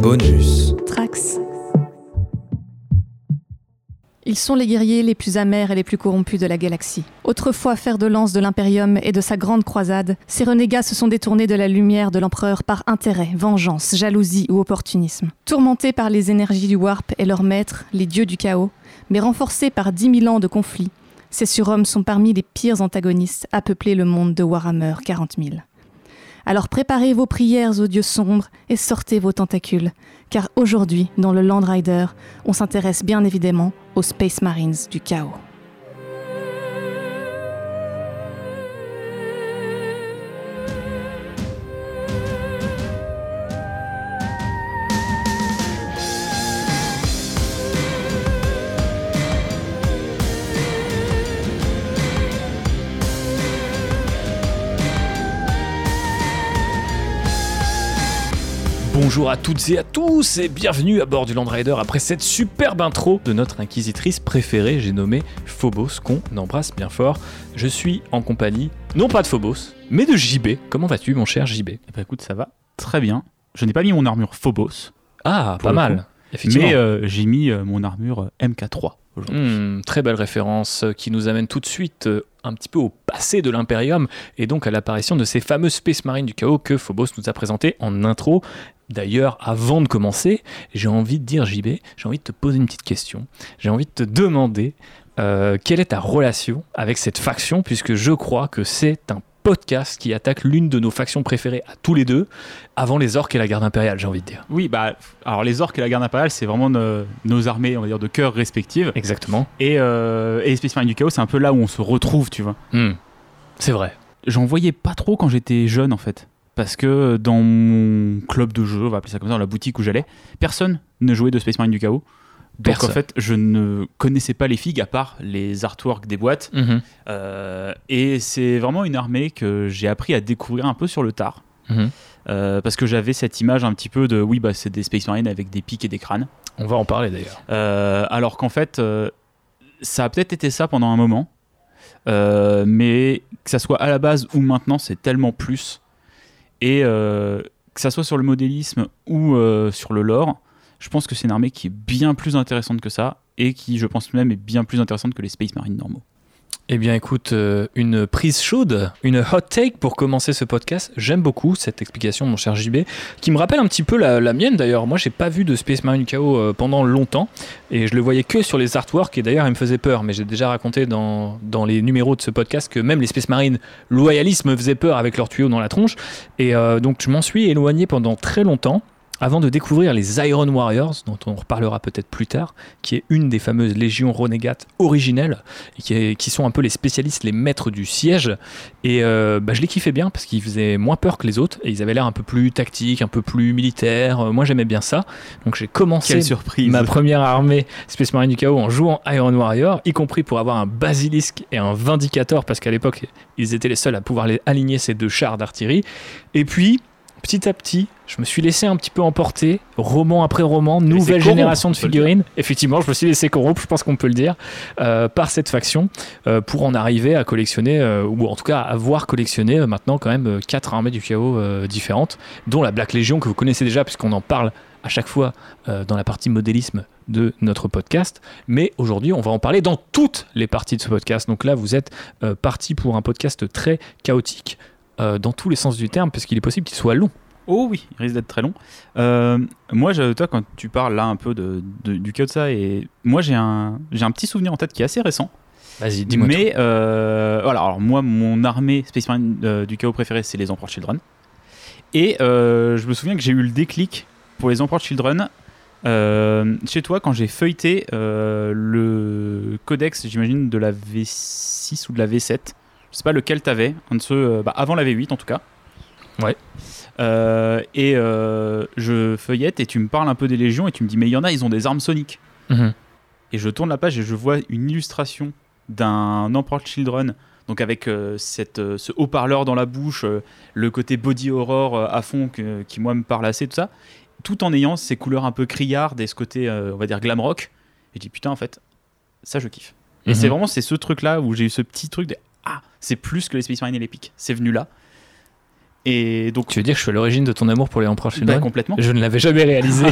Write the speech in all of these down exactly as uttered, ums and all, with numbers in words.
Bonus. Trax. Ils sont les guerriers les plus amers et les plus corrompus de la galaxie. Autrefois fer de lance de l'Imperium et de sa grande croisade, ces renégats se sont détournés de la lumière de l'Empereur par intérêt, vengeance, jalousie ou opportunisme. Tourmentés par les énergies du Warp et leurs maîtres, les dieux du chaos, mais renforcés par dix mille ans de conflits, ces surhommes sont parmi les pires antagonistes à peupler le monde de Warhammer quarante mille. Alors préparez vos prières aux dieux sombres et sortez vos tentacules, car aujourd'hui, dans le Land Rider, on s'intéresse bien évidemment aux Space Marines du chaos. Bonjour à toutes et à tous et bienvenue à bord du Land Rider après cette superbe intro de notre inquisitrice préférée, j'ai nommé Phobos, qu'on embrasse bien fort. Je suis en compagnie, non pas de Phobos, mais de J B. Comment vas-tu mon cher J B ? Eh ben écoute, ça va très bien. Je n'ai pas mis mon armure Phobos. Ah, pas mal, effectivement. Mais euh, j'ai mis euh, mon armure M K trois aujourd'hui. Mmh, très belle référence qui nous amène tout de suite euh, un petit peu au passé de l'Imperium et donc à l'apparition de ces fameux Space Marines du chaos que Phobos nous a présentés en intro. D'ailleurs, avant de commencer, j'ai envie de dire J B, j'ai envie de te poser une petite question. J'ai envie de te demander euh, quelle est ta relation avec cette faction, puisque je crois que c'est un podcast qui attaque l'une de nos factions préférées à tous les deux, avant les orques et la garde impériale, j'ai envie de dire. Oui, bah, alors les orques et la garde impériale, c'est vraiment nos, nos armées, on va dire, de cœur respectives. Exactement. Et, euh, et les Space Marines du chaos, c'est un peu là où on se retrouve, tu vois. Mmh, c'est vrai. J'en voyais pas trop quand j'étais jeune, en fait. Parce que dans mon club de jeu, on va appeler ça comme ça, dans la boutique où j'allais, personne ne jouait de Space Marine du chaos. Donc Personne. en fait, je ne connaissais pas les figues à part les artworks des boîtes. Mmh. Euh, et c'est vraiment une armée que j'ai appris à découvrir un peu sur le tard. Mmh. Euh, parce que j'avais cette image un petit peu de, oui, bah, c'est des Space Marines avec des pics et des crânes. On va en parler d'ailleurs. Euh, alors qu'en fait, euh, ça a peut-être été ça pendant un moment. Euh, mais que ça soit à la base ou maintenant, c'est tellement plus. Et euh, que ça soit sur le modélisme ou euh, sur le lore, je pense que c'est une armée qui est bien plus intéressante que ça et qui, je pense même, est bien plus intéressante que les Space Marines normaux. Eh bien écoute, euh, une prise chaude, une hot take pour commencer ce podcast. J'aime beaucoup cette explication, mon cher J B, qui me rappelle un petit peu la, la mienne d'ailleurs. Moi, j'ai pas vu de Space Marine du chaos euh, pendant longtemps et je le voyais que sur les artworks et d'ailleurs, il me faisait peur. Mais j'ai déjà raconté dans, dans les numéros de ce podcast que même les Space Marines loyalistes me faisaient peur avec leurs tuyaux dans la tronche. Et euh, donc, je m'en suis éloigné pendant très longtemps. Avant de découvrir les Iron Warriors, dont on reparlera peut-être plus tard, qui est une des fameuses légions renégates originelles, et qui, est, qui sont un peu les spécialistes, les maîtres du siège. Et euh, bah, je les kiffais bien, parce qu'ils faisaient moins peur que les autres, et ils avaient l'air un peu plus tactiques, un peu plus militaires. Moi, j'aimais bien ça. Donc j'ai commencé Quelle surprise. ma première armée Space Marine du chaos en jouant Iron Warrior, y compris pour avoir un Basilisque et un Vindicator, parce qu'à l'époque, ils étaient les seuls à pouvoir les aligner ces deux chars d'artillerie. Et puis, petit à petit, je me suis laissé un petit peu emporter, roman après roman, nouvelle génération de figurines. Effectivement, je me suis laissé corrompre, je pense qu'on peut le dire, euh, par cette faction, euh, pour en arriver à collectionner, euh, ou en tout cas à avoir collectionné euh, maintenant quand même euh, quatre armées du chaos euh, différentes, dont la Black Legion que vous connaissez déjà, puisqu'on en parle à chaque fois euh, dans la partie modélisme de notre podcast. Mais aujourd'hui, on va en parler dans toutes les parties de ce podcast. Donc là, vous êtes euh, parti pour un podcast très chaotique, Euh, dans tous les sens du terme, parce qu'il est possible qu'il soit long. Oh oui, il risque d'être très long. Euh, moi, je, toi, quand tu parles là un peu de, de, du chaos de ça, et moi j'ai un, j'ai un petit souvenir en tête qui est assez récent. Vas-y, dis-moi. Mais euh, voilà, alors moi, mon armée Space Marine euh, du chaos préférée, c'est les Emperor Children. Et euh, je me souviens que j'ai eu le déclic pour les Emperor Children euh, chez toi quand j'ai feuilleté euh, le codex, j'imagine, de la V six ou de la V sept. Je sais pas lequel t'avais, un de ceux, euh, bah, avant la V huit en tout cas. Ouais. Euh, et euh, je feuillette et tu me parles un peu des légions et tu me dis mais il y en a, ils ont des armes soniques. Mmh. Et je tourne la page et je vois une illustration d'un Emperor Children, donc avec euh, cette, euh, ce haut-parleur dans la bouche, euh, le côté body horror euh, à fond que, qui moi me parle assez, tout ça, tout en ayant ces couleurs un peu criardes et ce côté euh, on va dire glam rock. Et je dis putain en fait ça je kiffe. Et mmh. c'est vraiment c'est ce truc là où j'ai eu ce petit truc de ah, c'est plus que les Space Marines et les pics. C'est venu là. Et donc, tu veux dire que je suis à l'origine de ton amour pour les Emperor Children ? Bah, complètement. Je ne l'avais jamais réalisé.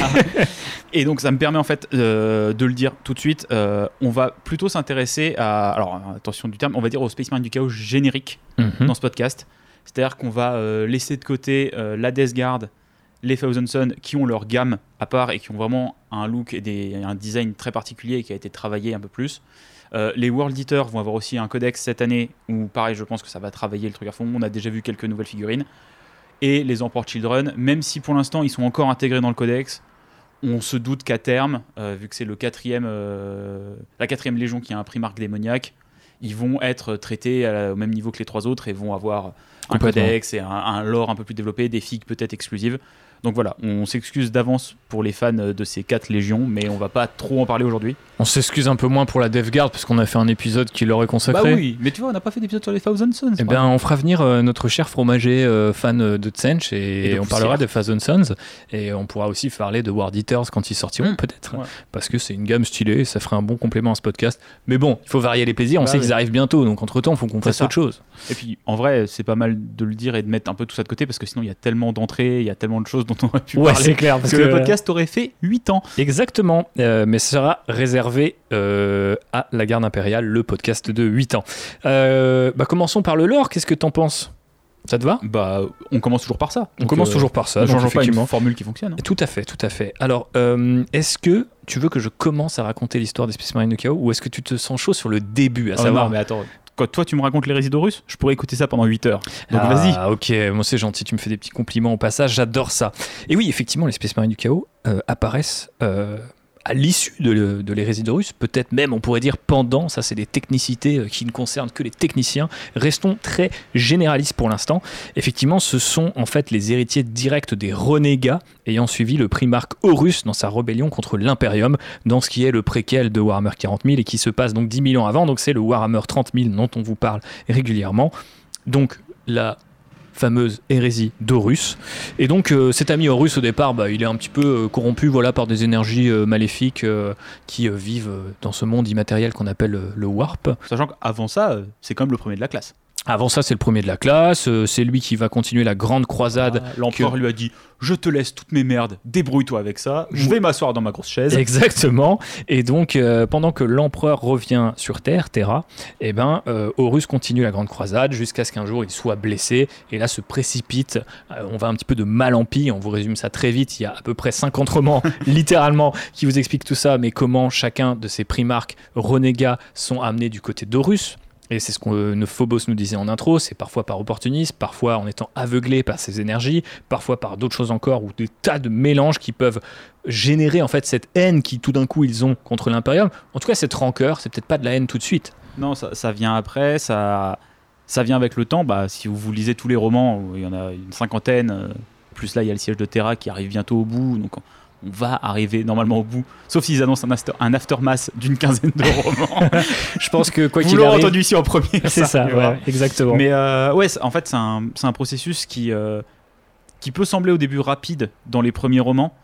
Et donc ça me permet en fait euh, de le dire tout de suite. Euh, on va plutôt s'intéresser à, alors attention du terme, on va dire au Space Marine du Chaos générique Mm-hmm. dans ce podcast. C'est-à-dire qu'on va euh, laisser de côté euh, la Death Guard, les Thousand Sons qui ont leur gamme à part et qui ont vraiment un look et des, un design très particulier et qui a été travaillé un peu plus. Euh, les World Eaters vont avoir aussi un codex cette année où pareil je pense que ça va travailler le truc à fond. On a déjà vu quelques nouvelles figurines. Et les Emperor Children, même si pour l'instant ils sont encore intégrés dans le codex, on se doute qu'à terme, euh, vu que c'est le quatrième, euh, la quatrième légion qui a un primarque démoniaque, ils vont être traités à, au même niveau que les trois autres et vont avoir un codex et un, un lore un peu plus développé, des figues peut-être exclusives. Donc voilà, on s'excuse d'avance pour les fans de ces quatre légions, mais on va pas trop en parler aujourd'hui. On s'excuse un peu moins pour la Death Guard parce qu'on a fait un épisode qui leur est consacré. Bah oui, mais tu vois, on n'a pas fait d'épisode sur les Thousand Sons. Eh bien, on fera venir euh, notre cher fromager euh, fan de Tsench et, Et de on poussière. parlera de Thousand Sons et on pourra aussi parler de World Eaters quand ils sortiront Mmh. peut-être, Ouais. parce que c'est une gamme stylée et ça ferait un bon complément à ce podcast. Mais bon, il faut varier les plaisirs, on Bah sait oui. qu'ils arrivent bientôt, donc entre-temps, il faut qu'on C'est fasse ça. autre chose. Et puis, en vrai, c'est pas mal de le dire et de mettre un peu tout ça de côté parce que sinon, il y a tellement d'entrées, il y a tellement de choses dont on aurait pu Ouais, parler. c'est clair, parce que, que le podcast aurait fait huit ans. Exactement, euh, mais ce sera réservé euh, à la garde impériale, le podcast de huit ans. Euh, bah, commençons par le lore, qu'est-ce que t'en penses ? Ça te va ? Bah, on commence toujours par ça. On Donc, commence euh, toujours par ça, Ne donc changeons pas effectivement. une formule qui fonctionne. hein. Tout à fait, tout à fait. Alors, euh, est-ce que tu veux que je commence à raconter l'histoire des Space Marines du Chaos ou est-ce que tu te sens chaud sur le début, à Ah savoir non, mais attends. Quand toi tu me racontes les résidus russes, je pourrais écouter ça pendant huit heures. Donc ah, vas-y. ok, moi c'est gentil, tu me fais des petits compliments au passage, j'adore ça. Et oui, effectivement, les Space Marines du Chaos euh, apparaissent euh, à l'issue de, le- de l'hérésie de Russe, peut-être même on pourrait dire pendant, ça c'est des technicités euh, qui ne concernent que les techniciens. Restons très généralistes pour l'instant. Effectivement, ce sont en fait les héritiers directs des renégats ayant suivi le primarque Horus dans sa rébellion contre l'Imperium, dans ce qui est le préquel de Warhammer quarante mille et qui se passe donc dix mille ans avant, donc c'est le Warhammer trente mille dont on vous parle régulièrement. Donc la fameuse hérésie d'Horus. Et donc euh, cet ami Horus au départ, bah, il est un petit peu euh, corrompu voilà, par des énergies euh, maléfiques euh, qui euh, vivent euh, dans ce monde immatériel qu'on appelle euh, le Warp. Sachant qu'avant ça, euh, c'est quand même le premier de la classe. Avant ça, c'est le premier de la classe, euh, c'est lui qui va continuer la grande croisade. Ah, L'empereur que- lui a dit je te laisse toutes mes merdes, débrouille-toi avec ça, je vais m'asseoir dans ma grosse chaise. Exactement. Et donc, euh, pendant que l'empereur revient sur Terre, Terra, eh ben, euh, Horus continue la grande croisade jusqu'à ce qu'un jour il soit blessé et là se précipite. Euh, on va un petit peu de mal en pis. On vous résume ça très vite. Il y a à peu près cinquante romans, littéralement, qui vous expliquent tout ça, mais comment chacun de ces primarques renégats sont amenés du côté d'Horus. Et c'est ce que euh, Phobos nous disait en intro, c'est parfois par opportunisme, parfois en étant aveuglé par ses énergies, parfois par d'autres choses encore, ou des tas de mélanges qui peuvent générer en fait cette haine qui tout d'un coup ils ont contre l'Imperium. En tout cas, cette rancœur, c'est peut-être pas de la haine tout de suite. Non, ça, ça vient après, ça, ça vient avec le temps. Bah, si vous, vous lisez tous les romans, il y en a une cinquantaine, euh, plus là il y a le siège de Terra qui arrive bientôt au bout, donc on, on va arriver normalement au bout, sauf s'ils annoncent un, after, un aftermath d'une quinzaine de romans. Je pense que quoi Vous qu'il l'aurez arrive, entendu ici en premier. c'est ça, arrivera. ouais, exactement. Mais euh, ouais, c'est- en fait, c'est un, c'est un processus qui, euh, qui peut sembler au début rapide dans les premiers romans,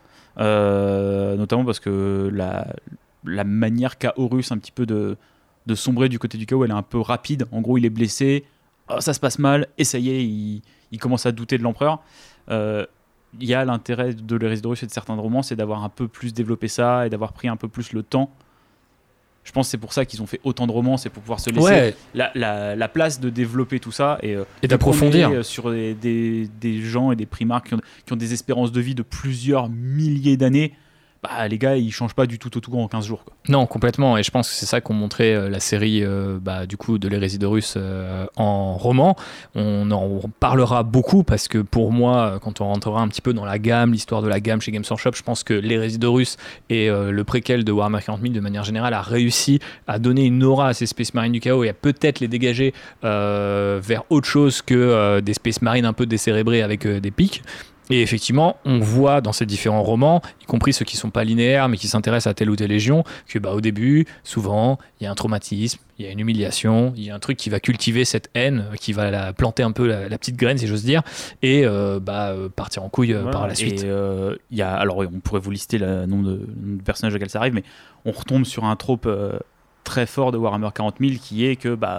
euh, notamment parce que la, la manière qu'a Horus un petit peu de, de sombrer du côté du chaos, elle est un peu rapide. En gros, il est blessé, oh, ça se passe mal, et ça y est, il, il commence à douter de l'empereur. Euh, Il y a l'intérêt de l'hérésie d'Horus et de certains romans, c'est d'avoir un peu plus développé ça et d'avoir pris un peu plus le temps. Je pense que c'est pour ça qu'ils ont fait autant de romans, c'est pour pouvoir se laisser Ouais, la, la, la place de développer tout ça et, euh, Et d'approfondir. de prendre, euh, sur des, des, des gens et des primarques qui ont, qui ont des espérances de vie de plusieurs milliers d'années. Bah, les gars, ils changent pas du tout au tout en quinze jours. Quoi. non, complètement. Et je pense que c'est ça qu'ont montré euh, la série euh, bah, du coup de l'hérésie de Russe euh, en roman. On en parlera beaucoup parce que pour moi, quand on rentrera un petit peu dans la gamme, l'histoire de la gamme chez Games Workshop, je pense que l'hérésie de Russe et euh, le préquel de Warhammer quarante mille de manière générale a réussi à donner une aura à ces Space Marines du Chaos et à peut-être les dégager euh, vers autre chose que euh, des Space Marines un peu décérébrés avec euh, des pics. Et effectivement, on voit dans ces différents romans, y compris ceux qui ne sont pas linéaires, mais qui s'intéressent à telle ou telle légion, que bah, au début, souvent, il y a un traumatisme, il y a une humiliation, il y a un truc qui va cultiver cette haine, qui va la planter un peu la, la petite graine, si j'ose dire, et euh, bah, euh, partir en couille euh, Voilà. par la suite. Et, euh, y a, alors, on pourrait vous lister le nombre de, nombre de personnages auxquels ça arrive, mais on retombe sur un trope euh, très fort de Warhammer quarante mille qui est que bah,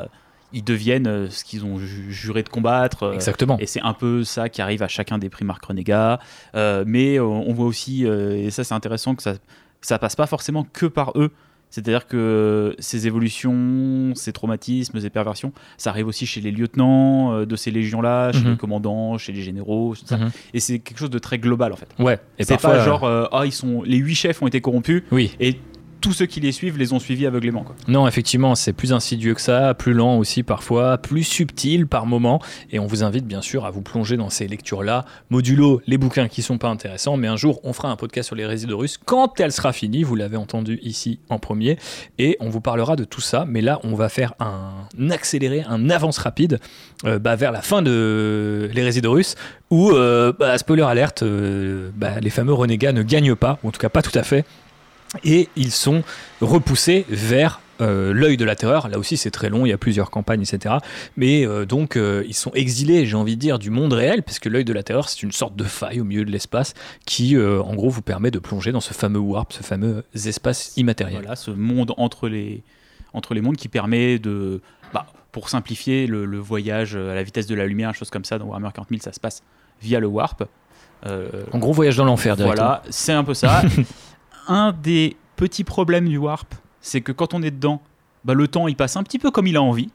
ils deviennent euh, ce qu'ils ont ju- juré de combattre. euh, Exactement. Et c'est un peu ça qui arrive à chacun des Primarques Renégats. Euh, mais euh, on voit aussi, euh, et ça c'est intéressant, que ça, ça passe pas forcément que par eux. C'est-à-dire que ces évolutions, ces traumatismes, ces perversions, ça arrive aussi chez les lieutenants euh, de ces légions-là, chez Mhm. les commandants, chez les généraux, tout ça. Mhm. Et c'est quelque chose de très global en fait. Ouais. Et C'est parfois, pas genre, euh, ah, ils sont, les huit chefs ont été corrompus Oui. et tous ceux qui les suivent les ont suivis aveuglément, quoi. Non, effectivement, c'est plus insidieux que ça, plus lent aussi parfois, plus subtil par moment. Et on vous invite bien sûr à vous plonger dans ces lectures-là, modulo les bouquins qui sont pas intéressants. Mais un jour, on fera un podcast sur l'hérésie d'Horus quand elle sera finie. Vous l'avez entendu ici en premier. Et on vous parlera de tout ça. Mais là, on va faire un accéléré, un avance rapide euh, bah, vers la fin de l'hérésie d'Horus où, euh, bah, spoiler alerte, euh, bah, les fameux renégats ne gagnent pas, ou en tout cas pas tout à fait. Et ils sont repoussés vers euh, l'œil de la terreur. Là aussi, c'est très long, il y a plusieurs campagnes, et cetera. Mais euh, donc, euh, ils sont exilés, j'ai envie de dire, du monde réel, puisque l'œil de la terreur, c'est une sorte de faille au milieu de l'espace qui, euh, en gros, vous permet de plonger dans ce fameux warp, ce fameux espace immatériel. Voilà, ce monde entre les, entre les mondes qui permet de, bah, pour simplifier le, le voyage à la vitesse de la lumière, chose comme ça, dans Warhammer quarante mille, ça se passe via le warp. Euh, En gros, voyage dans l'enfer, directement. Voilà, c'est un peu ça. Un des petits problèmes du warp, c'est que quand on est dedans, bah, le temps il passe un petit peu comme il a envie.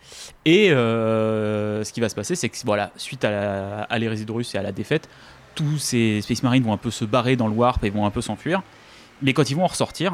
Et euh, ce qui va se passer, c'est que voilà, suite à, la, à l'hérésie d'Horus et à la défaite, tous ces Space Marines vont un peu se barrer dans le warp et vont un peu s'enfuir. Mais quand ils vont en ressortir,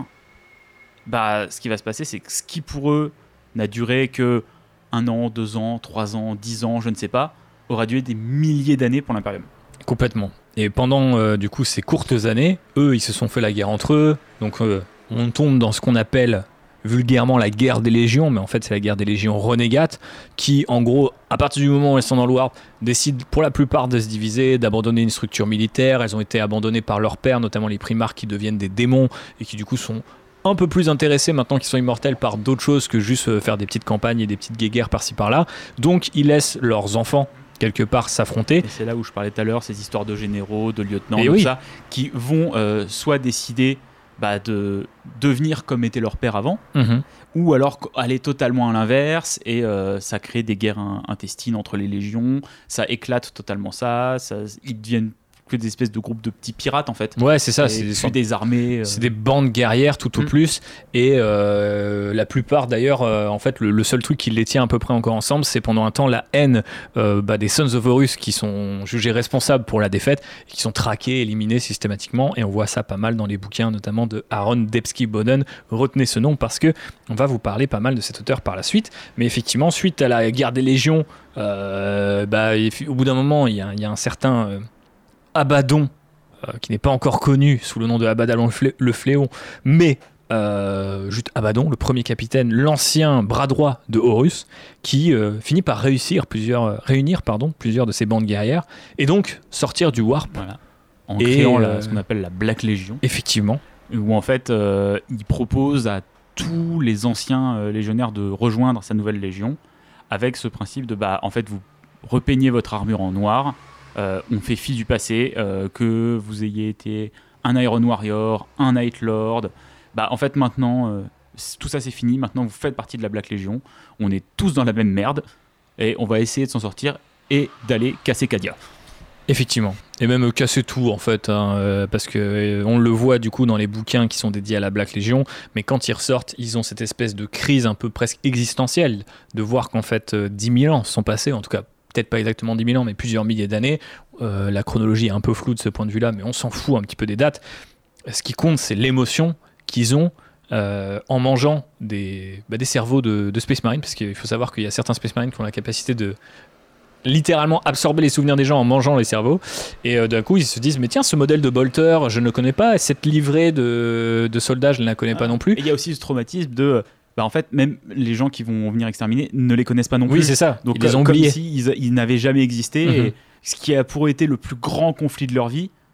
bah, ce qui va se passer, c'est que ce qui pour eux n'a duré que un an, deux ans, trois ans, dix ans, je ne sais pas, aura duré des milliers d'années pour l'Imperium. Complètement. Et pendant euh, du coup ces courtes années, eux, ils se sont fait la guerre entre eux. Donc euh, on tombe dans ce qu'on appelle vulgairement la guerre des légions, mais en fait c'est la guerre des légions renégates, qui en gros, à partir du moment où elles sont dans le warp, décident pour la plupart de se diviser, d'abandonner une structure militaire. Elles ont été abandonnées par leurs pères, notamment les primarques qui deviennent des démons et qui du coup sont un peu plus intéressés maintenant qu'ils sont immortels par d'autres choses que juste euh, faire des petites campagnes et des petites guéguerres par-ci par-là. Donc ils laissent leurs enfants quelque part s'affronter. Et c'est là où je parlais tout à l'heure, ces histoires de généraux, de lieutenants, Et tout oui. ça, qui vont euh, soit décider bah, de devenir comme était leur père avant, Mhm. ou alors aller totalement à l'inverse, et euh, ça crée des guerres in- intestines entre les légions, ça éclate totalement ça, ça ils deviennent que des espèces de groupes de petits pirates en fait. Ouais, c'est ça. Et C'est des, puis sortes- des armées. euh, c'est des bandes guerrières tout au Mm. plus. Et euh, la plupart d'ailleurs, euh, en fait, le, le seul truc qui les tient à peu près encore ensemble, c'est pendant un temps la haine euh, bah, des Sons of Horus qui sont jugés responsables pour la défaite, et qui sont traqués, éliminés systématiquement. Et on voit ça pas mal dans les bouquins, notamment de Aaron Dembski-Bowden. Retenez ce nom parce que on va vous parler pas mal de cet auteur par la suite. Mais effectivement, suite à la guerre des légions, euh, bah, et fi- au bout d'un moment, il y, a- il y a un certain euh, Abaddon, euh, qui n'est pas encore connu sous le nom de Abaddon le, Flé- le Fléau, mais euh, juste Abaddon, le premier capitaine, l'ancien bras droit de Horus, qui euh, finit par réussir plusieurs, euh, réunir pardon, plusieurs de ces bandes guerrières, et donc sortir du Warp, voilà, en Et, créant la- euh, ce qu'on appelle la Black Legion, effectivement. où en fait euh, il propose à tous les anciens euh, légionnaires de rejoindre sa nouvelle légion, avec ce principe de bah en fait vous repeignez votre armure en noir, euh, on fait fi du passé, euh, que vous ayez été un Iron Warrior, un Night Lord, bah en fait maintenant euh, c- tout ça c'est fini, maintenant vous faites partie de la Black Legion, on est tous dans la même merde et on va essayer de s'en sortir et d'aller casser Cadia. Effectivement. Et même euh, casser tout en fait, hein, euh, parce que euh, on le voit du coup dans les bouquins qui sont dédiés à la Black Legion, mais quand ils ressortent, ils ont cette espèce de crise un peu presque existentielle de voir qu'en fait euh, dix mille ans sont passés, en tout cas peut-être pas exactement dix mille ans, mais plusieurs milliers d'années. Euh, la chronologie est un peu floue de ce point de vue-là, mais on s'en fout un petit peu des dates. Ce qui compte, c'est l'émotion qu'ils ont euh, en mangeant des, bah, des cerveaux de, de Space Marine, parce qu'il faut savoir qu'il y a certains Space Marines qui ont la capacité de littéralement absorber les souvenirs des gens en mangeant les cerveaux, et euh, d'un coup ils se disent mais tiens, ce modèle de bolter je ne le connais pas, et cette livrée de, de soldats je ne la connais pas non plus. Et il y a aussi ce traumatisme de bah en fait même les gens qui vont venir exterminer ne les connaissent pas non plus. Oui, c'est ça, Donc ils les ont comme oubliés. si ils, ils n'avaient jamais existé. Mhm. Et ce qui a pour été le plus grand conflit de leur vie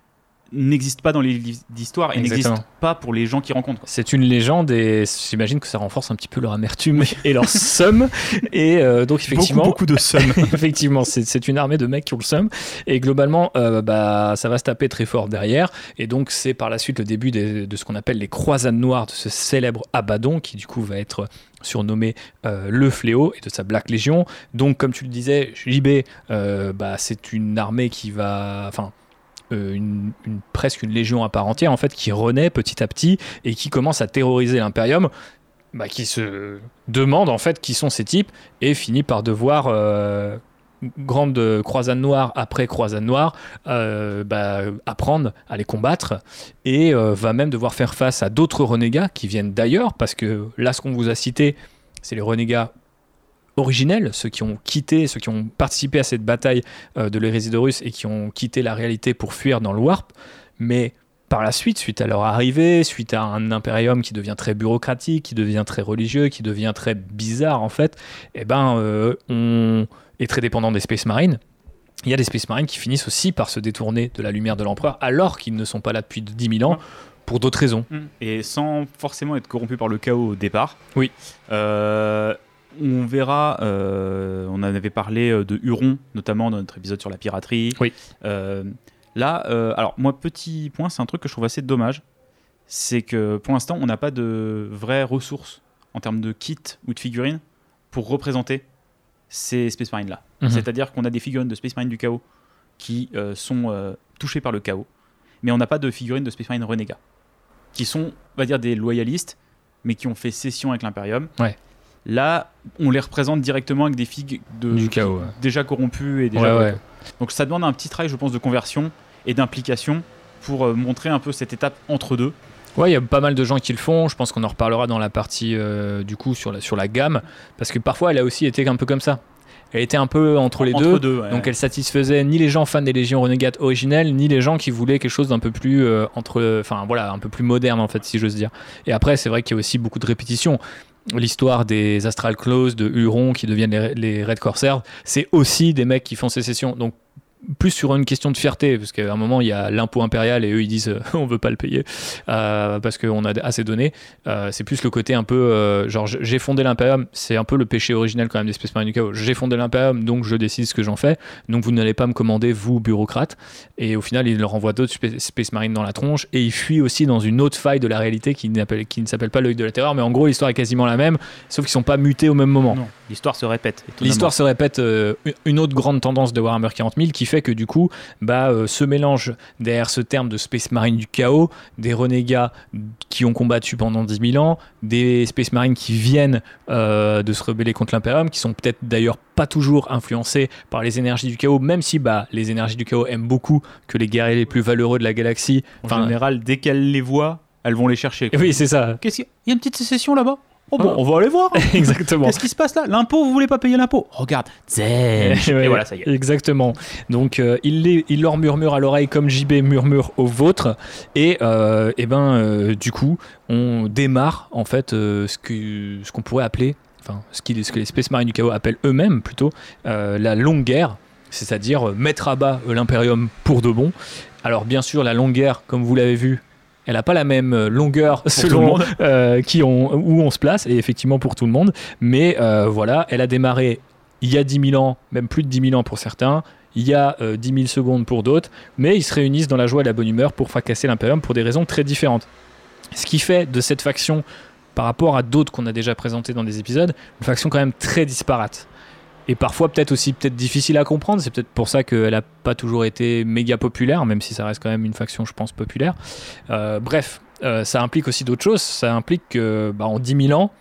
n'existe pas dans les livres d'histoire et Exactement. n'existe pas pour les gens qui rencontrent. C'est une légende et j'imagine que ça renforce un petit peu leur amertume et leur seum. Et euh, donc effectivement, beaucoup, beaucoup de seum. effectivement, c'est, c'est une armée de mecs qui ont le seum. Et globalement, euh, bah, ça va se taper très fort derrière. Et donc c'est par la suite le début des, de ce qu'on appelle les croisades noires de ce célèbre Abaddon qui du coup va être surnommé euh, le Fléau et de sa Black Légion. Donc comme tu le disais, J B, euh, bah, c'est une armée qui va... Enfin, Euh, une, une, presque une légion à part entière en fait qui renaît petit à petit et qui commence à terroriser l'Imperium, bah, qui se demande en fait qui sont ces types et finit par devoir euh, grande croisade noire après croisade noire euh, bah, apprendre à les combattre et euh, va même devoir faire face à d'autres renégats qui viennent d'ailleurs parce que là ce qu'on vous a cité c'est les renégats originels, ceux qui ont quitté, ceux qui ont participé à cette bataille euh, de l'hérésie d'Horus et qui ont quitté la réalité pour fuir dans le Warp, mais par la suite, suite à leur arrivée, suite à un impérium qui devient très bureaucratique, qui devient très religieux, qui devient très bizarre en fait, eh ben, euh, on est très dépendant des Space Marines. Il y a des Space Marines qui finissent aussi par se détourner de la lumière de l'Empereur alors qu'ils ne sont pas là depuis dix mille ans. Pour d'autres raisons. Et sans forcément être corrompu par le chaos au départ. Oui. Euh... On verra, euh, on en avait parlé de Huron, notamment dans notre épisode sur la piraterie. Oui. Euh, là, euh, alors moi, petit point, c'est un truc que je trouve assez dommage. C'est que pour l'instant, on n'a pas de vraies ressources en termes de kits ou de figurines pour représenter ces Space Marines-là. Mm-hmm. C'est-à-dire qu'on a des figurines de Space Marines du chaos qui euh, sont euh, touchées par le chaos, mais on n'a pas de figurines de Space Marines renégats, qui sont, on va dire, des loyalistes, mais qui ont fait cession avec l'Imperium. Ouais. Là, on les représente directement avec des figues de, du chaos, ouais. déjà corrompues et déjà. Ouais, ouais. Donc ça demande un petit travail, je pense, de conversion et d'implication pour euh, montrer un peu cette étape entre deux. Ouais, il y a pas mal de gens qui le font. Je pense qu'on en reparlera dans la partie euh, du coup sur la sur la gamme, parce que parfois elle a aussi été un peu comme ça. Elle était un peu entre les entre deux, deux ouais. Donc elle satisfaisait ni les gens fans des légions renégates originelles, ni les gens qui voulaient quelque chose d'un peu plus euh, entre, enfin voilà, un peu plus moderne en fait, si j'ose dire. Et après, c'est vrai qu'il y a aussi beaucoup de répétitions. L'histoire des Astral Claws, de Huron qui deviennent les, les Red Corsairs, c'est aussi des mecs qui font sécession. Donc plus sur une question de fierté, parce qu'à un moment il y a l'impôt impérial et eux ils disent euh, on veut pas le payer euh, parce qu'on a assez donné. Euh, c'est plus le côté un peu euh, genre j'ai fondé l'impérium, c'est un peu le péché originel quand même des Space Marines du chaos. J'ai fondé l'impérium donc je décide ce que j'en fais, donc vous n'allez pas me commander vous bureaucrates. Et au final il leur envoie d'autres Space Marines dans la tronche et il fuit aussi dans une autre faille de la réalité qui, qui ne s'appelle pas l'œil de la terreur, mais en gros l'histoire est quasiment la même sauf qu'ils sont pas mutés au même moment. Non, l'histoire se répète. L'histoire se répète. Euh, une autre grande tendance de Warhammer quarante mille qui fait que du coup bah, euh, ce mélange derrière ce terme de Space Marine du chaos, des renégats qui ont combattu pendant dix mille ans, des Space Marines qui viennent euh, de se rebeller contre l'Imperium, qui sont peut-être d'ailleurs pas toujours influencés par les énergies du chaos, même si bah, les énergies du chaos aiment beaucoup que les guerriers les plus valeureux de la galaxie. En enfin, général, dès qu'elles les voient, elles vont les chercher. Quoi. Oui, c'est ça. Qu'est-ce qu'il y a ? Il y a une petite sécession là-bas ? Oh bon, on va aller voir. Exactement. Qu'est-ce qui se passe là ? L'impôt, vous voulez pas payer l'impôt ? Regarde. Et, et voilà, ça y est. Exactement. Donc, euh, il, les, il leur murmure à l'oreille comme J B murmure au vôtre. Et, euh, et ben, euh, du coup, on démarre en fait euh, ce, que, ce qu'on pourrait appeler, enfin, ce, qui, ce que les Space Marines du chaos appellent eux-mêmes plutôt, euh, la longue guerre, c'est-à-dire euh, mettre à bas euh, l'Imperium pour de bon. Alors, bien sûr, la longue guerre, comme vous l'avez vu, elle n'a pas la même longueur pour selon euh, qui on, où on se place, et effectivement pour tout le monde. Mais euh, voilà, elle a démarré il y a dix mille ans, même plus de dix mille ans pour certains, il y a euh, dix mille secondes pour d'autres, mais ils se réunissent dans la joie et la bonne humeur pour fracasser l'Imperium pour des raisons très différentes. Ce qui fait de cette faction, par rapport à d'autres qu'on a déjà présentées dans des épisodes, une faction quand même très disparate. Et parfois peut-être aussi peut-être difficile à comprendre, c'est peut-être pour ça qu'elle n'a pas toujours été méga populaire, même si ça reste quand même une faction je pense populaire. Euh, bref, euh, ça implique aussi d'autres choses, ça implique que bah, en dix mille ans,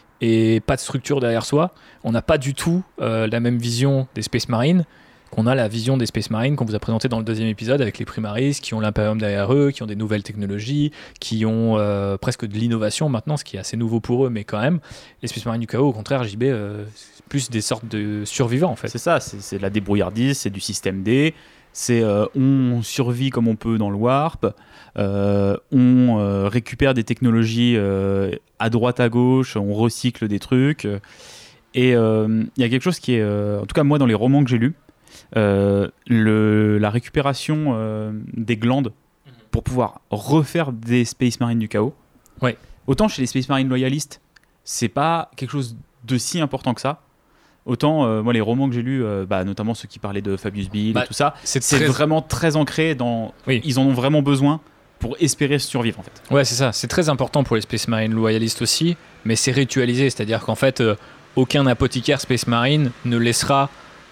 et pas de structure derrière soi, on n'a pas du tout euh, la même vision des Space Marines qu'on a la vision des Space Marines qu'on vous a présenté dans le deuxième épisode avec les Primaris qui ont l'Imperium derrière eux, qui ont des nouvelles technologies, qui ont euh, presque de l'innovation maintenant, ce qui est assez nouveau pour eux, mais quand même, les Space Marines du chaos, au contraire, J B, euh, c'est plus des sortes de survivants en fait. C'est ça, c'est, c'est de la débrouillardise, c'est du système D, c'est euh, on survit comme on peut dans le Warp, euh, on euh, récupère des technologies euh, à droite à gauche, on recycle des trucs, et il euh, y a quelque chose qui est, euh, en tout cas moi dans les romans que j'ai lus, Euh, le, la récupération euh, des glandes pour pouvoir refaire des Space Marines du chaos. Ouais. Autant chez les Space Marines loyalistes, c'est pas quelque chose de si important que ça. Autant, euh, moi, les romans que j'ai lus, euh, bah, notamment ceux qui parlaient de Fabius Bill bah, et tout ça, c'est, c'est très... vraiment très ancré dans... Oui. Ils en ont vraiment besoin pour espérer survivre, en fait. Ouais, c'est ça. C'est très important pour les Space Marines loyalistes aussi, mais c'est ritualisé. C'est-à-dire qu'en fait, euh, aucun apothicaire Space Marine ne laissera...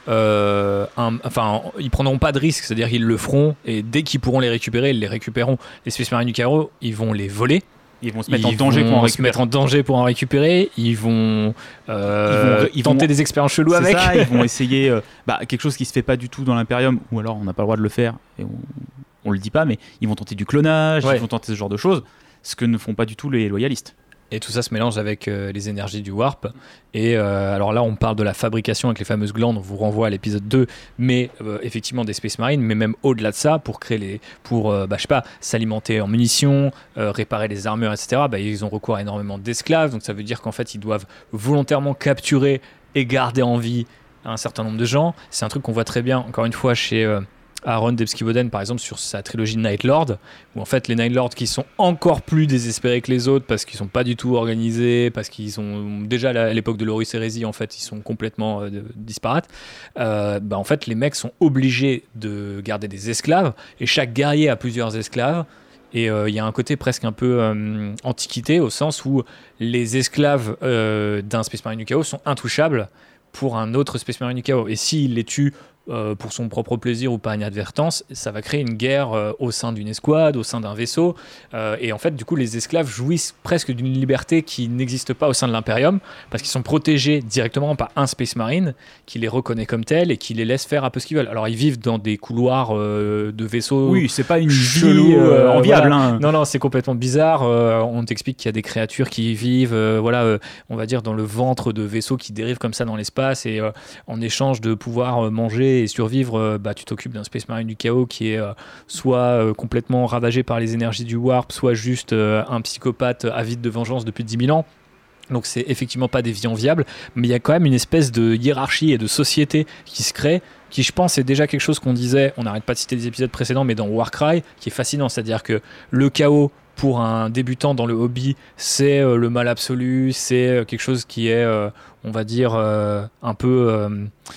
Euh, un, enfin, ils prendront pas de risque, c'est-à-dire qu'ils le feront, et dès qu'ils pourront les récupérer, ils les récupéreront. Les Space Marines du chaos, ils vont les voler. Ils vont se mettre ils en danger pour en récupérer. se mettre en danger pour en récupérer. Ils vont, euh, ils vont, ils tenter vont, des expériences cheloues avec. Ça, ils vont essayer euh, bah, quelque chose qui se fait pas du tout dans l'Imperium, ou alors on n'a pas le droit de le faire et on, on le dit pas, mais ils vont tenter du clonage, ouais. ils vont tenter ce genre de choses, ce que ne font pas du tout les loyalistes. Et tout ça se mélange avec euh, les énergies du warp. Et euh, alors là, on parle de la fabrication avec les fameuses glandes. On vous renvoie à l'épisode deux, mais euh, effectivement des Space Marines, mais même au-delà de ça, pour créer les, pour, euh, bah, je sais pas, s'alimenter en munitions, euh, réparer les armures, et cetera. Bah, ils ont recours à énormément d'esclaves. Donc ça veut dire qu'en fait, ils doivent volontairement capturer et garder en vie un certain nombre de gens. C'est un truc qu'on voit très bien, encore une fois, chez euh, Aaron Dembski-Bowden, par exemple, sur sa trilogie de Night Lord, où en fait les Night Lords qui sont encore plus désespérés que les autres parce qu'ils sont pas du tout organisés, parce qu'ils sont déjà à l'époque de l'Horus Heresy, en fait, ils sont complètement euh, disparates. Euh, bah, en fait, les mecs sont obligés de garder des esclaves, et chaque guerrier a plusieurs esclaves. Et il euh, y a un côté presque un peu euh, antiquité, au sens où les esclaves euh, d'un Space Marine du chaos sont intouchables pour un autre Space Marine du chaos. Et s'il les tue euh, pour son propre plaisir ou par inadvertance, ça va créer une guerre euh, au sein d'une escouade, au sein d'un vaisseau. Euh, et en fait, du coup, les esclaves jouissent presque d'une liberté qui n'existe pas au sein de l'Imperium, parce qu'ils sont protégés directement par un Space Marine qui les reconnaît comme tels et qui les laisse faire un peu ce qu'ils veulent. Alors, ils vivent dans des couloirs euh, de vaisseaux. Oui, c'est pas une chelou, vie euh, enviable. Voilà. Hein. Non, non, c'est complètement bizarre. Euh, on t'explique qu'il y a des créatures qui y vivent, euh, voilà, euh, on va dire, dans le ventre de vaisseaux qui dérivent comme ça dans l'espace, et euh, en échange de pouvoir euh, manger et survivre, euh, bah, tu t'occupes d'un Space Marine du chaos qui est euh, soit euh, complètement ravagé par les énergies du warp, soit juste euh, un psychopathe avide de vengeance depuis dix mille ans. Donc c'est effectivement pas des vies enviables, mais il y a quand même une espèce de hiérarchie et de société qui se crée, qui je pense est déjà quelque chose qu'on disait, on n'arrête pas de citer des épisodes précédents, mais dans Warcry, qui est fascinant, c'est-à-dire que le chaos, pour un débutant dans le hobby, c'est euh, le mal absolu, c'est euh, quelque chose qui est, euh, on va dire, euh, un peu euh,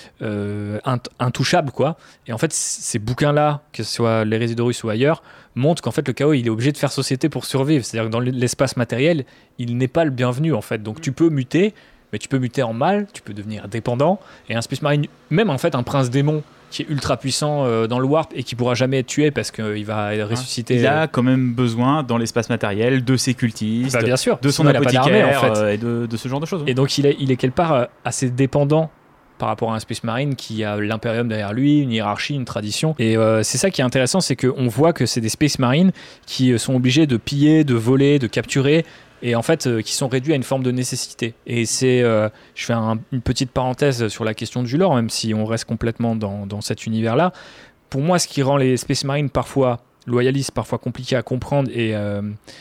euh, int- intouchable, quoi. Et en fait, c- ces bouquins-là, que ce soit l'Hérésie d'Horus ou ailleurs, montrent qu'en fait, le chaos, il est obligé de faire société pour survivre. C'est-à-dire que dans l'espace matériel, il n'est pas le bienvenu, en fait. Donc tu peux muter, mais tu peux muter en mal, tu peux devenir dépendant. Et un Space Marine, même en fait un prince démon, qui est ultra puissant euh, dans le warp et qui pourra jamais être tué parce qu'il va ressusciter. Il a quand même besoin dans l'espace matériel de ses cultistes, bah, bien sûr. de son Sinon, apothicaire en fait. euh, et de, de ce genre de choses. Et donc il est, il est quelque part euh, assez dépendant par rapport à un Space Marine qui a l'Imperium derrière lui, une hiérarchie, une tradition. Et euh, c'est ça qui est intéressant, c'est qu'on voit que c'est des Space Marines qui sont obligés de piller, de voler, de capturer, et en fait euh, qui sont réduits à une forme de nécessité. Et c'est, euh, je fais un, une petite parenthèse sur la question du lore, même si on reste complètement dans, dans cet univers-là. Pour moi, ce qui rend les Space Marines parfois loyalistes, parfois compliqués à comprendre et euh,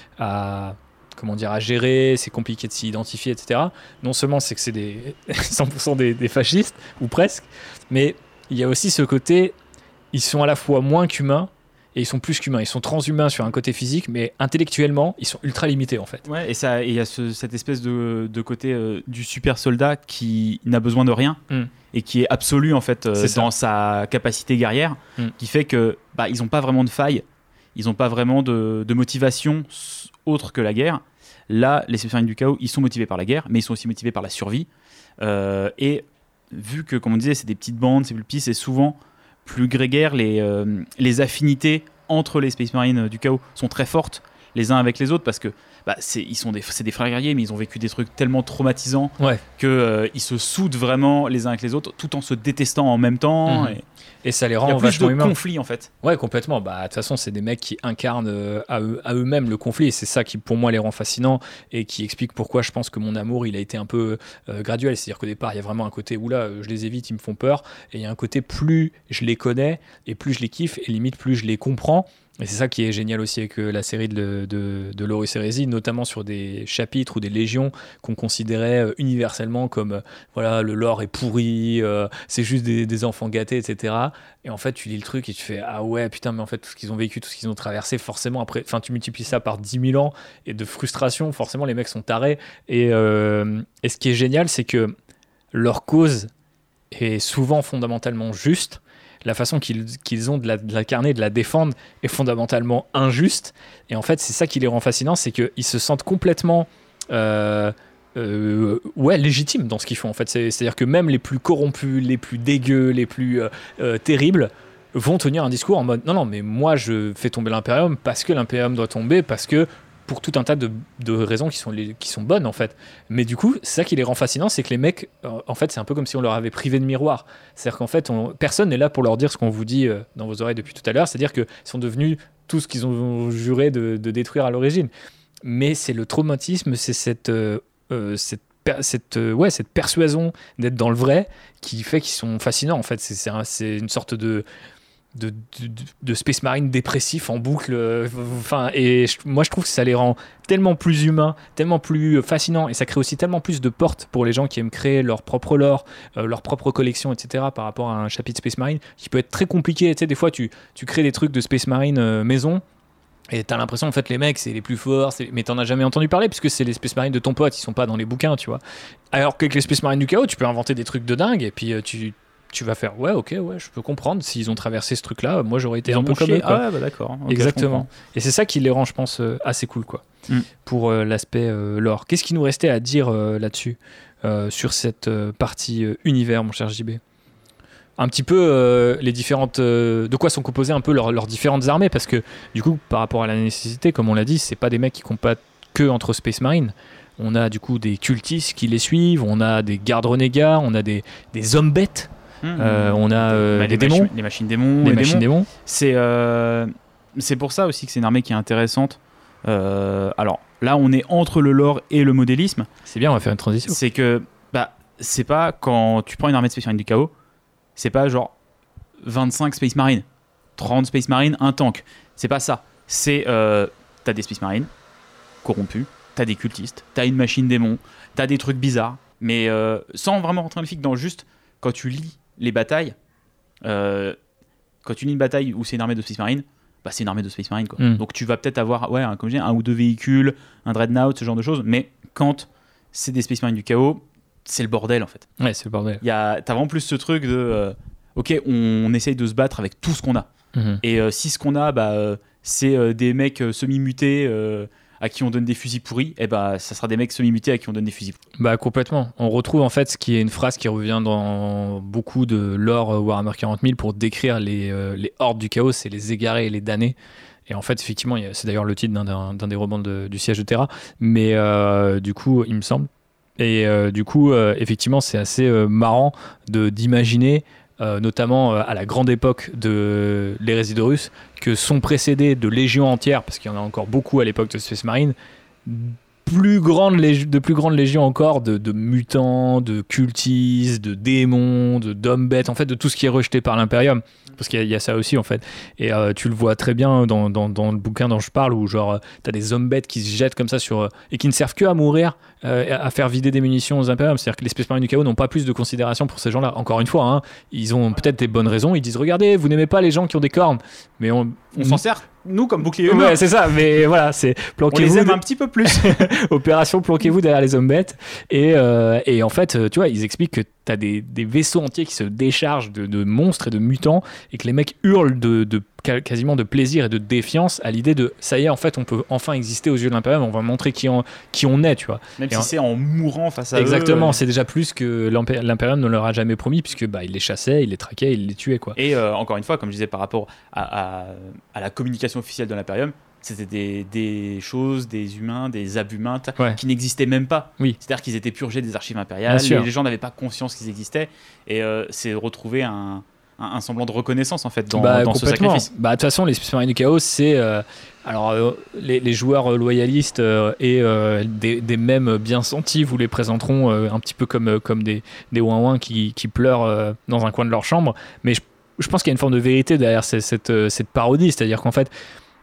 à, comment dire, à gérer, c'est compliqué de s'y identifier, et cetera. Non seulement c'est que c'est des cent pour cent des, des fascistes, ou presque, mais il y a aussi ce côté, ils sont à la fois moins qu'humains, et ils sont plus qu'humains, ils sont transhumains sur un côté physique, mais intellectuellement, ils sont ultra limités en fait. Ouais, et ça, il y a ce, cette espèce de, de côté euh, du super soldat qui n'a besoin de rien mm. et qui est absolu en fait euh, dans sa capacité guerrière, mm. qui fait que bah, ils n'ont pas vraiment de faille, ils n'ont pas vraiment de, de motivation autre que la guerre. Là, les Space Marines du chaos, ils sont motivés par la guerre, mais ils sont aussi motivés par la survie. Euh, et vu que, comme on disait, c'est des petites bandes, c'est plus petit, c'est souvent plus grégaire, les, euh, les affinités entre les Space Marines du chaos sont très fortes les uns avec les autres parce que bah, c'est, ils sont des, c'est des frères guerriers, mais ils ont vécu des trucs tellement traumatisants ouais. qu'ils euh, se soudent vraiment les uns avec les autres tout en se détestant en même temps. Mmh. Et, et ça les rend vachement vachement humains. Il y a plus de conflits en fait. Ouais, complètement. Bah, de toute façon, c'est des mecs qui incarnent euh, à, eux, à eux-mêmes le conflit, et c'est ça qui pour moi les rend fascinants et qui explique pourquoi je pense que mon amour il a été un peu euh, graduel. C'est-à-dire qu'au départ, il y a vraiment un côté où là, je les évite, ils me font peur, et il y a un côté plus je les connais et plus je les kiffe et limite plus je les comprends. Et c'est ça qui est génial aussi avec euh, la série de, de, de l'Horus Heresy, notamment sur des chapitres ou des légions qu'on considérait euh, universellement comme euh, voilà, le lore est pourri, euh, c'est juste des, des enfants gâtés, et cetera. Et en fait, tu lis le truc et tu fais ah ouais, putain, mais en fait, tout ce qu'ils ont vécu, tout ce qu'ils ont traversé, forcément, après, enfin, tu multiplies ça par dix mille ans et de frustration, forcément, les mecs sont tarés. Et, euh, et ce qui est génial, c'est que leur cause est souvent fondamentalement juste. La façon qu'ils, qu'ils ont de, la, de l'incarner, de la défendre est fondamentalement injuste. Et en fait, c'est ça qui les rend fascinants, c'est qu'ils se sentent complètement euh, euh, ouais, légitimes dans ce qu'ils font. En fait. C'est, c'est-à-dire que même les plus corrompus, les plus dégueux, les plus euh, euh, terribles vont tenir un discours en mode « Non, non, mais moi, je fais tomber l'Imperium parce que l'Imperium doit tomber, parce que... » pour tout un tas de, de raisons qui sont, les, qui sont bonnes en fait. Mais du coup, c'est ça qui les rend fascinants, c'est que les mecs, euh, en fait, c'est un peu comme si on leur avait privé de miroir. C'est-à-dire qu'en fait, on, personne n'est là pour leur dire ce qu'on vous dit euh, dans vos oreilles depuis tout à l'heure, c'est-à-dire qu'ils sont devenus tout ce qu'ils ont juré de, de détruire à l'origine. Mais c'est le traumatisme, c'est cette, euh, euh, cette, cette, euh, ouais, cette persuasion d'être dans le vrai qui fait qu'ils sont fascinants en fait. C'est, c'est, un, c'est une sorte de... De, de, de Space Marine dépressif en boucle, enfin, euh, et je, moi je trouve que ça les rend tellement plus humains, tellement plus fascinants, et ça crée aussi tellement plus de portes pour les gens qui aiment créer leur propre lore, euh, leur propre collection, et cetera, par rapport à un chapitre Space Marine qui peut être très compliqué. Tu sais, des fois tu, tu crées des trucs de Space Marine euh, maison et t'as l'impression en fait les mecs c'est les plus forts, c'est... mais t'en as jamais entendu parler puisque c'est les Space Marines de ton pote, ils sont pas dans les bouquins, tu vois, alors qu'avec les Space Marines du chaos tu peux inventer des trucs de dingue et puis euh, tu tu vas faire ouais ok ouais je peux comprendre s'ils ont traversé ce truc là, moi j'aurais été ils un peu comme eux, ah ouais, bah d'accord, okay, exactement, et c'est ça qui les rend je pense euh, assez cool quoi. Mm. Pour euh, l'aspect euh, lore. Qu'est-ce qui nous restait à dire euh, là-dessus euh, sur cette euh, partie euh, univers mon cher J B? Un petit peu euh, les différentes euh, de quoi sont composées un peu leurs, leurs différentes armées, parce que du coup par rapport à la nécessité, comme on l'a dit, c'est pas des mecs qui combattent que entre Space Marine. On a du coup des cultistes qui les suivent, on a des gardes renégats, on a des, des hommes bêtes. Mmh, euh, on a euh, bah, des les démons, machi- les machines démons, les les machines démons. démons. C'est euh, c'est pour ça aussi que c'est une armée qui est intéressante. Euh, alors là, on est entre le lore et le modélisme. C'est bien, on va faire une transition. C'est que bah c'est pas quand tu prends une armée de Space Marine du chaos, c'est pas genre vingt-cinq Space Marines, trente Space Marines, un tank. C'est pas ça. C'est euh, t'as des Space Marines corrompus, t'as des cultistes, t'as une machine démon, t'as des trucs bizarres, mais euh, sans vraiment rentrer dans juste quand tu lis les batailles, euh, quand tu lis une bataille où c'est une armée de Space Marine, bah c'est une armée de Space Marine quoi. Mm. Donc tu vas peut-être avoir ouais, un, comme je dis, un ou deux véhicules, un Dreadnought, ce genre de choses, mais quand c'est des Space Marines du chaos, c'est le bordel en fait. Ouais, c'est le bordel. Y a, t'as vraiment plus ce truc de euh, ok, on, on essaye de se battre avec tout ce qu'on a. Mm-hmm. Et euh, si ce qu'on a, bah, euh, c'est euh, des mecs euh, semi-mutés euh, à qui on donne des fusils pourris, et bah ça sera des mecs semi-mutés à qui on donne des fusils pourris. Bah complètement. On retrouve en fait ce qui est une phrase qui revient dans beaucoup de lore Warhammer quarante mille pour décrire les, euh, les hordes du chaos, c'est les égarés et les damnés. Et en fait, effectivement, c'est d'ailleurs le titre d'un, d'un, d'un des romans de, du siège de Terra, mais euh, du coup, il me semble. Et euh, du coup, euh, effectivement, c'est assez euh, marrant de, d'imaginer, euh, notamment euh, à la grande époque de l'hérésie d'Horus, que sont précédées de légions entières, parce qu'il y en a encore beaucoup à l'époque de Space Marine, plus grande lég- de plus grandes légions encore de, de mutants, de cultistes, de démons, de d'hommes bêtes, en fait de tout ce qui est rejeté par l'Imperium, parce qu'il y a, il y a ça aussi en fait. Et euh, tu le vois très bien dans, dans, dans le bouquin dont je parle, où genre t'as des hommes bêtes qui se jettent comme ça sur et qui ne servent que à mourir, euh, à faire vider des munitions aux Impériums. C'est-à-dire que les Space Marines du chaos n'ont pas plus de considération pour ces gens-là. Encore une fois, hein, ils ont peut-être des bonnes raisons. Ils disent regardez, vous n'aimez pas les gens qui ont des cornes, mais on, on s'en sert nous comme bouclier humain. Ouais, c'est ça. Mais voilà, c'est planquez-vous. On les aime un petit peu plus. Opération planquez-vous derrière les hommes bêtes. Et, euh, et en fait, tu vois, ils expliquent que t'as des, des vaisseaux entiers qui se déchargent de, de monstres et de mutants, et que les mecs hurlent de, de quasiment de plaisir et de défiance à l'idée de ça y est, en fait, on peut enfin exister aux yeux de l'Imperium. On va montrer qui on, qui on est, tu vois. Même et si en... c'est en mourant face à Exactement, eux. Exactement, c'est déjà plus que l'Imperium ne leur a jamais promis, puisque bah, il les chassait, il les traquait, il les tuait, quoi. Et euh, encore une fois, comme je disais, par rapport à, à, à la communication officielle de l'Imperium, c'était des, des choses, des humains, des abhumains ouais. qui n'existaient même pas. Oui. C'est-à-dire qu'ils étaient purgés des archives impériales, les, les gens n'avaient pas conscience qu'ils existaient, et euh, c'est retrouver un, un, un semblant de reconnaissance en fait dans, bah, dans ce sacrifice. Bah, de toute façon, les Space Marines du chaos, c'est euh, alors euh, les, les joueurs loyalistes euh, et euh, des, des mèmes bien sentis vous les présenteront euh, un petit peu comme, comme des, des ouin-ouin qui, qui pleurent euh, dans un coin de leur chambre, mais je, je pense qu'il y a une forme de vérité derrière cette, cette, cette parodie, c'est-à-dire qu'en fait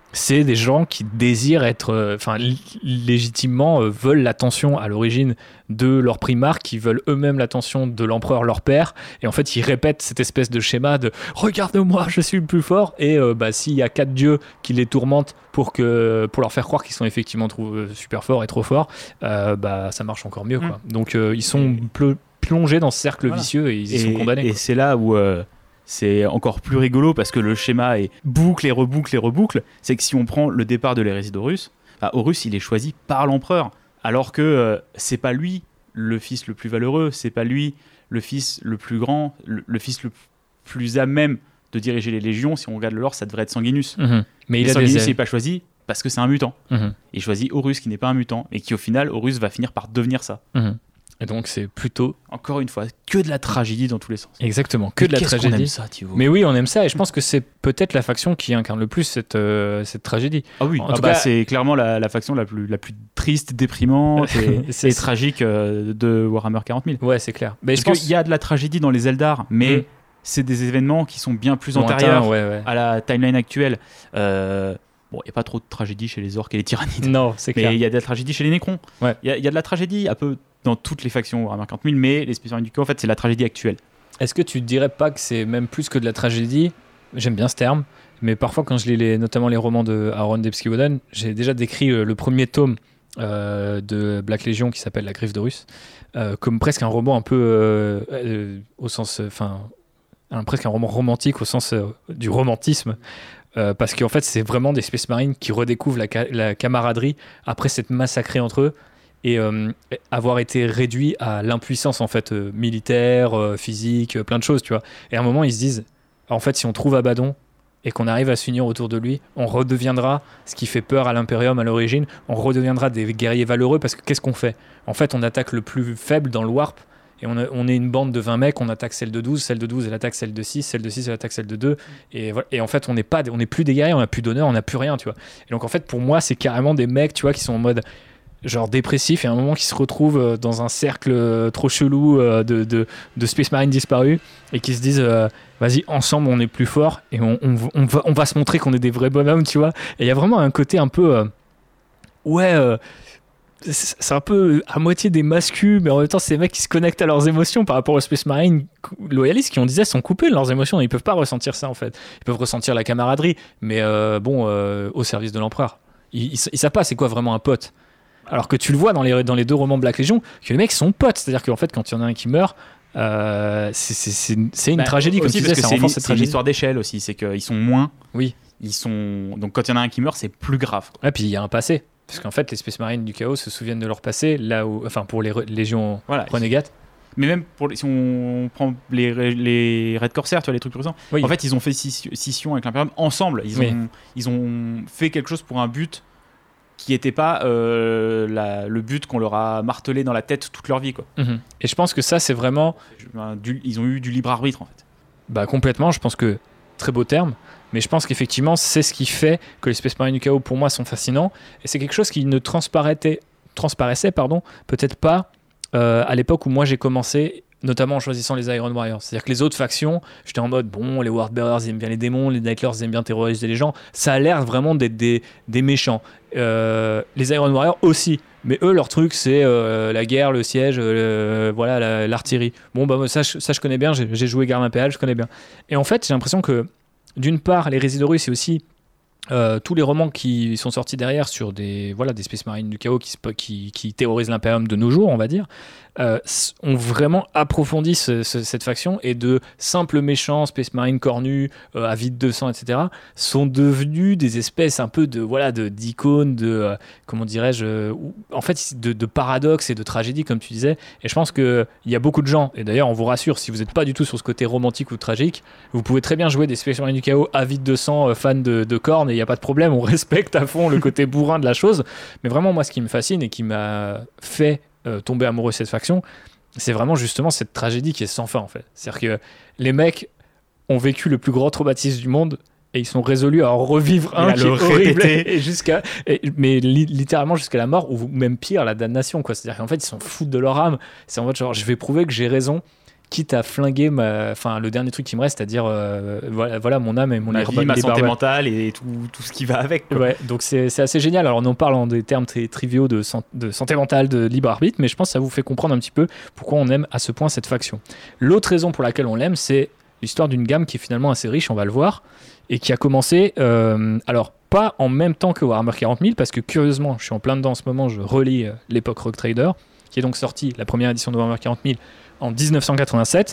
c'est des gens qui désirent être, enfin euh, légitimement euh, veulent l'attention à l'origine de leur primarque, qui veulent eux-mêmes l'attention de l'empereur leur père, et en fait ils répètent cette espèce de schéma de regarde-moi, je suis le plus fort, et euh, bah, s'il y a quatre dieux qui les tourmentent pour, que, pour leur faire croire qu'ils sont effectivement trop, euh, super forts et trop forts, euh, bah, ça marche encore mieux, quoi. Mmh. Donc euh, ils sont ple- plongés dans ce cercle voilà. vicieux et ils y et, sont condamnés. Et quoi. c'est là où euh, c'est encore plus rigolo, parce que le schéma est boucle et reboucle et reboucle. C'est que si on prend le départ de l'hérésie d'Horus, bah, Horus il est choisi par l'empereur, alors que euh, c'est pas lui le fils le plus valeureux, c'est pas lui le fils le plus grand, le, le fils le plus à même de diriger les légions. Si on regarde le lore, ça devrait être Sanguinus. Mmh. Mais il a Sanguinus des... il n'est pas choisi parce que c'est un mutant. Mmh. Il choisit Horus qui n'est pas un mutant, et qui au final, Horus va finir par devenir ça. Mmh. Et donc c'est plutôt, encore une fois, que de la tragédie dans tous les sens. Exactement, que mais de la qu'est-ce tragédie. qu'on aime ça, Thibaut. Mais oui, on aime ça, et je pense que c'est peut-être la faction qui incarne le plus cette, euh, cette tragédie. Ah oui, en ah tout bah cas, c'est clairement la, la faction la plus, la plus triste, déprimante et, c'est, et tragique euh, de Warhammer quarante mille. Ouais, c'est clair. Mais Parce je pense qu'il y a de la tragédie dans les Eldar, mais mmh. c'est des événements qui sont bien plus Lointain, antérieurs ouais, ouais. à la timeline actuelle. Euh, Bon, il n'y a pas trop de tragédie chez les orques et les tyrannides. Non, c'est clair. Mais il y a de la tragédie chez les nécrons. Il ouais. y, y a de la tragédie un peu dans toutes les factions Warhammer quarante mille, mais les spécialistes du chaos, en fait, c'est la tragédie actuelle. Est-ce que tu ne dirais pas que c'est même plus que de la tragédie ? J'aime bien ce terme, mais parfois quand je lis les, notamment les romans de Aaron Dembski-Bowden, j'ai déjà décrit euh, le premier tome euh, de Black Legion qui s'appelle La Griffe d'Horus euh, comme presque un roman un peu euh, euh, au sens, enfin, euh, presque un roman romantique au sens euh, du romantisme. Euh, parce qu'en fait, c'est vraiment des Space Marines qui redécouvrent la, ca- la camaraderie après s'être massacrés entre eux et euh, avoir été réduits à l'impuissance en fait euh, militaire, euh, physique, euh, plein de choses, tu vois. Et à un moment, ils se disent, en fait, si on trouve Abaddon et qu'on arrive à s'unir autour de lui, on redeviendra ce qui fait peur à l'Imperium à l'origine, on redeviendra des guerriers valeureux, parce que qu'est-ce qu'on fait ? En fait, on attaque le plus faible dans le Warp. Et on, a, on est une bande de vingt mecs, on attaque celle de douze, celle de douze elle attaque celle de six, celle de six elle attaque celle de deux, et, voilà. Et en fait on n'est pas, on n'est plus des guerriers, on n'a plus d'honneur, on n'a plus rien, tu vois. Et donc en fait pour moi c'est carrément des mecs, tu vois, qui sont en mode genre dépressif, et à un moment qui se retrouvent dans un cercle trop chelou de, de, de Space Marine disparus, et qui se disent euh, vas-y, ensemble on est plus fort, et on, on, on, va, on va se montrer qu'on est des vrais bonhommes, tu vois. Et il y a vraiment un côté un peu euh, ouais euh, c'est un peu à moitié des mascus, mais en même temps c'est des mecs qui se connectent à leurs émotions par rapport aux Space Marines loyalistes qui, on disait, sont coupés de leurs émotions. Ils peuvent pas ressentir ça en fait. Ils peuvent ressentir la camaraderie, mais euh, bon, euh, au service de l'empereur. Ils, ils, ils savent pas c'est quoi vraiment un pote. Alors que tu le vois dans les, dans les deux romans Black Legion, que les mecs sont potes. C'est-à-dire qu'en fait quand il y en a un qui meurt, euh, c'est, c'est, c'est, c'est une bah, tragédie, comme tu disais, ça renforce une, cette c'est tragédie. une histoire d'échelle aussi, c'est qu'ils sont moins. Oui. Ils sont... Donc quand il y en a un qui meurt, c'est plus grave. Et puis il y a un passé. Parce qu'en fait, les Space Marines du chaos se souviennent de leur passé, là où, enfin, pour les re- légions voilà, renégates. Mais même pour les, si on prend les, les Red Corsair, tu vois, les trucs plus récents, oui. En fait, ils ont fait scission avec l'Imperium ensemble. Ils, oui. ont, ils ont fait quelque chose pour un but qui n'était pas euh, la, le but qu'on leur a martelé dans la tête toute leur vie, quoi. Mm-hmm. Et je pense que ça, c'est vraiment... Du, ils ont eu du libre arbitre, en fait. Bah, complètement. Je pense que... Très beau terme. Mais je pense qu'effectivement, c'est ce qui fait que les Space Marines du chaos, pour moi, sont fascinants. Et c'est quelque chose qui ne transparaissait, transparaissait pardon, peut-être pas euh, à l'époque où moi j'ai commencé, notamment en choisissant les Iron Warriors. C'est-à-dire que les autres factions, j'étais en mode, bon, les Wordbearers, ils aiment bien les démons, les Nightlords, ils aiment bien terroriser les gens. Ça a l'air vraiment d'être des, des méchants. Euh, les Iron Warriors aussi. Mais eux, leur truc, c'est euh, la guerre, le siège, euh, voilà, la, l'artillerie. Bon, bah, ça, je, ça, je connais bien. J'ai, j'ai joué Garde impériale, je connais bien. Et en fait, j'ai l'impression que, d'une part, les Résidus russes, c'est aussi euh, tous les romans qui sont sortis derrière sur des, voilà, des Space Marines du chaos qui, qui, qui terrorisent l'Imperium de nos jours, on va dire, euh, ont vraiment approfondi ce, ce, cette faction, et de simples méchants Space Marines cornus, euh, avides de sang, et cetera, sont devenus des espèces un peu de, voilà, de, d'icônes, de, euh, comment dirais-je, euh, en fait, de, de paradoxes et de tragédies, comme tu disais. Et je pense qu'il y a beaucoup de gens, et d'ailleurs, on vous rassure, si vous n'êtes pas du tout sur ce côté romantique ou tragique, vous pouvez très bien jouer des Space Marines du chaos avides de sang, euh, fans de, de cornes, et il n'y a pas de problème, on respecte à fond le côté bourrin de la chose. Mais vraiment, moi, ce qui me fascine et qui m'a fait euh, tomber amoureux de cette faction, c'est vraiment justement cette tragédie qui est sans fin, en fait. C'est-à-dire que les mecs ont vécu le plus grand traumatisme du monde, et ils sont résolus à en revivre un qui est horrible, et jusqu'à, et, mais li- littéralement jusqu'à la mort, ou même pire, la damnation, quoi. C'est-à-dire qu'en fait, ils s'en foutent de leur âme. C'est en mode genre, je vais prouver que j'ai raison, quitte à flinguer ma... enfin, le dernier truc qui me reste, c'est-à-dire euh, voilà, voilà mon âme et mon ma libre- vie, ma libre santé arbitre. mentale et tout, tout ce qui va avec. quoi. Ouais, donc c'est, c'est assez génial. Alors on en parle en des termes très triviaux de, san- de santé mentale, de libre arbitre, mais je pense que ça vous fait comprendre un petit peu pourquoi on aime à ce point cette faction. L'autre raison pour laquelle on l'aime, c'est l'histoire d'une gamme qui est finalement assez riche, on va le voir, et qui a commencé, euh, alors pas en même temps que Warhammer quarante mille, parce que curieusement, je suis en plein dedans en ce moment, je relis euh, l'époque Rogue Trader, qui est donc sortie, la première édition de Warhammer quarante mille, en dix-neuf cent quatre-vingt-sept.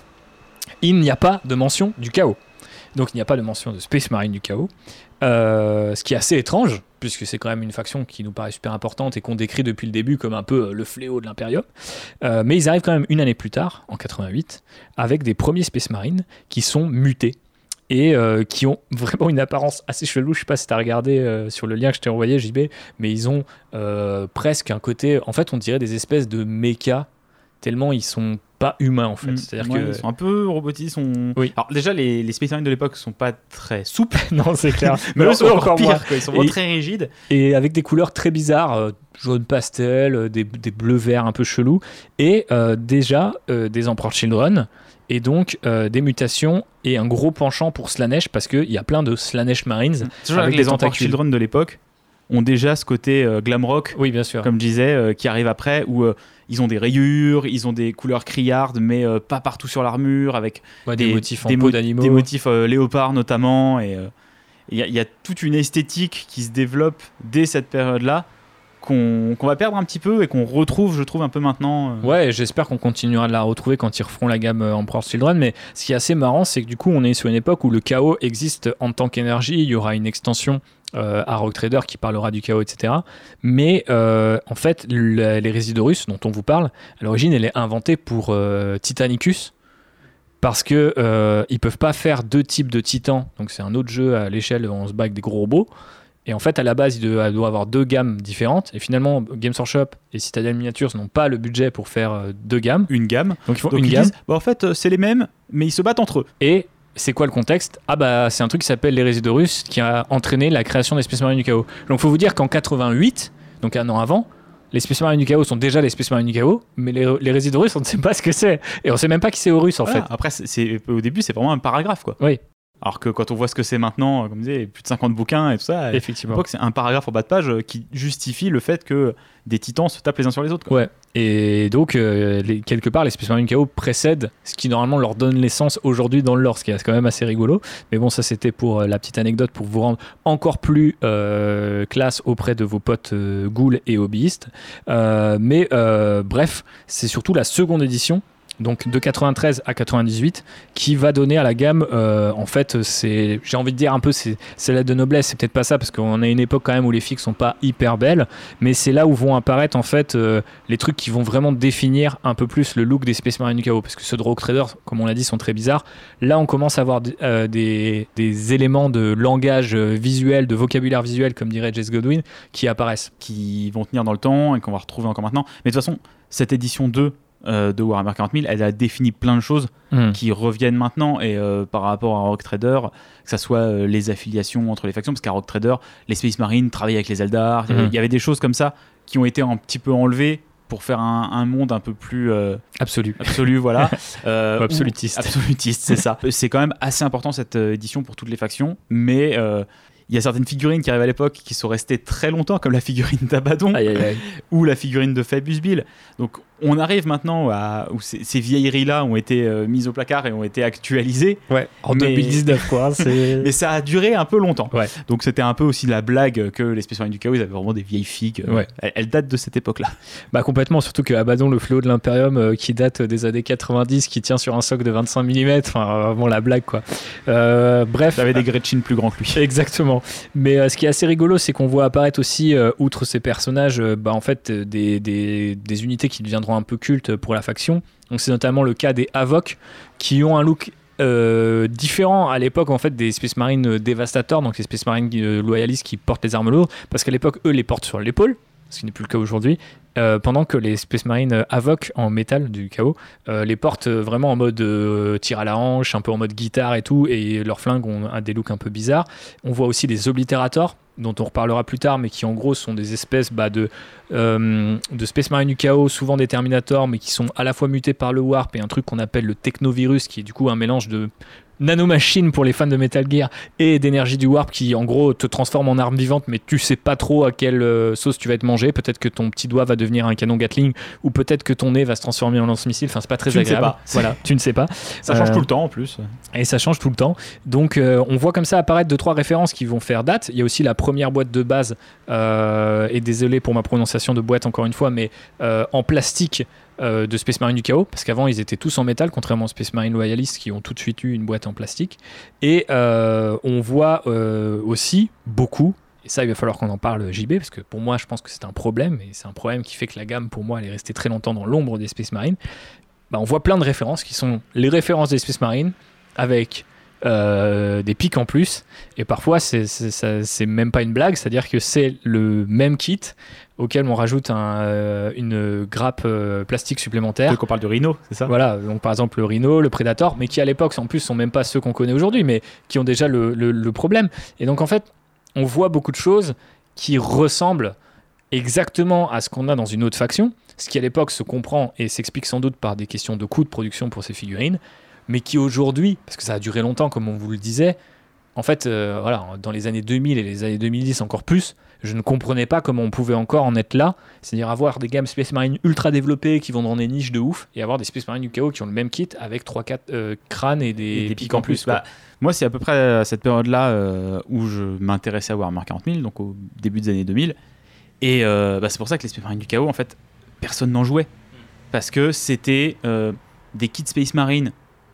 Il n'y a pas de mention du chaos. Donc il n'y a pas de mention de Space Marine du chaos. Euh, ce qui est assez étrange, puisque c'est quand même une faction qui nous paraît super importante et qu'on décrit depuis le début comme un peu euh, le fléau de l'Imperium. Euh, mais ils arrivent quand même une année plus tard, en quatre-vingt-huit, avec des premiers Space Marines qui sont mutés et euh, qui ont vraiment une apparence assez chelou. Je sais pas si tu as regardé euh, sur le lien que je t'ai envoyé, J B, mais ils ont euh, presque un côté... En fait, on dirait des espèces de mechas, tellement ils sont pas humains, en fait. Mmh. C'est-à-dire Ouais, que... ils sont un peu robotisés. Sont... Oui. Alors déjà, les, les Space Marines de l'époque sont pas très souples. non, c'est clair. Mais eux sont encore pire. moins. Quoi. Ils sont Et- vraiment très rigides. Et avec des couleurs très bizarres, euh, jaune pastel, euh, des, des bleus verts un peu chelous, et euh, déjà euh, des Emperor Children, et donc euh, des mutations et un gros penchant pour Slanesh, parce qu'il y a plein de Slanesh Marines. C'est toujours avec que des les Emperor tentacules. Children de l'époque ont déjà ce côté euh, glam rock, Oui, bien sûr. comme je disais, euh, qui arrive après, où euh, ils ont des rayures, ils ont des couleurs criardes, mais euh, pas partout sur l'armure, avec Ouais, des, motifs en des peau mo- d'animaux. des motifs euh, léopard notamment. Et euh, il y, a- il y a toute une esthétique qui se développe dès cette période-là, qu'on qu'on va perdre un petit peu et qu'on retrouve, je trouve, un peu maintenant. euh. Ouais, j'espère qu'on continuera de la retrouver quand ils referont la gamme euh, Emperor's Children, mais ce qui est assez marrant, c'est que du coup, on est sur une époque où le chaos existe en tant qu'énergie, il y aura une extension euh, à Rogue Trader qui parlera du chaos, et cetera. Mais euh, en fait, le- les Résidorus dont on vous parle, à l'origine, elle est inventée pour euh, Titanicus, parce que euh, ils peuvent pas faire deux types de titans, donc c'est un autre jeu à l'échelle où on se bat avec des gros robots. Et en fait, à la base, il doit, doit avoir deux gammes différentes. Et finalement, Games Workshop et Citadel Miniatures n'ont pas le budget pour faire euh, deux gammes. Une gamme. Donc ils font Donc une ils gamme. disent, bah, en fait, euh, c'est les mêmes, mais ils se battent entre eux. Et c'est quoi le contexte ? Ah bah c'est un truc qui s'appelle les Résidorus qui a entraîné la création des Space Marines du Chaos. Donc faut vous dire qu'en quatre-vingt-huit, donc un an avant, les Space Marines du Chaos sont déjà les Space Marines du Chaos, mais les, les Résidorus on ne sait pas ce que c'est. Et on sait même pas qui c'est Horus en Voilà. fait. Après, c'est- c'est- au début, c'est vraiment un paragraphe, quoi. Oui, Alors que quand on voit ce que c'est maintenant, comme je disais, plus de cinquante bouquins et tout ça, à effectivement. l'époque, c'est un paragraphe en bas de page euh, qui justifie le fait que des titans se tapent les uns sur les autres. quoi. Ouais. Et donc, euh, les- quelque part, les Space Marines du Chaos précèdent ce qui normalement leur donne l'essence aujourd'hui dans le lore, ce qui est quand même assez rigolo. Mais bon, ça c'était pour euh, la petite anecdote pour vous rendre encore plus euh, classe auprès de vos potes euh, ghouls et hobbyistes. Euh, mais euh, bref, c'est surtout la seconde édition. Donc de quatre-vingt-treize à quatre-vingt-dix-huit, qui va donner à la gamme, euh, en fait, c'est, j'ai envie de dire un peu, c'est, c'est l'aide de noblesse, c'est peut-être pas ça, parce qu'on a une époque quand même où les figues sont pas hyper belles, mais c'est là où vont apparaître en fait euh, les trucs qui vont vraiment définir un peu plus le look des Space Marines du Chaos, parce que ceux de Rogue Trader, comme on l'a dit, sont très bizarres. Là, on commence à avoir d- euh, des, des éléments de langage euh, visuel, de vocabulaire visuel, comme dirait Jess Godwin, qui apparaissent. Qui vont tenir dans le temps et qu'on va retrouver encore maintenant. Mais de toute façon, cette édition deux euh, de Warhammer quarante mille, elle a défini plein de choses Mm. qui reviennent maintenant. Et euh, par rapport à Rogue Trader, que ça soit euh, les affiliations entre les factions, parce qu'à Rogue Trader, les Space Marines travaillaient avec les Eldar. Il y avait- Mhm. il y avait des choses comme ça qui ont été un petit peu enlevées pour faire un, un monde un peu plus euh, Absolu. absolu, voilà. Euh, Ou absolutiste. où- absolutiste, c'est ça. C'est quand même assez important cette euh, édition pour toutes les factions, mais euh, il y a certaines figurines qui arrivent à l'époque qui sont restées très longtemps, comme la figurine d'Abaddon Aïe, aïe, aïe. ou la figurine de Fabius Bill. Donc on arrive maintenant à, où ces, ces vieilleries-là ont été euh, mises au placard et ont été actualisées, Ouais, en Mais- deux mille dix-neuf, quoi. hein, c'est... mais ça a duré un peu longtemps. Ouais. Donc c'était un peu aussi la blague que les Space Marines du Chaos, ils avaient vraiment des vieilles figues. Ouais. Elles, elles datent de cette époque-là. Bah complètement, surtout que Abaddon, le fléau de l'Imperium, euh, qui date des années quatre-vingt-dix, qui tient sur un socle de vingt-cinq millimètres, enfin vraiment la blague quoi. Euh, bref. J'avais des Gretchen plus grands que lui. Exactement. Mais euh, ce qui est assez rigolo, c'est qu'on voit apparaître aussi, euh, outre ces personnages, euh, bah, en fait, euh, des, des, des unités qui deviendront un peu cultes pour la faction. Donc c'est notamment le cas des Havok, qui ont un look euh, différent à l'époque en fait des Space Marines euh, dévastateurs, donc les Space Marines euh, loyalistes qui portent les armes lourdes, parce qu'à l'époque eux les portent sur l'épaule, ce qui n'est plus le cas aujourd'hui. euh, pendant que les Space Marines euh, Havoc en métal du chaos euh, les portent euh, vraiment en mode euh, tir à la hanche, un peu en mode guitare et tout, et leurs flingues ont un, des looks un peu bizarres. On voit aussi des Obliterators, dont on reparlera plus tard, mais qui en gros sont des espèces bah, de, euh, de Space Marine du chaos, souvent des Terminators, mais qui sont à la fois mutés par le Warp et un truc qu'on appelle le Technovirus, qui est du coup un mélange de nanomachine pour les fans de Metal Gear et d'énergie du Warp qui en gros te transforme en arme vivante, mais tu sais pas trop à quelle euh, sauce tu vas être mangé. Peut-être que ton petit doigt va devenir un canon Gatling, ou peut-être que ton nez va se transformer en lance-missile. Enfin, c'est pas très tu agréable. Ne sais pas. Voilà, tu ne sais pas. Ça change euh, tout le temps en plus. Et ça change tout le temps. Donc euh, on voit comme ça apparaître deux trois références qui vont faire date. Il y a aussi la première boîte de base, euh, et désolé pour ma prononciation de boîte encore une fois, mais euh, en plastique. Euh, de Space Marine du chaos, parce qu'avant ils étaient tous en métal, contrairement aux Space Marine loyalistes qui ont tout de suite eu une boîte en plastique. Et euh, on voit euh, aussi beaucoup, et ça il va falloir qu'on en parle, J B, parce que pour moi je pense que c'est un problème, et c'est un problème qui fait que la gamme pour moi elle est restée très longtemps dans l'ombre des Space Marine. Bah, on voit plein de références qui sont les références des Space Marine avec Euh, des pics en plus, et parfois c'est, c'est, ça, c'est même pas une blague, c'est à dire que c'est le même kit auquel on rajoute un, euh, une grappe euh, plastique supplémentaire. Donc on parle de Rhino, c'est ça? Voilà, donc par exemple le Rhino, le Predator, mais qui à l'époque en plus sont même pas ceux qu'on connaît aujourd'hui, mais qui ont déjà le, le, le problème. Et donc en fait on voit beaucoup de choses qui ressemblent exactement à ce qu'on a dans une autre faction, ce qui à l'époque se comprend et s'explique sans doute par des questions de coût de production pour ces figurines, mais qui aujourd'hui, parce que ça a duré longtemps comme on vous le disait, en fait, euh, voilà, dans les années deux mille et les années deux mille dix encore plus, je ne comprenais pas comment on pouvait encore en être là, c'est-à-dire avoir des gammes Space Marine ultra développées qui vont dans des niches de ouf, et avoir des Space Marine du chaos qui ont le même kit avec trois quatre euh, crânes et des, Et des pics en plus. Bah, moi, c'est à peu près à cette période-là euh, où je m'intéressais à Warhammer quarante mille, donc au début des années deux mille, et euh, bah, c'est pour ça que les Space Marine du chaos, en fait, personne n'en jouait, parce que c'était euh, des kits Space Marine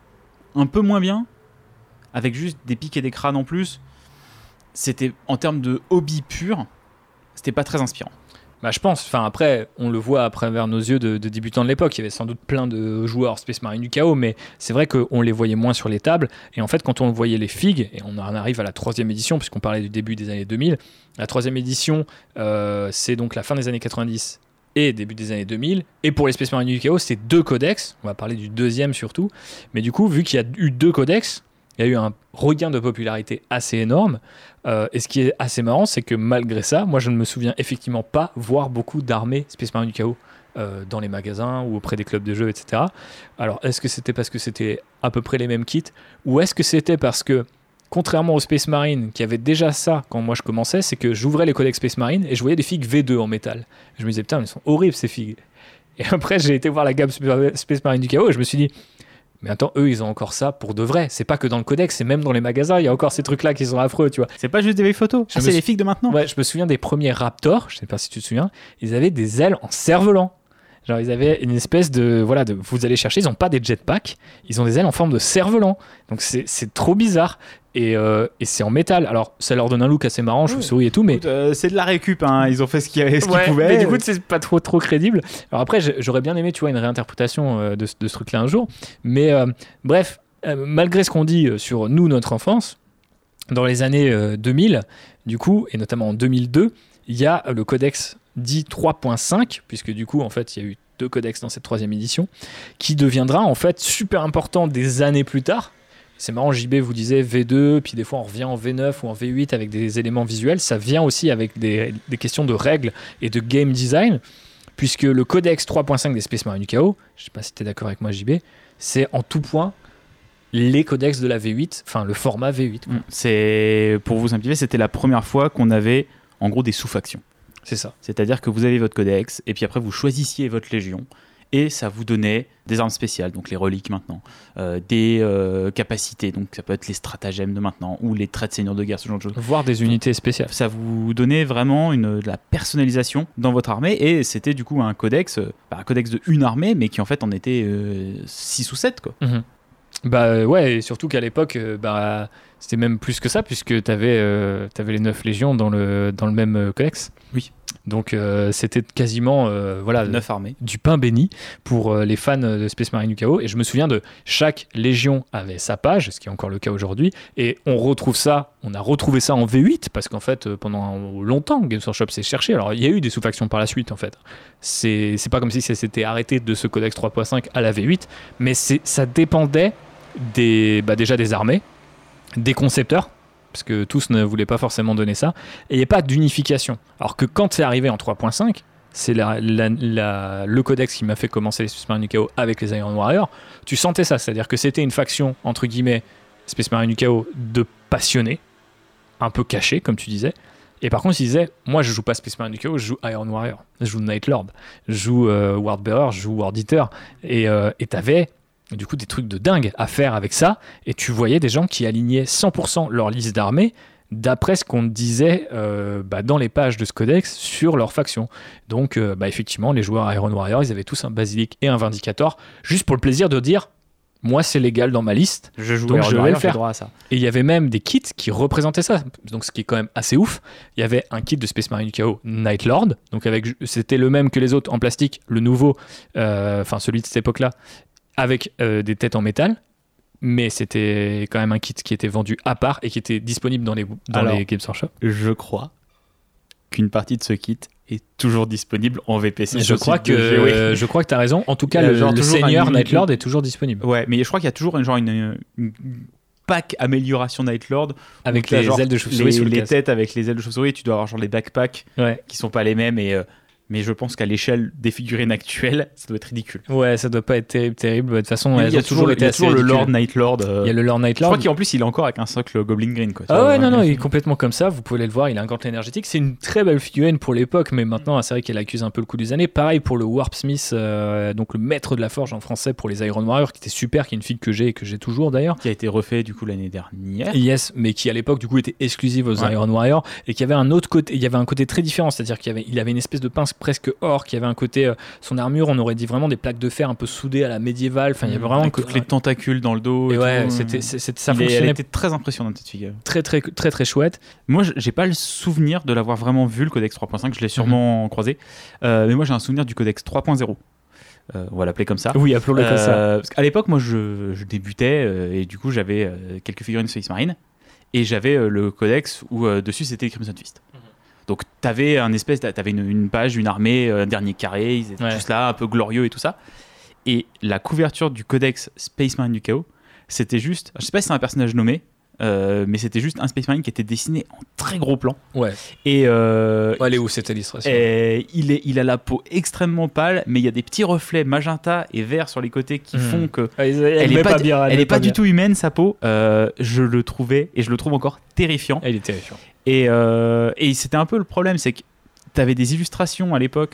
un peu moins bien, avec juste des pics et des crânes en plus. C'était, en termes de hobby pur, c'était pas très inspirant. Bah, je pense, enfin après, on le voit à travers nos yeux de, de débutants de l'époque, il y avait sans doute plein de joueurs Space Marine du chaos, mais c'est vrai qu'on les voyait moins sur les tables, et en fait quand on voyait les figues, et on en arrive à la troisième édition, puisqu'on parlait du début des années deux mille, la troisième édition, euh, c'est donc la fin des années quatre-vingt-dix, et début des années deux mille, et pour les Space Marine du chaos c'est deux codex, on va parler du deuxième surtout, mais du coup vu qu'il y a eu deux codex, il y a eu un regain de popularité assez énorme, euh, et ce qui est assez marrant c'est que malgré ça, moi je ne me souviens effectivement pas voir beaucoup d'armées Space Marine du chaos euh, dans les magasins ou auprès des clubs de jeux, et cetera. Alors est-ce que c'était parce que c'était à peu près les mêmes kits, ou est-ce que c'était parce que contrairement aux Space Marine qui avaient déjà ça quand moi je commençais, c'est que j'ouvrais les codex Space Marine et je voyais des figues V deux en métal. Je me disais putain, elles sont horribles ces figues. Et après j'ai été voir la gamme Space Marine du chaos et je me suis dit mais attends, eux ils ont encore ça pour de vrai. C'est pas que dans le codex, c'est même dans les magasins, il y a encore ces trucs là qui sont affreux, tu vois. C'est pas juste des vieilles photos, ah, c'est sou... les figues de maintenant. Ouais, je me souviens des premiers Raptors, je sais pas si tu te souviens, ils avaient des ailes en cerf-volant. Genre ils avaient une espèce de voilà de vous allez chercher, ils ont pas des jetpacks, ils ont des ailes en forme de cerf-volant. Donc c'est c'est trop bizarre et euh, et c'est en métal. Alors ça leur donne un look assez marrant, chauve-souris et tout, mais écoute, euh, c'est de la récup hein, ils ont fait ce qu'ils, ce qu'ils ouais, pouvaient. Mais du coup c'est pas trop trop crédible. Alors après j'aurais bien aimé tu vois une réinterprétation euh, de, de ce truc là un jour, mais euh, bref, euh, malgré ce qu'on dit sur nous notre enfance dans les années euh, deux mille, du coup et notamment en deux mille deux, il y a le codex dit trois point cinq, puisque du coup en fait il y a eu deux codex dans cette troisième édition, qui deviendra en fait super important des années plus tard. C'est marrant, J B vous disait V deux, puis des fois on revient en V neuf ou en V huit avec des éléments visuels, ça vient aussi avec des, des questions de règles et de game design, puisque le codex trois point cinq des Space Marine du chaos, je sais pas si tu es d'accord avec moi J B, c'est en tout point les codex de la V huit, enfin le format V huit. C'est, pour vous simplifier, c'était la première fois qu'on avait en gros des sous-factions. C'est ça. C'est-à-dire que vous avez votre codex, et puis après vous choisissiez votre légion, et ça vous donnait des armes spéciales, donc les reliques maintenant, euh, des euh, capacités, donc ça peut être les stratagèmes de maintenant, ou les traits de seigneur de guerre, ce genre de choses. Voire des unités spéciales. Ça vous donnait vraiment une, de la personnalisation dans votre armée, et c'était du coup un codex, euh, bah, un codex de une armée, mais qui en fait en était euh, six ou sept, quoi. Mmh. Bah ouais, et surtout qu'à l'époque, euh, bah, c'était même plus que ça, puisque t'avais, euh, t'avais les neuf légions dans le, dans le même euh, codex. Oui. Donc euh, c'était quasiment euh, voilà, neuf armées. Du pain béni pour euh, les fans de Space Marine U K O. Et je me souviens de chaque légion avait sa page, ce qui est encore le cas aujourd'hui. Et on retrouve ça, on a retrouvé ça en V huit parce qu'en fait euh, pendant longtemps Games Workshop s'est cherché. Alors il y a eu des sous-factions par la suite en fait. C'est, c'est pas comme si ça s'était arrêté de ce codex trois point cinq à la V huit, mais c'est, ça dépendait des, bah déjà des armées, des concepteurs, parce que tous ne voulaient pas forcément donner ça, et il n'y a pas d'unification. Alors que quand c'est arrivé en trois point cinq, c'est la, la, la, le codex qui m'a fait commencer les Space Marine U K O avec les Iron Warriors, tu sentais ça, c'est-à-dire que c'était une faction, entre guillemets, Space Marine U K O de passionnés, un peu cachés, comme tu disais, et par contre ils disaient, moi je joue pas Space Marine U K O, je joue Iron Warrior, je joue Night Lord, je joue euh, Wordbearer, je joue World Eater, et euh, et t'avais du coup des trucs de dingue à faire avec ça, et tu voyais des gens qui alignaient cent pour cent leur liste d'armées d'après ce qu'on disait euh, bah, dans les pages de ce codex sur leur faction. Donc euh, bah, effectivement les joueurs Iron Warrior ils avaient tous un Basilic et un Vindicator juste pour le plaisir de dire moi c'est légal dans ma liste, je joue donc Iron je vais Warrior, le faire. j'ai droit à ça. Et il y avait même des kits qui représentaient ça, donc ce qui est quand même assez ouf. Il y avait un kit de Space Marine U K O Night Lord, donc avec, c'était le même que les autres en plastique, le nouveau, enfin euh, celui de cette époque là, avec euh, des têtes en métal, mais c'était quand même un kit qui était vendu à part et qui était disponible dans les, dans Alors, les Games Workshop. Je crois qu'une partie de ce kit est toujours disponible en V P C. Je crois, que, euh, je crois que tu as raison. En tout cas, le, le Seigneur un, Night Lord est toujours disponible. Ouais, mais je crois qu'il y a toujours une, genre une, une pack amélioration Night Lord avec les genre, ailes de chauve-souris les, sous le les casque. têtes avec les ailes de chauve-souris. Tu dois avoir genre les backpacks ouais. qui sont pas les mêmes et... Euh, mais je pense qu'à l'échelle des figurines actuelles, ça doit être ridicule. Ouais, ça doit pas être terrible, terrible. De toute façon, elles il y a ont toujours été il y a assez toujours le ridicules. Lord Night Lord. Euh... Il y a le Lord Night Lord. Je crois qu'en plus, il est encore avec un socle Goblin Green. Quoi. Ah ouais, non, non, il est complètement comme ça. Vous pouvez aller le voir. Il a un gantelet énergétique. C'est une très belle figurine pour l'époque, mais maintenant, c'est vrai qu'elle accuse un peu le coup des années. Pareil pour le Warp Smith, euh, donc le maître de la forge en français pour les Iron Warriors, qui était super, qui est une fille que j'ai et que j'ai toujours d'ailleurs. Qui a été refait du coup l'année dernière. Yes, mais qui à l'époque du coup était exclusive aux ouais. Iron Warriors et qui avait un autre côté. Il y avait un côté très différent, c'est-à-dire qu'il y avait, il avait une espèce de pince presque or, qui avait un côté. Euh, Son armure, on aurait dit vraiment des plaques de fer un peu soudées à la médiévale. Enfin, il y avait vraiment que, les tentacules dans le dos. Et, et ouais, tout. c'était, c'était ça il fonctionnait. Elle était très impressionnante cette figure. Très très très très chouette. Moi, j'ai pas le souvenir de l'avoir vraiment vu le Codex trois point cinq. Je l'ai sûrement mm-hmm. croisé, euh, mais moi j'ai un souvenir du Codex trois point zéro. Euh, on va l'appeler comme ça. Oui, appelons-le euh, comme ça. Parce qu'à l'époque, moi, je, je débutais euh, et du coup, j'avais euh, quelques figurines Space Marine et j'avais euh, le Codex où euh, dessus c'était Crimson Fist. Mm-hmm. Donc t'avais un espèce, t'avais une, une page, une armée, un dernier carré, ils étaient ouais. tous là, un peu glorieux et tout ça. Et la couverture du Codex Space Marine U K O, c'était juste, je sais pas si c'est un personnage nommé, euh, mais c'était juste un Space Marine qui était dessiné en très gros plan. Ouais. Et euh, ouais, elle est où cette illustration? Et il est, il a la peau extrêmement pâle, mais il y a des petits reflets magenta et vert sur les côtés qui mmh. font que ah, elle, elle, elle est pas, pas, bien, elle elle est pas, pas du tout humaine sa peau. Euh, je le trouvais et je le trouve encore terrifiant. Elle est terrifiante. Et, euh, et c'était un peu le problème, c'est que tu avais des illustrations à l'époque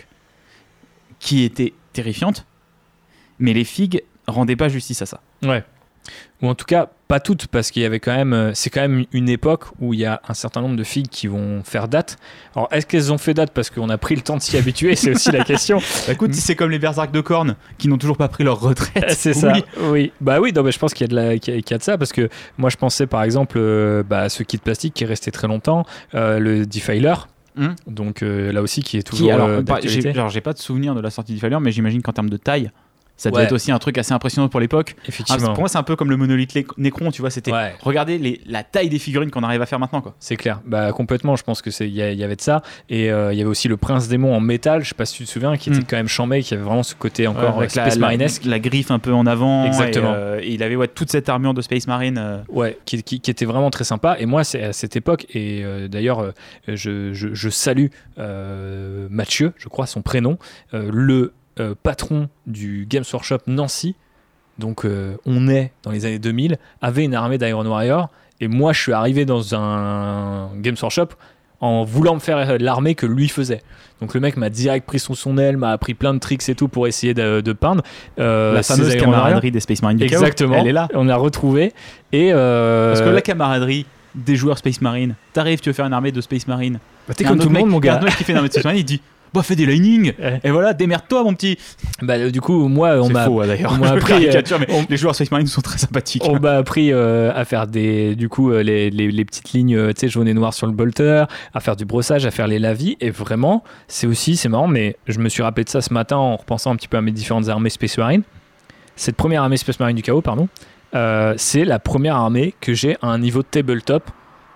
qui étaient terrifiantes, mais les figues rendaient pas justice à ça. Ouais. Ou en tout cas, pas toutes, parce qu'il y avait quand même, c'est quand même une époque où il y a un certain nombre de figues qui vont faire date. Alors, est-ce qu'elles ont fait date parce qu'on a pris le temps de s'y habituer? C'est aussi la question. Bah, écoute, c'est comme les Berserk de Khorne qui n'ont toujours pas pris leur retraite. C'est oui. ça. Oui. Bah oui, non, mais je pense qu'il y a de la, qu'il y a, qu'il y a de ça, parce que moi, je pensais par exemple, euh, bah, à ce kit plastique qui est resté très longtemps, euh, le Defiler. Hum. Donc euh, là aussi, qui est toujours. Qui, alors, euh, bah, j'ai, alors, j'ai pas de souvenir de la sortie du Defiler, mais j'imagine qu'en termes de taille. Ça devait ouais. être aussi un truc assez impressionnant pour l'époque. Effectivement. Ah, pour moi, c'est un peu comme le monolithe Necron, tu vois. C'était ouais. regardez les, la taille des figurines qu'on arrive à faire maintenant, quoi. C'est clair. Bah complètement. Je pense que c'est il y, y avait de ça. Et il euh, y avait aussi le Prince Démon en métal. Je sais pas si tu te souviens, qui était mm. quand même chambé, qui avait vraiment ce côté encore ouais, avec Space la, Marinesque, la, la griffe un peu en avant. Exactement. Et, euh, et il avait ouais, toute cette armure de Space Marine. Euh... Ouais, qui, qui, qui était vraiment très sympa. Et moi, c'est à cette époque. Et euh, d'ailleurs, euh, je, je, je salue euh, Mathieu, je crois son prénom, euh, le Euh, patron du Games Workshop Nancy, donc euh, on est dans les années deux mille, avait une armée d'Iron Warrior, et moi je suis arrivé dans un Games Workshop en voulant me faire l'armée que lui faisait. Donc le mec m'a direct pris sous son aile, m'a appris plein de tricks et tout pour essayer de, de peindre. Euh, la fameuse camaraderie des Space Marine du chaos. Exactement, elle est là. On l'a retrouvée. Et euh... Parce que la camaraderie des joueurs Space Marine, t'arrives, tu veux faire une armée de Space Marine. Bah, t'es comme tout le monde, mon gars. Il y a un autre qui fait une armée de Space Marine, il dit bah fais des lightning Ouais. et voilà, démerde-toi mon petit. Bah, euh, du coup, moi, on C'est m'a, faux hein, d'ailleurs. on m'a Je appris, caricature, mais on- les joueurs Space Marine sont très sympathiques. on m'a appris euh, à faire des, du coup, euh, les, les, les petites lignes, euh, tu sais, jaunes et noires sur le bolter, à faire du brossage, à faire les lavis. Et vraiment, c'est aussi, c'est marrant, mais je me suis rappelé de ça ce matin en repensant un petit peu à mes différentes armées Space Marine. Cette première armée Space Marine du chaos, pardon, euh, c'est la première armée que j'ai à un niveau de tabletop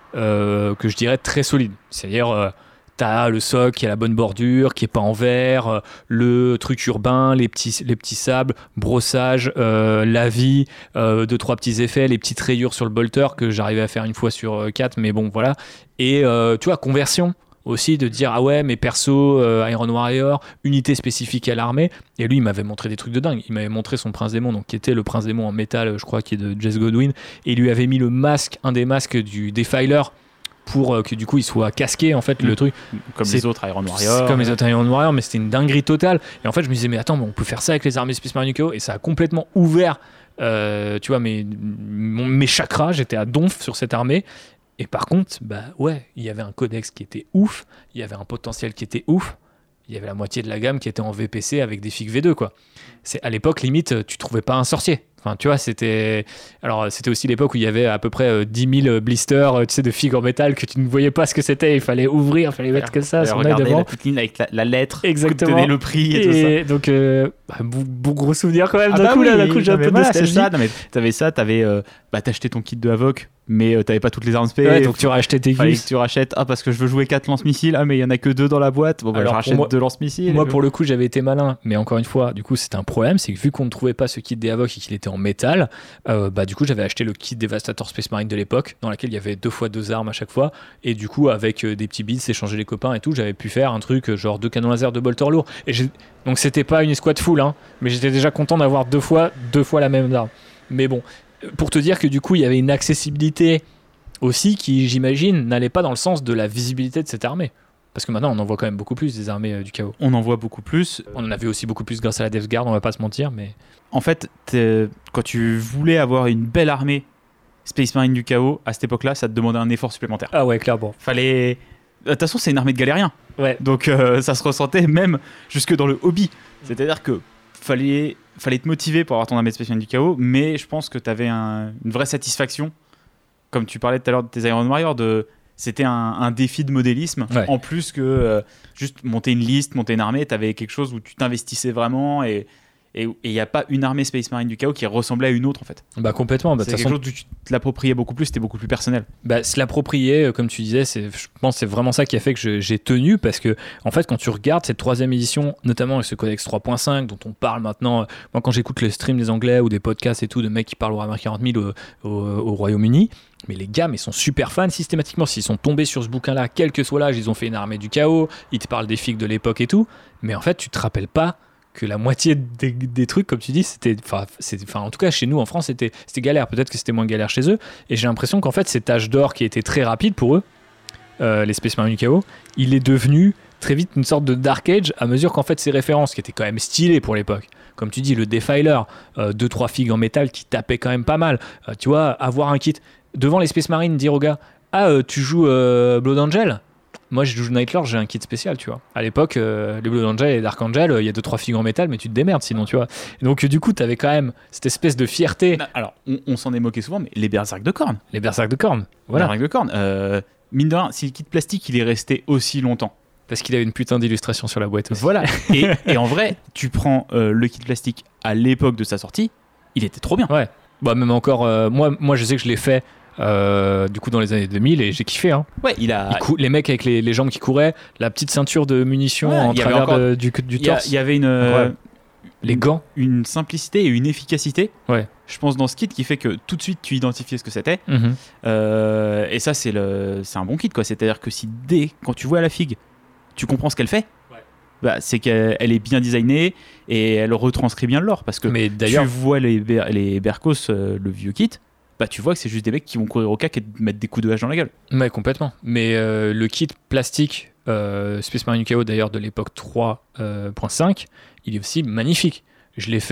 euh, que je dirais très solide. C'est-à-dire, euh, t'as le socle qui a la bonne bordure, qui est pas en verre, euh, le truc urbain, les petits, les petits sables, brossage, euh, lavis, euh, deux trois petits effets, les petites rayures sur le bolter que j'arrivais à faire une fois sur euh, quatre, mais bon voilà. Et euh, tu vois, conversion aussi, de dire ah ouais mais perso euh, Iron Warrior, unité spécifique à l'armée. Et lui il m'avait montré des trucs de dingue. Il m'avait montré son Prince Démon, donc qui était le Prince Démon en métal, je crois, qui est de Jess Godwin, et il lui avait mis le masque, un des masques du Defiler, pour euh, que du coup il soit casqué en fait, Mm. le truc Comme c'est- les autres Iron c'est Warrior. comme les autres Iron Warrior, mais c'était une dinguerie totale. Et en fait je me disais mais attends, mais on peut faire ça avec les armées Space Marine du Chaos, et ça a complètement ouvert euh, tu vois mes, mon- mes chakras. J'étais à donf sur cette armée. Et par contre, bah ouais, il y avait un codex qui était ouf, il y avait un potentiel qui était ouf, il y avait la moitié de la gamme qui était en V P C avec des figues V deux, quoi. C'est à l'époque limite, tu trouvais pas un sorcier. Enfin, tu vois, c'était alors c'était aussi l'époque où il y avait à peu près euh, dix mille blisters, euh, tu sais, de figues en métal que tu ne voyais pas ce que c'était. Il fallait ouvrir, il fallait mettre que ça, son œil Regardez devant. la petite ligne avec la, la lettre, Exactement. donner le prix et, tout ça. Et donc, euh, bah, bon, bon gros souvenir quand même. Ah d'un bah coup, là, oui, d'un coup, j'ai un non, mais peu de voilà, c'est nostalgie. ça. Non, mais t'avais ça, t'avais euh, bah, t'acheté ton kit de Havok, mais euh, t'avais pas toutes les armes spé. Ouais, donc tu rachètes tes fallait gus. que tu rachètes. Ah, parce que je veux jouer quatre lance-missiles. Ah, mais il y en a que deux dans la boîte. Bon, bah, Alors, je pour rachète moi- deux lance-missiles. Moi, pour le coup, j'avais été malin, mais encore une fois, du coup, c'était un problème, c'est que vu qu'on ne trouvait pas ce kit des Havok et qu'il était en métal, euh, bah du coup, j'avais acheté le kit Devastator Space Marine de l'époque, dans laquelle il y avait deux fois deux armes à chaque fois, et du coup, avec euh, des petits bits, échanger les copains et tout, j'avais pu faire un truc euh, genre deux canons laser, deux bolters lourds. Et j'ai- donc, c'était pas une escouade full, hein, mais j'étais déjà content d'avoir deux fois, deux fois la même arme. Mais bon, euh, pour te dire que du coup, il y avait une accessibilité aussi qui, j'imagine, n'allait pas dans le sens de la visibilité de cette armée. Parce que maintenant, on en voit quand même beaucoup plus des armées euh, du chaos. On en voit beaucoup plus. On en avait aussi beaucoup plus grâce à la Death Guard, on va pas se mentir, mais En fait, t'es- quand tu voulais avoir une belle armée Space Marine du chaos, à cette époque-là, ça te demandait un effort supplémentaire. ah ouais, clairement. Fallait. De toute façon, c'est une armée de galériens. Ouais. Donc euh, ça se ressentait même jusque dans le hobby. C'est-à-dire que fallait, fallait te motiver pour avoir ton armée de Space Marine du chaos, mais je pense que tu avais un- une vraie satisfaction, comme tu parlais tout à l'heure de tes Iron Warrior, de c'était un, un défi de modélisme, Ouais. en plus que euh, juste monter une liste, monter une armée, tu avais quelque chose où tu t'investissais vraiment, et il n'y a pas une armée Space Marine du chaos qui ressemblait à une autre en fait. Bah complètement. Bah, de C'est toute quelque façon, chose où tu te l'appropriais beaucoup plus, c'était beaucoup plus personnel. bah, se l'approprier, euh, comme tu disais, c'est, je pense que c'est vraiment ça qui a fait que je- j'ai tenu, parce que en fait, quand tu regardes cette troisième édition, notamment avec ce codex trois point cinq dont on parle maintenant, euh, moi quand j'écoute les streams des Anglais ou des podcasts et tout de mecs qui parlent au Warhammer quarante mille au, au- au Royaume-Uni, mais les gars, mais ils sont super fans systématiquement. S'ils sont tombés sur ce bouquin-là, quel que soit l'âge, ils ont fait une armée du chaos, ils te parlent des figues de l'époque et tout, mais en fait, tu te rappelles pas que la moitié des, des trucs, comme tu dis, c'était, enfin, c'est- enfin, en tout cas chez nous en France, c'était, c'était galère. Peut-être que c'était moins galère chez eux. Et j'ai l'impression qu'en fait, cet âge d'or qui était très rapide pour eux, euh, les Space Marine du chaos, il est devenu très vite une sorte de Dark Age à mesure qu'en fait ces références qui étaient quand même stylées pour l'époque, comme tu dis, le Defiler, euh, deux trois figues en métal qui tapaient quand même pas mal. Euh, tu vois, avoir un kit devant les Space Marine, dire aux gars, ah euh, tu joues euh, Blood Angel. Moi, je joue Nightlord, j'ai un kit spécial, tu vois. À l'époque, euh, les Blood Angel et les Dark Angel, il y a deux trois figues en métal, mais tu te démerdes sinon, tu vois. Et donc, euh, du coup, t'avais quand même cette espèce de fierté. Non, alors, on, on s'en est moqué souvent, mais les Berserk de Khorne. Les Berserk de Khorne, voilà. Berserk de Khorne. Euh, mine de rien, si le kit plastique il est resté aussi longtemps. Parce qu'il avait une putain d'illustration sur la boîte aussi. Voilà. et, et en vrai, tu prends euh, le kit plastique à l'époque de sa sortie, il était trop bien. Ouais. Bah, même encore, euh, moi, moi, je sais que je l'ai fait euh, du coup dans les années deux mille et j'ai kiffé. Hein. Ouais, il a. Il cou- les mecs avec les, les jambes qui couraient, la petite ceinture de munitions Ouais, en il y avait travers encore- de- du, du Il y, a- torse. il y avait une, Incroyable. Les gants. une simplicité et une efficacité, Ouais. je pense, dans ce kit qui fait que tout de suite tu identifiais ce que c'était. Mhm. Euh, et ça, c'est, le, c'est un bon kit, quoi. C'est-à-dire que si dès, quand tu vois la figue, tu comprends ce qu'elle fait, bah, c'est qu'elle elle est bien designée et elle retranscrit bien le lore. Parce que Mais tu d'ailleurs, vois les, Ber- les Berkos, euh, le vieux kit, bah, tu vois que c'est juste des mecs qui vont courir au cac et te mettre des coups de hache dans la gueule. ouais, complètement. Mais euh, le kit plastique euh, Space Marine du chaos d'ailleurs de l'époque trois point cinq, il est aussi magnifique. Je l'ai fait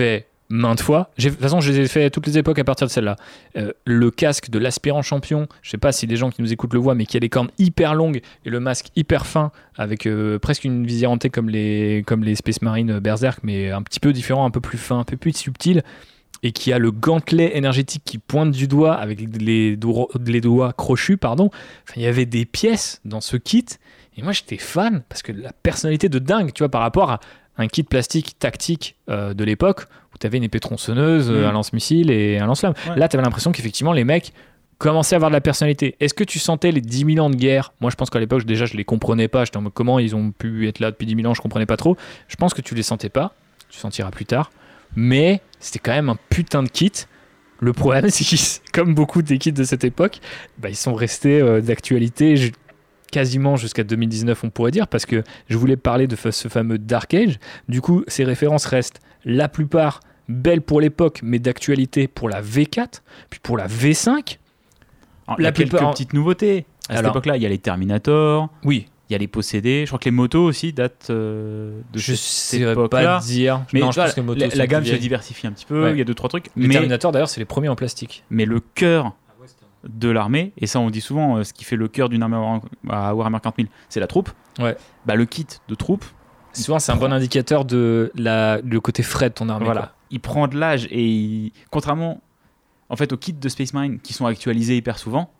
maintes fois. J'ai, de toute façon, je les ai fait à toutes les époques à partir de celle-là. Euh, le casque de l'aspirant champion, je sais pas si les gens qui nous écoutent le voient, mais qui a des cornes hyper longues et le masque hyper fin, avec euh, presque une visière hantée comme les, comme les Space Marine Berserk, mais un petit peu différent, un peu plus fin, un peu plus subtil, et qui a le gantelet énergétique qui pointe du doigt avec les, do- les doigts crochus, pardon. Enfin, il y avait des pièces dans ce kit, et moi j'étais fan, parce que la personnalité de dingue, tu vois, par rapport à un kit plastique tactique euh, de l'époque où tu avais une épée tronçonneuse, mmh. un lance-missile et un lance-flamme. Ouais. Là, tu avais l'impression qu'effectivement, les mecs commençaient à avoir de la personnalité. Est-ce que tu sentais les dix mille ans de guerre ? Moi, je pense qu'à l'époque, déjà, je les comprenais pas. J'étais en mode, comment ils ont pu être là depuis dix mille ans ? Je comprenais pas trop. Je pense que tu les sentais pas. Tu sentiras plus tard. Mais c'était quand même un putain de kit. Le problème, c'est que, comme beaucoup des kits de cette époque, bah, ils sont restés euh, d'actualité j- quasiment jusqu'à deux mille dix-neuf, on pourrait dire, parce que je voulais parler de ce fameux Dark Age. Du coup, ces références restent la plupart belles pour l'époque, mais d'actualité pour la V quatre, puis pour la V cinq. Alors, il y a quelques plupart... petites nouveautés. À Alors, cette époque-là, il y a les Terminator. Oui. Il y a les possédés. Je crois que les motos aussi datent euh, de je cette époque-là. Je ne sais pas dire. Mais non, je pense que les motos la, la gamme se diversifie un petit peu. Ouais. Il y a deux, trois trucs. Les mais... Terminator, d'ailleurs, c'est les premiers en plastique. Mais le cœur de l'armée, et ça on dit souvent, euh, ce qui fait le cœur d'une armée à Warhammer quarante mille, c'est la troupe. Ouais. Bah, le kit de troupe, souvent c'est un bon indicateur de la, le côté frais de ton armée. Voilà. Quoi. Il prend de l'âge et il... contrairement en fait aux kits de Space Marine qui sont actualisés hyper souvent,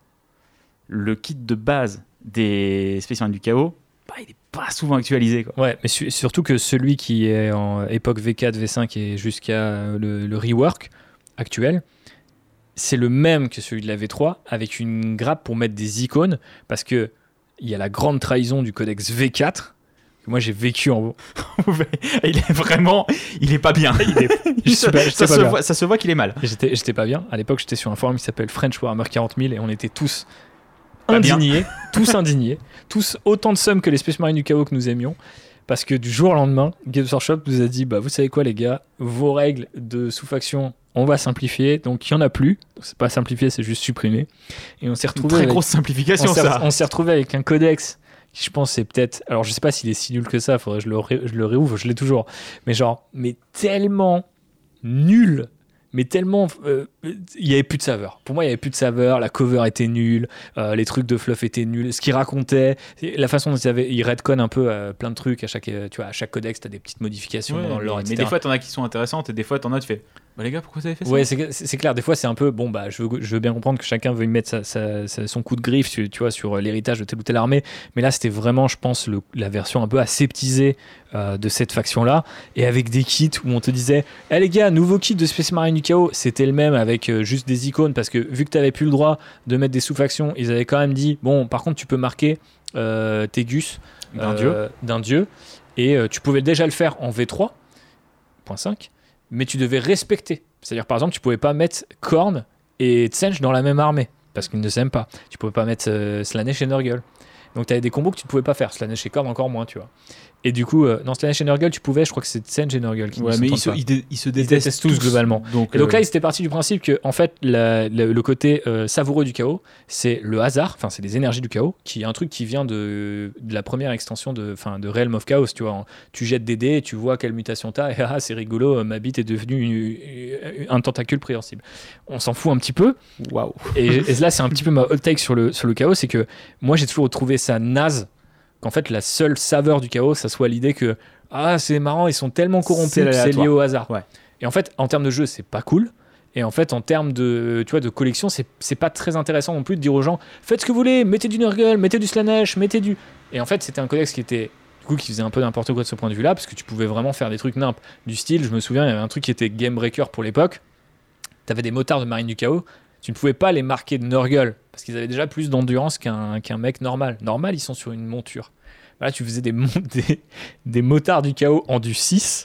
le kit de base des Space Marine du chaos, bah, il n'est pas souvent actualisé. Quoi. Ouais, mais su- surtout que celui qui est en époque V quatre, V cinq et jusqu'à le, le rework actuel, c'est le même que celui de la V trois, avec une grappe pour mettre des icônes, parce qu'il y a la grande trahison du codex V quatre, que moi j'ai vécu en... il est vraiment... Il est pas bien. Il est... ça, pas, ça, pas se bien. Voit, ça se voit qu'il est mal. J'étais, j'étais pas bien. À l'époque, j'étais sur un forum qui s'appelle French Warhammer quarante mille, et on était tous indignés, tous indignés, tous autant de sommes que les Space Marine du chaos que nous aimions, parce que du jour au lendemain, Games Workshop nous a dit, bah, vous savez quoi les gars, vos règles de sous-faction, on va simplifier, donc il n'y en a plus. C'est pas simplifié, c'est juste supprimé. Et on s'est retrouvé. Très avec... grosse simplification, on ça. On s'est retrouvé avec un codex qui, je pense, c'est peut-être. Alors, je sais pas s'il est si nul que ça, faudrait que je le, ré... je le réouvre, je l'ai toujours. Mais genre, mais tellement nul. Mais tellement. Il euh, n'y avait plus de saveur. Pour moi, il n'y avait plus de saveur. La cover était nulle. Euh, les trucs de fluff étaient nuls. Ce qu'il racontait, la façon dont il, avait, il redconne un peu euh, plein de trucs. À chaque, tu vois, à chaque codex, tu as des petites modifications ouais, dans le lore, mais, et cetera. Mais des fois, tu en as qui sont intéressantes et des fois, tu en as, tu fais. Bah les gars, pourquoi vous avez fait ça ? Ouais, c'est, c'est clair. Des fois, c'est un peu bon. Bah, je veux, je veux bien comprendre que chacun veut y mettre sa, sa, sa, son coup de griffe, tu, tu vois, sur l'héritage de telle ou telle armée. Mais là, c'était vraiment, je pense, le, la version un peu aseptisée euh, de cette faction-là, et avec des kits où on te disait, eh hey, les gars, nouveau kit de Space Marine du chaos. C'était le même avec euh, juste des icônes, parce que vu que t'avais plus le droit de mettre des sous-factions, ils avaient quand même dit, bon, par contre, tu peux marquer euh, tes gus d'un euh, dieu, d'un dieu, et euh, tu pouvais déjà le faire en V trois point cinq. Mais tu devais respecter. C'est-à-dire, par exemple, tu pouvais pas mettre Korn et Tsench dans la même armée, parce qu'ils ne s'aiment pas. Tu pouvais pas mettre euh, Slaanesh et Nurgle. Donc, tu avais des combos que tu ne pouvais pas faire. Slaanesh et Korn, encore moins, tu vois. Et du coup, euh, dans Slaanesh et Nurgle, tu pouvais, je crois que c'est Tsench et Nurgle qui ouais, ne mais ils se, ils, dé- ils se détestent, ils détestent tous, tous, globalement. Donc, et donc euh... là, ils étaient partis du principe que, en fait, la, la, le côté euh, savoureux du chaos, c'est le hasard, enfin, c'est les énergies du chaos, qui est un truc qui vient de, de la première extension de, de Realm of Chaos, tu vois. En, tu jettes des dés, et tu vois quelle mutation t'as, et ah, c'est rigolo, ma bite est devenue une, une, un tentacule préhensible. On s'en fout un petit peu. Waouh. Et, et là, c'est un petit peu ma hot take sur le, sur le chaos, c'est que moi, j'ai toujours trouvé ça naze, qu'en fait, la seule saveur du chaos, ça soit l'idée que ah, c'est marrant, ils sont tellement corrompus c'est que c'est lié au hasard. Ouais. Et en fait, en termes de jeu, c'est pas cool. Et en fait, en termes de, tu vois, de collection, c'est, c'est pas très intéressant non plus de dire aux gens faites ce que vous voulez, mettez du Nurgle, mettez du Slaanesh, mettez du. Et en fait, c'était un codex qui était. Du coup, qui faisait un peu n'importe quoi de ce point de vue-là, parce que tu pouvais vraiment faire des trucs nimp. Du style, je me souviens, il y avait un truc qui était Game Breaker pour l'époque. T'avais des motards de Marine du Chaos. Tu ne pouvais pas les marquer de Nurgle, parce qu'ils avaient déjà plus d'endurance qu'un, qu'un mec normal. Normal, ils sont sur une monture. Là, tu faisais des, des, des motards du chaos en du six,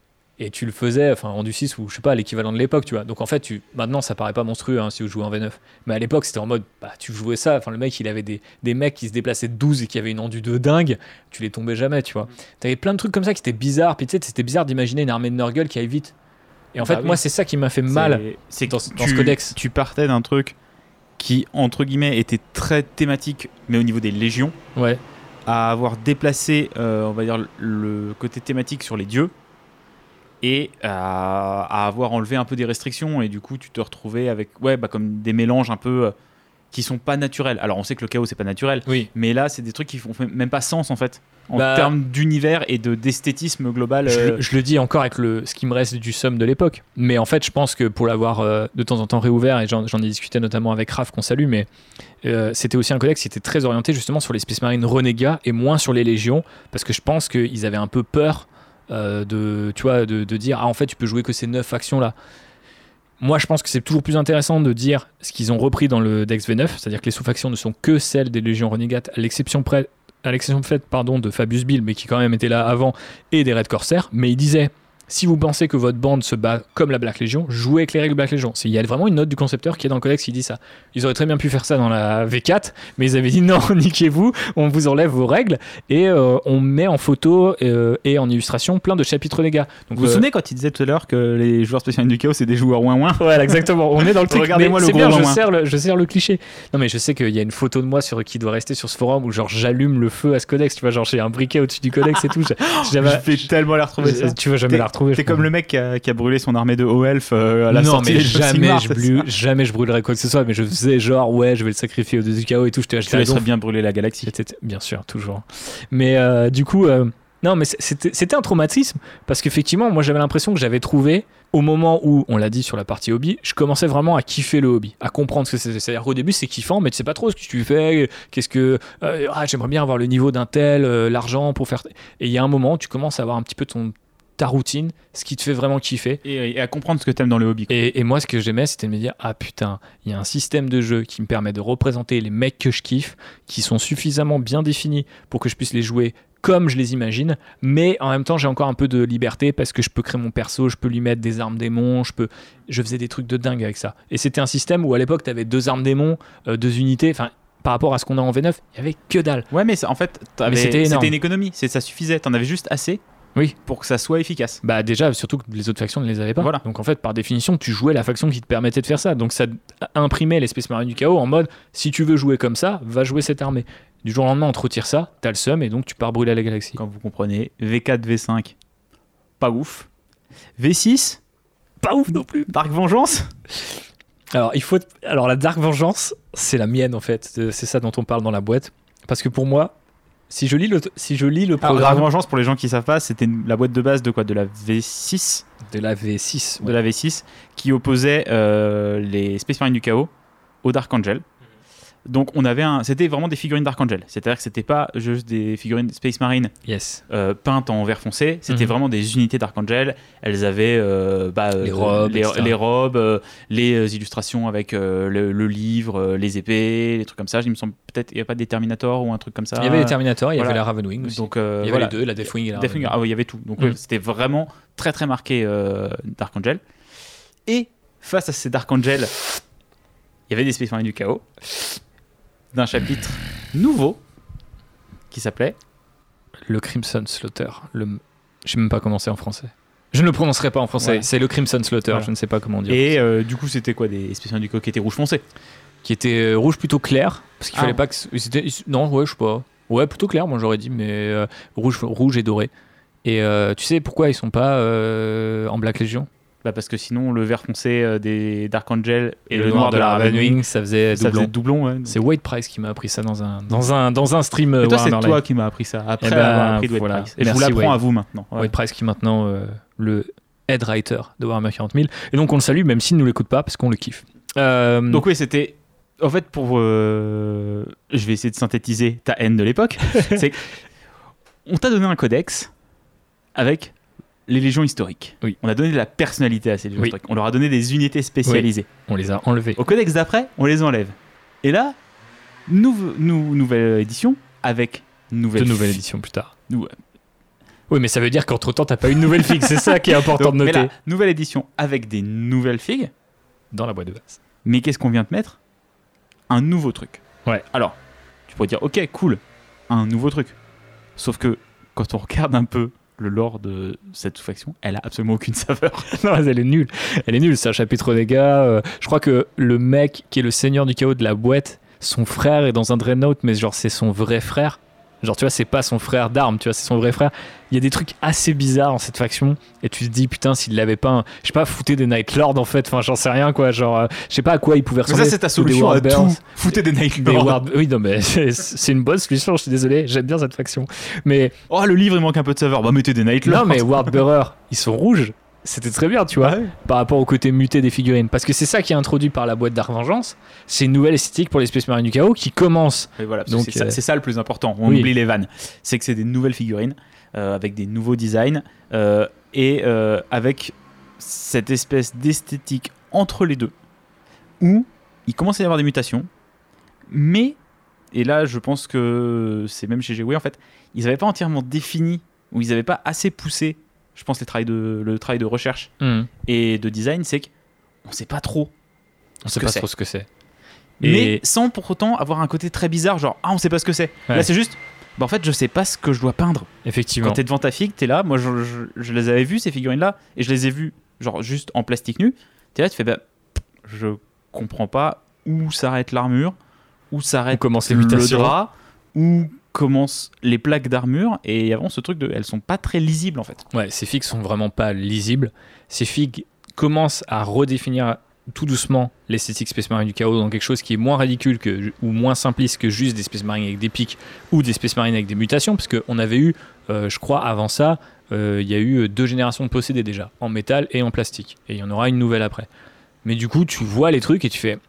et tu le faisais enfin, en du six, ou je sais pas, l'équivalent de l'époque, tu vois. Donc en fait, tu, maintenant, ça paraît pas monstrueux hein, si vous jouez en V neuf. Mais à l'époque, c'était en mode, bah, tu jouais ça. Enfin, le mec, il avait des, des mecs qui se déplaçaient de douze et qui avaient une endu de dingue. Tu les tombais jamais, tu vois. T'avais plein de trucs comme ça qui étaient bizarres. Puis tu sais, c'était bizarre d'imaginer une armée de Nurgle qui aille vite. Et en fait, bah, oui. moi, c'est ça qui m'a fait mal c'est, c'est dans, tu, dans ce codex. Tu partais d'un truc qui, entre guillemets, était très thématique, mais au niveau des légions. Ouais. À avoir déplacé, euh, on va dire, le côté thématique sur les dieux, et à, à avoir enlevé un peu des restrictions, et du coup tu te retrouvais avec ouais, bah, comme des mélanges un peu euh, qui sont pas naturels. Alors on sait que le chaos c'est pas naturel, Oui. mais là c'est des trucs qui font même pas sens en fait en Bah, termes d'univers et de d'esthétisme global. Je, euh, je le dis encore avec le, ce qui me reste du somme de l'époque. Mais en fait, je pense que pour l'avoir euh, de temps en temps réouvert, et j'en, j'en ai discuté notamment avec Raph, qu'on salue, mais euh, c'était aussi un codex qui était très orienté justement sur les Space Marines renégats et moins sur les légions, parce que je pense qu'ils avaient un peu peur euh, de, tu vois, de, de dire, ah en fait, tu peux jouer que ces neuf factions-là. Moi, je pense que c'est toujours plus intéressant de dire ce qu'ils ont repris dans le Dex V neuf, c'est-à-dire que les sous-factions ne sont que celles des légions renégates, à l'exception près à l'exception faite pardon, de Fabius Bill, mais qui quand même était là avant, et des Red Corsair. Mais il disait, si vous pensez que votre bande se bat comme la Black Legion, jouez avec les règles Black Legion. Il y a vraiment une note du concepteur qui est dans le codex qui dit ça. Ils auraient très bien pu faire ça dans la V quatre, mais ils avaient dit non, niquez-vous, on vous enlève vos règles, et euh, on met en photo euh, et en illustration plein de chapitres des gars. Donc, vous vous euh, souvenez quand il disait tout à l'heure que les joueurs Space Marines du chaos c'est des joueurs ouin ouin? Voilà, exactement. On est dans le truc. Regardez-moi mais le c'est gros bien, je ouin-ouin. sers, le, je sers le cliché. Non, mais je sais qu'il y a une photo de moi sur, qui doit rester sur ce forum où genre j'allume le feu à ce codex. Tu vois, genre j'ai un briquet au-dessus du codex et tout. J'ai- J'avais, Je vais tellement la retrouver ça. tu vas jamais T'es- la retrouver. C'est je comme pense. le mec qui a, qui a brûlé son armée de O-Elf euh, à la non, sortie mais des jeux jamais Sigmar, je, c'est brûle- ça. jamais je brûlerais quoi que ce soit. Mais je faisais genre, ouais, je vais le sacrifier au dieu du chaos et tout. Je te Tu laisserais bien brûler la galaxie. C'était- bien sûr, toujours. Mais euh, du coup, euh, non, mais c'était, c'était un traumatisme parce qu'effectivement, moi j'avais l'impression que j'avais trouvé, au moment où, on l'a dit sur la partie hobby, je commençais vraiment à kiffer le hobby, à comprendre ce que c'était. C'est-à-dire qu'au début, c'est kiffant, mais tu sais pas trop ce que tu fais, qu'est-ce que. euh, ah, j'aimerais bien avoir le niveau d'un tel, euh, l'argent pour faire. Et il y a un moment où tu commences à avoir un petit peu ton, ta routine, ce qui te fait vraiment kiffer. Et, et à comprendre ce que t'aimes dans le hobby. quoi. Et, et moi, ce que j'aimais, c'était de me dire, ah putain, il y a un système de jeu qui me permet de représenter les mecs que je kiffe, qui sont suffisamment bien définis pour que je puisse les jouer comme je les imagine, mais en même temps, j'ai encore un peu de liberté parce que je peux créer mon perso, je peux lui mettre des armes démons, je peux, je faisais des trucs de dingue avec ça. Et c'était un système où à l'époque, tu avais deux armes démons, euh, deux unités, enfin, par rapport à ce qu'on a en V neuf, il y avait que dalle. Ouais, mais ça- en fait, t'avais- Mais c'était énorme. c'était une économie. C'est, ça suffisait. T'en avais juste assez Oui. pour que ça soit efficace. Bah déjà, surtout que les autres factions ne les avaient pas. Voilà. Donc en fait, par définition, tu jouais la faction qui te permettait de faire ça. Donc ça imprimait les Space Marines du chaos en mode, si tu veux jouer comme ça, va jouer cette armée. Du jour au lendemain, on te retire ça, t'as le seum et donc tu pars brûler la galaxie. Quand vous comprenez, V quatre, V cinq, pas ouf. V six, Pas ouf non plus. Dark Vengeance. Alors, il faut... Alors la Dark Vengeance, c'est la mienne en fait. C'est c'est ça dont on parle dans la boîte. Parce que pour moi, si je lis le, si je lis le Alors, Dark programme Vengeance, pour les gens qui savent pas, c'était la boîte de base de quoi? De la V six, de la V six, de la V six, qui opposait euh, les Space Marines du chaos au Dark Angel. Donc on avait un, c'était vraiment des figurines Dark Angel. C'est-à-dire que c'était pas juste des figurines Space Marine yes. euh, peintes en vert foncé. C'était Mhm. vraiment des unités Dark Angel. Elles avaient euh, bah, euh, Les robes, les, et cetera. les robes, euh, les euh, illustrations avec euh, le, le livre, euh, les épées, les trucs comme ça. Il me semble peut-être il y a pas des Terminator ou un truc comme ça. Il y avait les Terminators, il y voilà. avait la Ravenwing aussi. Donc euh, il y avait voilà. les deux, la Deathwing et la Deathwing, Ravenwing. ah oui, il y avait tout. Donc Mhm. ouais, c'était vraiment très très marqué euh, Dark Angel. Et face à ces Dark Angel, il y avait des Space Marines du chaos d'un chapitre nouveau qui s'appelait Le Crimson Slaughter. Le... Je sais même pas comment c'est en français. Je ne le prononcerai pas en français. Voilà. C'est le Crimson Slaughter, Voilà. je ne sais pas comment dire. et euh, du coup c'était quoi des Space Marines du chaos qui étaient rouge foncé. Qui était euh, rouge plutôt clair. Parce qu'il Ah. fallait pas que. C'était... Non, ouais, je sais pas. Ouais, plutôt clair, moi j'aurais dit, mais euh, rouge, rouge et doré. Et euh, tu sais pourquoi ils sont pas euh, en Black Legion? Bah parce que sinon le vert foncé euh, des Dark Angel et, Et le noir de la Ravenwing, ça faisait ça doublon. faisait doublon. Ouais. C'est White Price qui m'a appris ça dans un, dans un, dans un stream. Et euh, toi c'est Warhammer toi Live. qui m'as appris ça après Eh ben, avoir appris de White voilà. Price. Et je vous Merci, l'apprends Wade. à vous maintenant. Ouais. White Price qui est maintenant euh, le head writer de Warhammer quarante mille. Et donc on le salue même s'il ne nous l'écoute pas parce qu'on le kiffe. Euh, Donc oui, c'était... En fait, pour... euh, Je vais essayer de synthétiser ta haine de l'époque. C'est on t'a donné un codex avec les légions historiques. Oui. On a donné de la personnalité à ces légions Oui. historiques. On leur a donné des unités spécialisées. on les a enlevés. Au codex d'après, on les enlève. Et là, nouve- nou- nouvelle édition avec nouvelle... Deux nouvelles fi- éditions plus tard. Nou- Oui, mais ça veut dire qu'entre temps, t'as pas une nouvelle figue. C'est ça qui est important Donc, de mais noter. là, nouvelle édition avec des nouvelles figues. Dans la boîte de base. Mais qu'est-ce qu'on vient de mettre? Un nouveau truc. Ouais. Alors, tu pourrais dire, ok, cool, un nouveau truc. Sauf que quand on regarde un peu le lore de cette sous-faction, elle a absolument aucune saveur. Non, elle est nulle. Elle est nulle. C'est un chapitre des gars. euh, je crois que le mec qui est le seigneur du chaos de la boîte, son frère est dans un Dreadnought, mais genre c'est son vrai frère. Genre, tu vois, c'est pas son frère d'armes, tu vois, c'est son vrai frère. Il y a des trucs assez bizarres dans cette faction. Et tu te dis, putain, s'il l'avait pas, un, je sais pas, foutez des Night Lords en fait. Enfin, j'en sais rien, quoi. Genre, euh, je sais pas à quoi il pouvait ressembler. Mais ça, c'est ta solution à tout. Foutez des Night Lords. Ward... Oui, non, mais c'est, c'est une bonne solution, je suis désolé. J'aime bien cette faction. Mais. Oh, le livre, il manque un peu de saveur. Bah, mettez des Night Lords. Non, mais Wardbearer, ils sont rouges. C'était très bien, tu vois, ouais. Par rapport au côté muté des figurines. Parce que c'est ça qui est introduit par la boîte Dark Vengeance. C'est une nouvelle esthétique pour les Space Marines du Chaos qui commence. Et voilà, donc, c'est, euh... ça, c'est ça le plus important. On oui. oublie les vannes. C'est que c'est des nouvelles figurines euh, avec des nouveaux designs euh, et euh, avec cette espèce d'esthétique entre les deux où il commence à y avoir des mutations. Mais, et là je pense que c'est même chez G W en fait, ils n'avaient pas entièrement défini ou ils n'avaient pas assez poussé. Je pense les travail de, le travail de recherche mmh. et de design, c'est qu'on ne sait pas trop on ne sait pas trop ce que c'est. Et... Mais sans pour autant avoir un côté très bizarre, genre « Ah, on ne sait pas ce que c'est ouais. ». Là, c'est juste bah, « En fait, je ne sais pas ce que je dois peindre ». Effectivement. Quand tu es devant ta figue, tu es là. Moi, je, je, je les avais vues, ces figurines-là, et je les ai vues genre juste en plastique nu. Tu es là, tu fais bah, « Je ne comprends pas où s'arrête l'armure, où s'arrête le drap, où… » commencent les plaques d'armure et avant ce truc de elles sont pas très lisibles en fait. Ouais, ces figues sont vraiment pas lisibles. Ces figues commencent à redéfinir tout doucement l'esthétique Space Marine du Chaos dans quelque chose qui est moins ridicule que, ou moins simpliste que juste des Space Marines avec des pics ou des Space Marines avec des mutations, parce qu'on avait eu, euh, je crois avant ça, il euh, y a eu deux générations de possédés déjà, en métal et en plastique, et il y en aura une nouvelle après. Mais du coup, tu vois les trucs et tu fais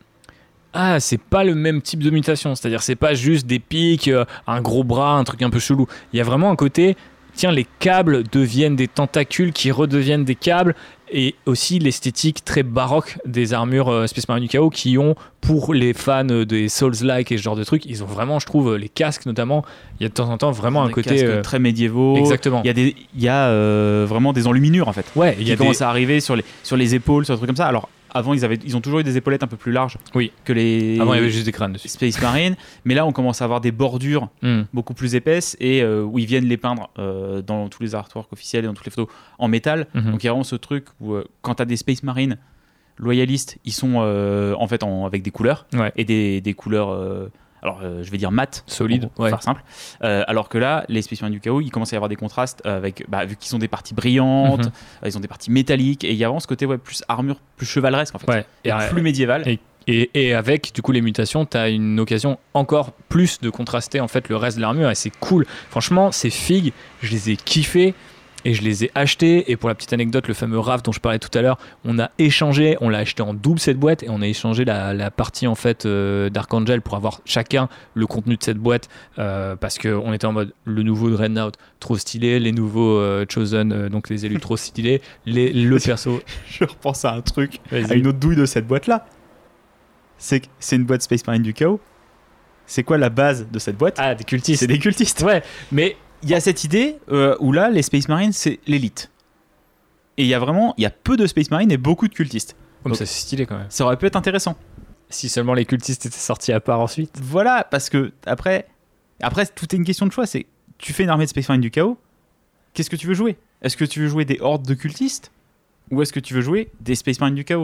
ah, c'est pas le même type de mutation, c'est-à-dire c'est pas juste des pics, euh, un gros bras, un truc un peu chelou. Il y a vraiment un côté, tiens, les câbles deviennent des tentacules qui redeviennent des câbles, et aussi l'esthétique très baroque des armures euh, Space Marine du Chaos qui ont, pour les fans des Souls-like et ce genre de trucs, ils ont vraiment, je trouve, les casques notamment, il y a de temps en temps vraiment des un côté... Euh... très médiévaux. Exactement. Il y a, des, il y a euh, vraiment des enluminures en fait. Ouais, il y a qui des... commencent à arriver sur les, sur les épaules, sur des trucs comme ça. Alors, avant, ils, avaient, ils ont toujours eu des épaulettes un peu plus larges oui. que les Avant, il y avait juste des crânes dessus. Space Marine. Mais là, on commence à avoir des bordures mm. beaucoup plus épaisses et euh, où ils viennent les peindre euh, dans tous les artworks officiels et dans toutes les photos en métal. Mm-hmm. Donc, il y a vraiment ce truc où euh, quand tu as des Space Marines loyalistes, ils sont euh, en fait en, avec des couleurs ouais. et des, des couleurs... Euh, alors euh, je vais dire mat, solide, pour ouais. faire simple. Euh, alors que là, les Space Marines du Chaos, il commence à y avoir des contrastes avec, bah, vu qu'ils ont des parties brillantes, mm-hmm. euh, ils ont des parties métalliques, et il y a vraiment ce côté ouais, plus armure, plus chevaleresque en fait, ouais. et, et plus médiéval. Et, et, et avec du coup les mutations, tu as une occasion encore plus de contraster en fait le reste de l'armure, et c'est cool. Franchement, ces figues, je les ai kiffées. Et je les ai achetées, et pour la petite anecdote, le fameux R A V dont je parlais tout à l'heure, on a échangé, on l'a acheté en double cette boîte, et on a échangé la, la partie en fait euh, d'Archangel pour avoir chacun le contenu de cette boîte, euh, parce qu'on était en mode le nouveau Dreadnought trop stylé, les nouveaux euh, Chosen, euh, donc les élus trop stylés, les, le perso. Je repense à un truc, Vas-y. à une autre douille de cette boîte là. C'est, c'est une boîte Space Marine du Chaos. C'est quoi la base de cette boîte ? Ah, des cultistes. C'est des cultistes. Ouais, mais. Il y a cette idée euh, où là, les Space Marines, c'est l'élite. Et il y a vraiment, il y a peu de Space Marines et beaucoup de cultistes. Comme ça, c'est stylé quand même. Ça aurait pu être intéressant. Si seulement les cultistes étaient sortis à part ensuite. Voilà, parce que après, après tout est une question de choix. C'est, tu fais une armée de Space Marines du Chaos, qu'est-ce que tu veux jouer ? Est-ce que tu veux jouer des hordes de cultistes ? Ou est-ce que tu veux jouer des Space Marines du Chaos ?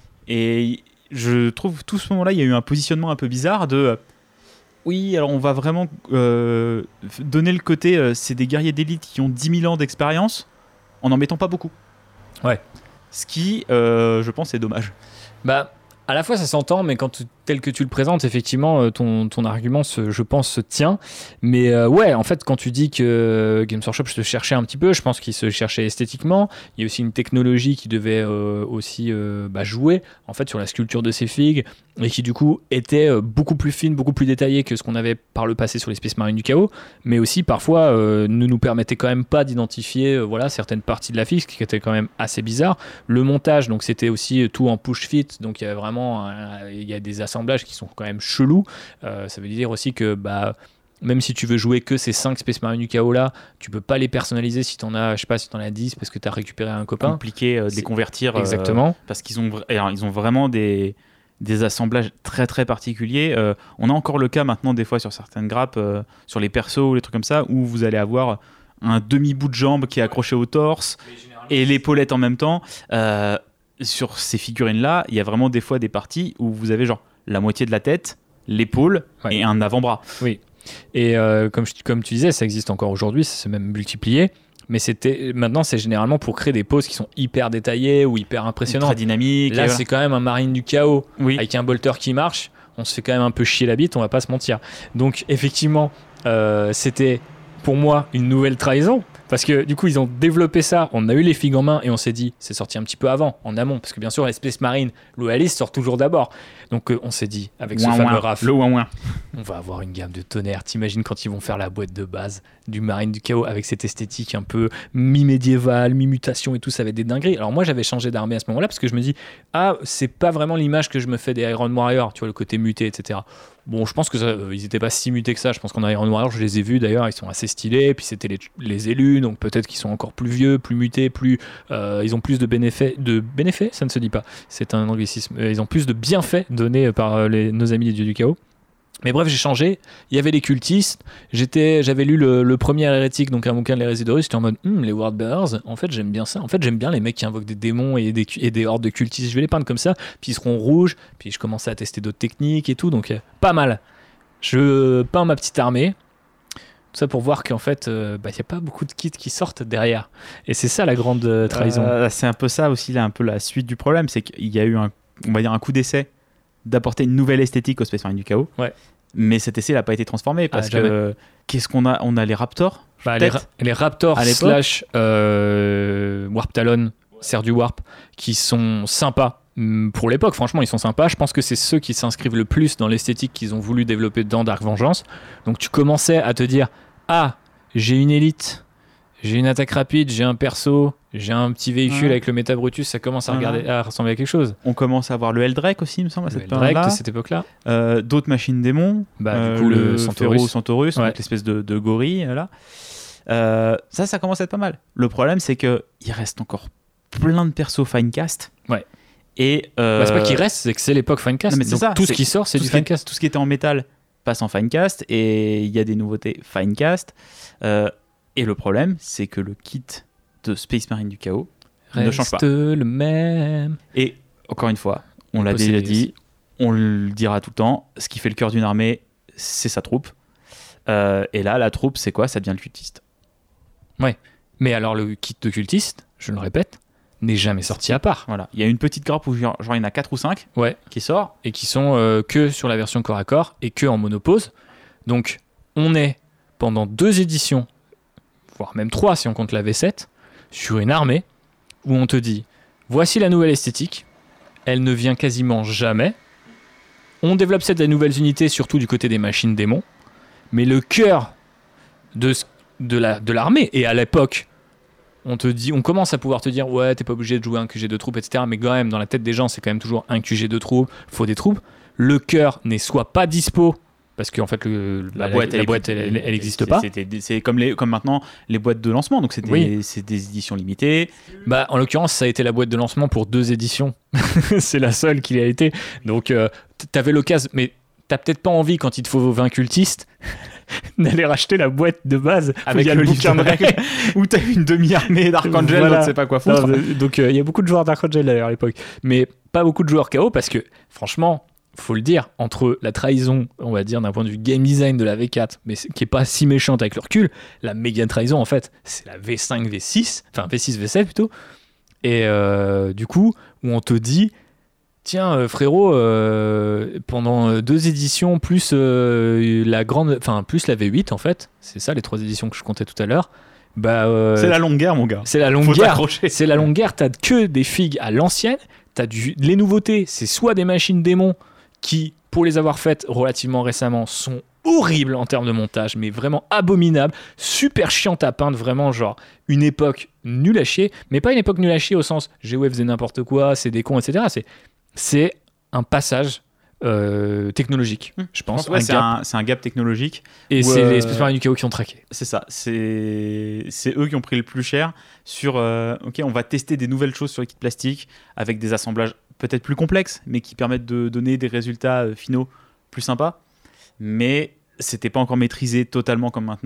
Et je trouve tout ce moment-là, il y a eu un positionnement un peu bizarre de... Oui, alors on va vraiment euh, donner le côté, euh, c'est des guerriers d'élite qui ont dix mille ans d'expérience en n'en mettant pas beaucoup. Ouais. Ce qui, euh, je pense, est dommage. Bah, à la fois ça s'entend, mais quand tu, tel que tu le présentes, effectivement, ton, ton argument, se, je pense, se tient. Mais euh, ouais, en fait, quand tu dis que Games Workshop se cherchait un petit peu, je pense qu'il se cherchait esthétiquement. Il y a aussi une technologie qui devait euh, aussi euh, bah, jouer en fait sur la sculpture de ces figues, et qui du coup était euh, beaucoup plus fine, beaucoup plus détaillée que ce qu'on avait par le passé sur les Space Marines du Chaos, mais aussi parfois euh, ne nous permettait quand même pas d'identifier euh, voilà, certaines parties de la figue, ce qui était quand même assez bizarre. Le montage, donc c'était aussi tout en push fit, donc il y avait vraiment euh, il y a des assemblages qui sont quand même chelous. Euh, ça veut dire aussi que bah même si tu veux jouer que ces cinq Space Marines du Chaos là, tu peux pas les personnaliser si t'en as, je sais pas, si t'en as dix parce que t'as récupéré un copain. Compliqué euh, de les convertir. Exactement. Euh, parce qu'ils ont, alors, ils ont vraiment des, des assemblages très très particuliers. Euh, on a encore le cas maintenant des fois sur certaines grappes, euh, sur les persos ou les trucs comme ça, où vous allez avoir un demi-bout de jambe qui est accroché au torse et l'épaulette en même temps. Euh, sur ces figurines là, il y a vraiment des fois des parties où vous avez genre la moitié de la tête, l'épaule ouais. et un avant-bras. Oui. Et euh, comme, je, comme tu disais, ça existe encore aujourd'hui, ça s'est même multiplié. Mais c'était, maintenant, c'est généralement pour créer des poses qui sont hyper détaillées ou hyper impressionnantes. Très dynamiques. Là, c'est quand même un Marine du Chaos oui. avec un bolter qui marche. On se fait quand même un peu chier la bite, on va pas se mentir. Donc, effectivement, euh, c'était pour moi une nouvelle trahison. Parce que du coup, ils ont développé ça. On a eu les figues en main et on s'est dit, c'est sorti un petit peu avant, en amont. Parce que bien sûr, les Space Marine Loyalist sort toujours d'abord. Donc, euh, on s'est dit, avec ouin, ce fameux ouin, raf, le ouin, ouin. on va avoir une gamme de tonnerre. T'imagines quand ils vont faire la boîte de base du Marine du Chaos avec cette esthétique un peu mi-médiévale, mi-mutation et tout, ça va être des dingueries. Alors moi, j'avais changé d'armée à ce moment-là parce que je me dis, ah, c'est pas vraiment l'image que je me fais des Iron Warrior, tu vois, le côté muté, et cetera. Bon, je pense que ça, euh, ils n'étaient pas si mutés que ça. Je pense qu'en Iron Warrior, je les ai vus d'ailleurs, ils sont assez stylés. Et puis c'était les, les élus, donc peut-être qu'ils sont encore plus vieux, plus mutés, plus, euh, ils ont plus de bénéfices. De bénéfices, ça ne se dit pas. C'est un anglicisme. Ils ont plus de bienfaits donnés par les, nos amis les dieux du chaos. Mais bref, j'ai changé. Il y avait les cultistes. J'étais, j'avais lu le, le premier hérétique, donc un bouquin de l'hérésie de Horus. J'étais en mode, hm, les Wordbearers, en fait, j'aime bien ça. En fait, j'aime bien les mecs qui invoquent des démons et des, et des hordes de cultistes. Je vais les peindre comme ça. Puis ils seront rouges. Puis je commençais à tester d'autres techniques et tout. Donc, euh, pas mal. Je peins ma petite armée. Tout ça pour voir qu'en fait, il euh, bah, n'y a pas beaucoup de kits qui sortent derrière. Et c'est ça la grande euh, trahison. Euh, c'est un peu ça aussi, là, un peu la suite du problème. C'est qu'il y a eu un, on va dire, un coup d'essai d'apporter une nouvelle esthétique au Space Marine du Chaos. Ouais. Mais cet essai n'a pas été transformé parce ah, que euh, qu'est-ce qu'on a On a les Raptors. Bah, les, ra- les Raptors slash euh, Warp Talon, Serre du Warp, qui sont sympas. Pour l'époque, franchement, ils sont sympas. Je pense que c'est ceux qui s'inscrivent le plus dans l'esthétique qu'ils ont voulu développer dans Dark Vengeance. Donc tu commençais à te dire, ah, j'ai une élite, j'ai une attaque rapide, j'ai un perso, j'ai un petit véhicule ouais. avec le Meta Brutus, ça commence à, ouais. regarder, à ressembler à quelque chose. On commence à voir le Eldrake aussi, il me semble, à le cette période-là. de cette époque-là. Euh, d'autres machines démons. Bah, euh, du coup, le, le Centaurus. Centaurus, ouais. donc l'espèce de, de gorille, là. Euh, ça, ça commence à être pas mal. Le problème, c'est qu'il reste encore plein de persos Finecast. Ouais. Et euh... bah, c'est pas qu'il reste, c'est que c'est l'époque Finecast. Non, mais c'est donc ça, tout c'est ce qui sort, c'est du Finecast. Tout ce qui était en métal passe en Finecast et il y a des nouveautés Finecast. Euh, et le problème, c'est que le kit de Space Marine du Chaos reste ne change pas. le même. Et encore une fois, on l'a déjà dit, on le dira tout le temps, ce qui fait le cœur d'une armée, c'est sa troupe. Euh, et là, la troupe, c'est quoi ? Ça devient le cultiste. Ouais. Mais alors, le kit de cultiste, je le répète, n'est jamais sorti à part. Voilà. Il y a une petite grappe où genre, genre il y en a quatre ou cinq ouais. qui sort. Et qui sont euh, que sur la version corps à corps et que en monopause. Donc, on est pendant deux éditions, voire même trois si on compte la V sept, sur une armée où on te dit, voici la nouvelle esthétique, elle ne vient quasiment jamais. On développe cette des nouvelles unités, surtout du côté des machines démons, mais le cœur de, de, la, de l'armée, et à l'époque, on te dit, on commence à pouvoir te dire, ouais, t'es pas obligé de jouer un Q G de troupes, et cetera. Mais quand même, dans la tête des gens, c'est quand même toujours un Q G de troupes, faut des troupes. Le cœur n'est soit pas dispo, parce qu'en fait, le, la, la boîte, la elle, boîte, est, elle, elle existe pas. C'était, c'est comme, les, comme maintenant les boîtes de lancement, donc c'est des, oui. c'est des éditions limitées. Bah, en l'occurrence, ça a été la boîte de lancement pour deux éditions. C'est la seule qui a été. Donc, euh, t'avais l'occasion, mais t'as peut-être pas envie, quand il te faut vingt cultistes, d'aller racheter la boîte de base avec le bouquin de règles où t'as une demi-armée d'Archangel, voilà. Donc c'est pas quoi foutre. Non, donc il euh, y a beaucoup de joueurs d'Archangel d'ailleurs à l'époque, mais pas beaucoup de joueurs K O parce que franchement, faut le dire, entre la trahison, on va dire d'un point de vue game design de la V quatre, mais qui est pas si méchante avec le recul, la méga trahison en fait, c'est la V cinq, V six, enfin V six, V sept plutôt, et euh, du coup où on te dit tiens euh, frérot, euh, pendant deux éditions plus euh, la grande, enfin plus la V huit en fait, c'est ça les trois éditions que je comptais tout à l'heure. Bah, euh, c'est la longue guerre mon gars. C'est la longue Faut guerre. T'accrocher. C'est la longue guerre. T'as que des figues à l'ancienne. T'as du, les nouveautés. C'est soit des machines démons qui, pour les avoir faites relativement récemment, sont horribles en termes de montage, mais vraiment abominables, super chiantes à peindre, vraiment genre une époque nulle à chier, mais pas une époque nulle à chier au sens G O F faisait n'importe quoi, c'est des cons, et cetera. C'est C'est un passage euh, technologique, mmh. je pense. Ouais, un c'est, gap. un, c'est un gap technologique. Et c'est euh... les Space Marine du Chaos qui ont traqué. C'est ça. C'est, c'est eux qui ont pris le plus cher sur euh, ok, on va tester des nouvelles choses sur les kits plastiques avec des assemblages peut-être plus complexes, mais qui permettent de donner des résultats euh, finaux plus sympas. Mais c'était pas encore maîtrisé totalement comme maintenant.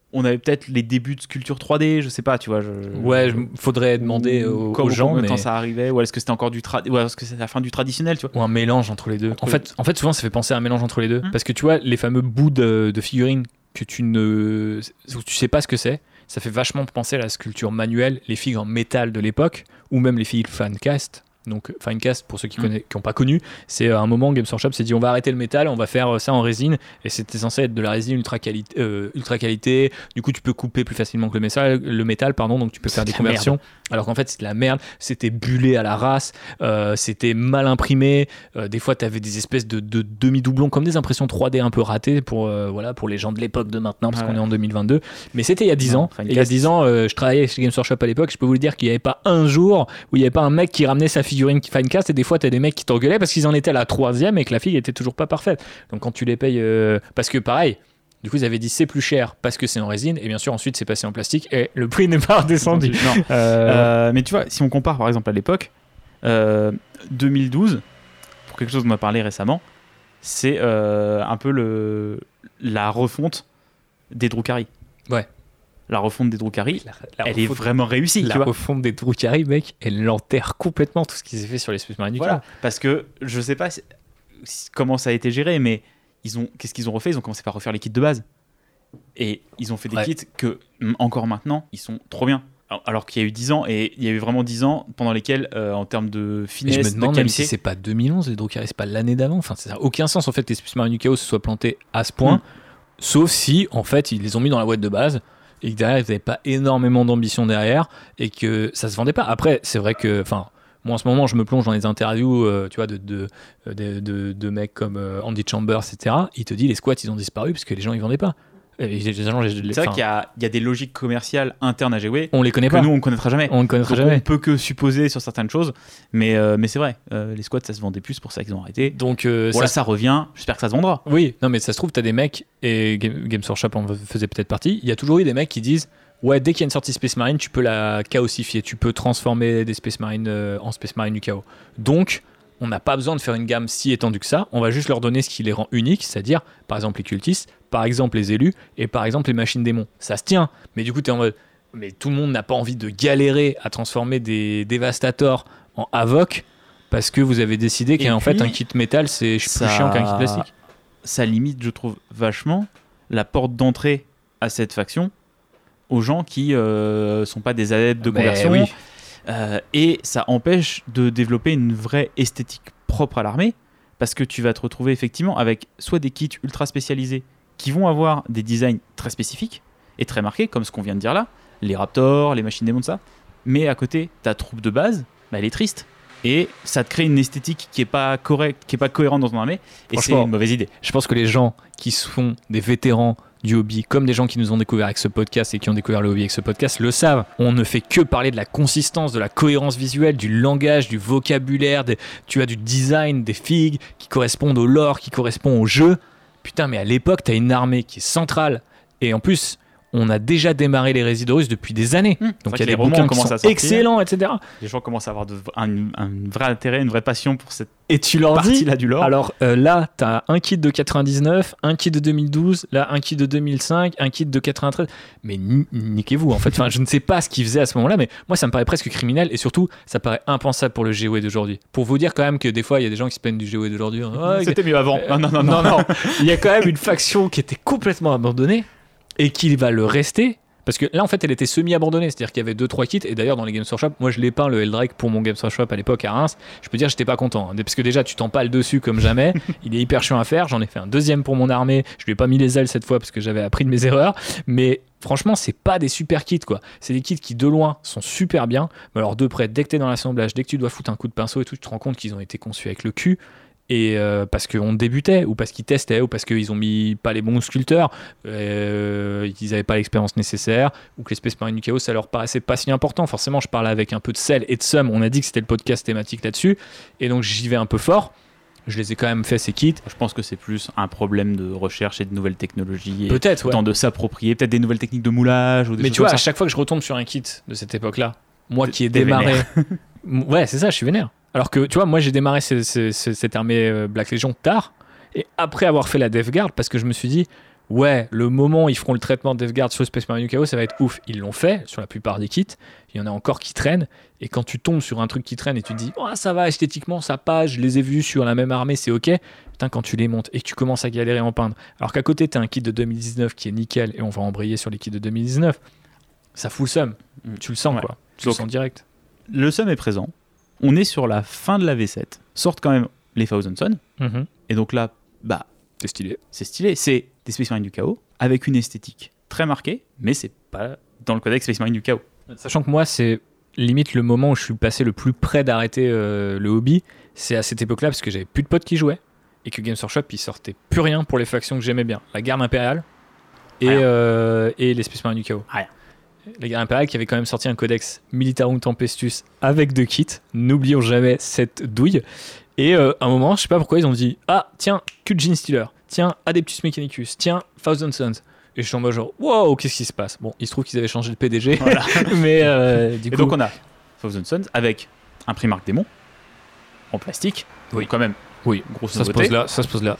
on avait peut-être les débuts de sculpture trois D, je sais pas, tu vois. Je, ouais, il faudrait demander aux, aux gens. Combien de mais... temps ça arrivait, ou est-ce que c'était encore du tra... ou est-ce que c'était la fin du traditionnel, tu vois. Ou un mélange entre les deux. Entre en, les... fait, en fait, souvent, ça fait penser à un mélange entre les deux. Hum. Parce que tu vois, les fameux bouts de, de figurines que tu ne, où tu sais pas ce que c'est, ça fait vachement penser à la sculpture manuelle, les figues en métal de l'époque, ou même les figues Finecast. Donc Finecast, pour ceux qui n'ont mmh. pas connu, c'est euh, un moment Games Workshop s'est dit on va arrêter le métal, on va faire euh, ça en résine, et c'était censé être de la résine ultra qualité, euh, ultra qualité. Du coup tu peux couper plus facilement que le métal, le métal pardon, donc tu peux faire des conversions. Merde. Alors qu'en fait c'était de la merde, c'était bullé à la race, euh, c'était mal imprimé. Euh, des fois tu avais des espèces de, de demi-doublons comme des impressions trois D un peu ratées pour euh, voilà pour les gens de l'époque de maintenant parce ouais. qu'on est en deux mille vingt-deux. Mais c'était il y a dix non, ans. Et il y a dix ans, euh, je travaillais chez Games Workshop à l'époque. Je peux vous le dire qu'il n'y avait pas un jour où il n'y avait pas un mec qui ramenait sa figurine Finecast, et des fois t'as des mecs qui t'engueulaient parce qu'ils en étaient à la troisième et que la figue était toujours pas parfaite. Donc quand tu les payes, euh, parce que pareil, du coup ils avaient dit c'est plus cher parce que c'est en résine, et bien sûr ensuite c'est passé en plastique et le prix n'est pas redescendu. Non. Euh... Euh, mais tu vois, si on compare par exemple à l'époque, euh, deux mille douze, pour quelque chose dont on a parlé récemment, c'est euh, un peu le, la refonte des Drukhari. Ouais. La refonte des Drukhari, la, la elle refonte, est vraiment réussie. La tu vois. refonte des Drukhari, mec, elle enterre complètement tout ce qui s'est fait sur les Space Marine du Voilà, Chaos. parce que je sais pas si, si, comment ça a été géré, mais ils ont, qu'est-ce qu'ils ont refait ? Ils ont commencé par refaire les kits de base. Et ils ont fait des ouais. kits que, encore maintenant, ils sont trop bien. Alors, alors qu'il y a eu dix ans, et il y a eu vraiment dix ans pendant lesquels, euh, en termes de finesse, et je me demande de même qualité... si c'est pas deux mille onze, les Drukhari, c'est pas l'année d'avant. Enfin, ça n'a aucun sens, en fait, que les Space Marine du Chaos se soient plantés à ce point, mmh. sauf si, en fait, ils les ont mis dans la boîte de base, et que derrière, ils n'avaient pas énormément d'ambition derrière, et que ça se vendait pas. Après, c'est vrai que, enfin, moi en ce moment, je me plonge dans les interviews, euh, tu vois, de, de, de, de, de mecs comme euh, Andy Chambers, et cetera. Il te dit, les squats, ils ont disparu parce que les gens, ils vendaient pas. Et les gens, les, les, c'est vrai qu'il y a, il y a des logiques commerciales internes à G W. On les connaît que pas. Nous, on ne connaîtra jamais. On ne connaîtra Donc, jamais. On peut que supposer sur certaines choses, mais, euh, mais c'est vrai, euh, les squats, ça se vendait plus, c'est pour ça qu'ils ont arrêté. Donc, euh, bon, ça, là, ça revient, j'espère que ça se vendra. Oui, non, mais ça se trouve, t'as des mecs, et Games Workshop en faisait peut-être partie, il y a toujours eu des mecs qui disent ouais, dès qu'il y a une sortie Space Marine, tu peux la chaosifier, tu peux transformer des Space Marine euh, en Space Marine du chaos. Donc, on n'a pas besoin de faire une gamme si étendue que ça, on va juste leur donner ce qui les rend uniques, c'est-à-dire, par exemple, les cultistes, par exemple, les élus, et par exemple, les machines démons. Ça se tient, mais du coup, t'es en mode, mais tout le monde n'a pas envie de galérer à transformer des Devastators en Havoc, parce que vous avez décidé qu'en fait, un kit métal, c'est ça, plus chiant qu'un kit plastique. Ça limite, je trouve, vachement la porte d'entrée à cette faction aux gens qui euh, sont pas des adeptes de conversion. Oui. Euh, et ça empêche de développer une vraie esthétique propre à l'armée, parce que tu vas te retrouver effectivement avec soit des kits ultra spécialisés qui vont avoir des designs très spécifiques et très marqués, comme ce qu'on vient de dire là, les Raptors, les machines démons, de ça, mais à côté, ta troupe de base, bah, elle est triste. Et ça te crée une esthétique qui est pas correcte, qui est pas cohérente dans ton armée, et c'est une mauvaise idée. Je pense que les gens qui sont des vétérans du hobby, comme des gens qui nous ont découvert avec ce podcast et qui ont découvert le hobby avec ce podcast, le savent. On ne fait que parler de la consistance, de la cohérence visuelle, du langage, du vocabulaire, des, tu as du design, des figues qui correspondent au lore, qui correspondent au jeu. Putain, mais à l'époque, t'as une armée qui est centrale, et en plus, on a déjà démarré les Résidorus depuis des années. Mmh. Donc il y a des bouquins qui sont excellents, et cetera. Les gens commencent à avoir de, un, un vrai intérêt, une vraie passion pour cette et tu leur partie dis, là du lore. Alors euh, là, tu as un kit de quatre-vingt-dix-neuf, un kit de deux mille douze, là un kit de deux mille cinq, un kit de quatre-vingt-treize. Mais ni- niquez-vous en fait. Enfin, je ne sais pas ce qu'ils faisaient à ce moment-là, mais moi ça me paraît presque criminel, et surtout ça paraît impensable pour le G O E d'aujourd'hui. Pour vous dire quand même que des fois il y a des gens qui se plaignent du G O E d'aujourd'hui. Hein. Ouais, C'était mieux avant. Euh, non, non, non, non, non. Il y a quand même une faction qui était complètement abandonnée et qui va le rester. Parce que là, en fait, elle était semi-abandonnée. C'est-à-dire qu'il y avait deux trois kits. Et d'ailleurs, dans les Games Workshop, moi, je l'ai peint le Eldrake pour mon Games Workshop à l'époque à Reims. Je peux dire, j'étais pas content. Hein, parce que déjà, tu t'empales dessus comme jamais. Il est hyper chiant à faire. J'en ai fait un deuxième pour mon armée. Je lui ai pas mis les ailes cette fois parce que j'avais appris de mes erreurs. Mais franchement, c'est pas des super kits, quoi. C'est des kits qui, de loin, sont super bien. Mais alors, de près, dès que t'es dans l'assemblage, dès que tu dois foutre un coup de pinceau et tout, tu te rends compte qu'ils ont été conçus avec le cul. Et euh, parce qu'on débutait, ou parce qu'ils testaient, ou parce qu'ils ont mis pas les bons sculpteurs, euh, ils n'avaient pas l'expérience nécessaire, ou que les Space Marine du Chaos, ça leur paraissait pas si important. Forcément, je parlais avec un peu de sel et de somme. On a dit que c'était le podcast thématique là-dessus, et donc j'y vais un peu fort. Je les ai quand même fait, ces kits. Je pense que c'est plus un problème de recherche et de nouvelles technologies. Et peut-être, ouais. Temps de s'approprier, peut-être des nouvelles techniques de moulage. Ou des Mais choses tu vois, comme à ça. chaque fois que je retombe sur un kit de cette époque-là, moi T'es- qui ai t'es démarré. vénère. Ouais, c'est ça, je suis vénère. Alors que, tu vois, moi j'ai démarré ce- ce- ce- cette armée euh, Black Legion tard, et après avoir fait la Death Guard, parce que je me suis dit, ouais, le moment où ils feront le traitement de DeathGuard sur Space Marine U K O, ça va être ouf. Ils l'ont fait sur la plupart des kits. Il y en a encore qui traînent. Et quand tu tombes sur un truc qui traîne et tu te dis, oh, ça va esthétiquement, ça passe, je les ai vus sur la même armée, c'est ok. Putain, quand tu les montes et que tu commences à galérer en peindre, alors qu'à côté, tu as un kit de deux mille dix-neuf qui est nickel et on va embrayer sur les kits de deux mille dix-neuf, ça fout le seum. Mm. Tu le sens, ouais. quoi. Tu Donc, le sens direct. Le seum est présent. On est sur la fin de la V sept. Sortent quand même les Thousand Sons. Mm-hmm. Et donc là, bah, c'est stylé. C'est stylé. C'est des Space Marine du Chaos avec une esthétique très marquée, mais c'est pas dans le codex Space Marine du Chaos. Sachant que moi, c'est limite le moment où je suis passé le plus près d'arrêter euh, le hobby, c'est à cette époque-là parce que j'avais plus de potes qui jouaient et que Games Workshop il sortait plus rien pour les factions que j'aimais bien. La Garde Impériale et, euh, et les Space Marine du Chaos. Rien. La Garde Impériale qui avait quand même sorti un codex Militarum Tempestus avec deux kits. N'oublions jamais cette douille. Et euh, à un moment, je sais pas pourquoi ils ont dit ah tiens Kuljin Stealer, tiens Adeptus Mechanicus, tiens Thousand Sons. Et je suis en mode genre wow qu'est-ce qui se passe. Bon, il se trouve qu'ils avaient changé de P D G, voilà. mais euh, du et coup. Donc on a Thousand Sons avec un Primarch démon en plastique. Oui, quand même. Oui, grosse ça nouveauté. se pose là. Ça se pose là.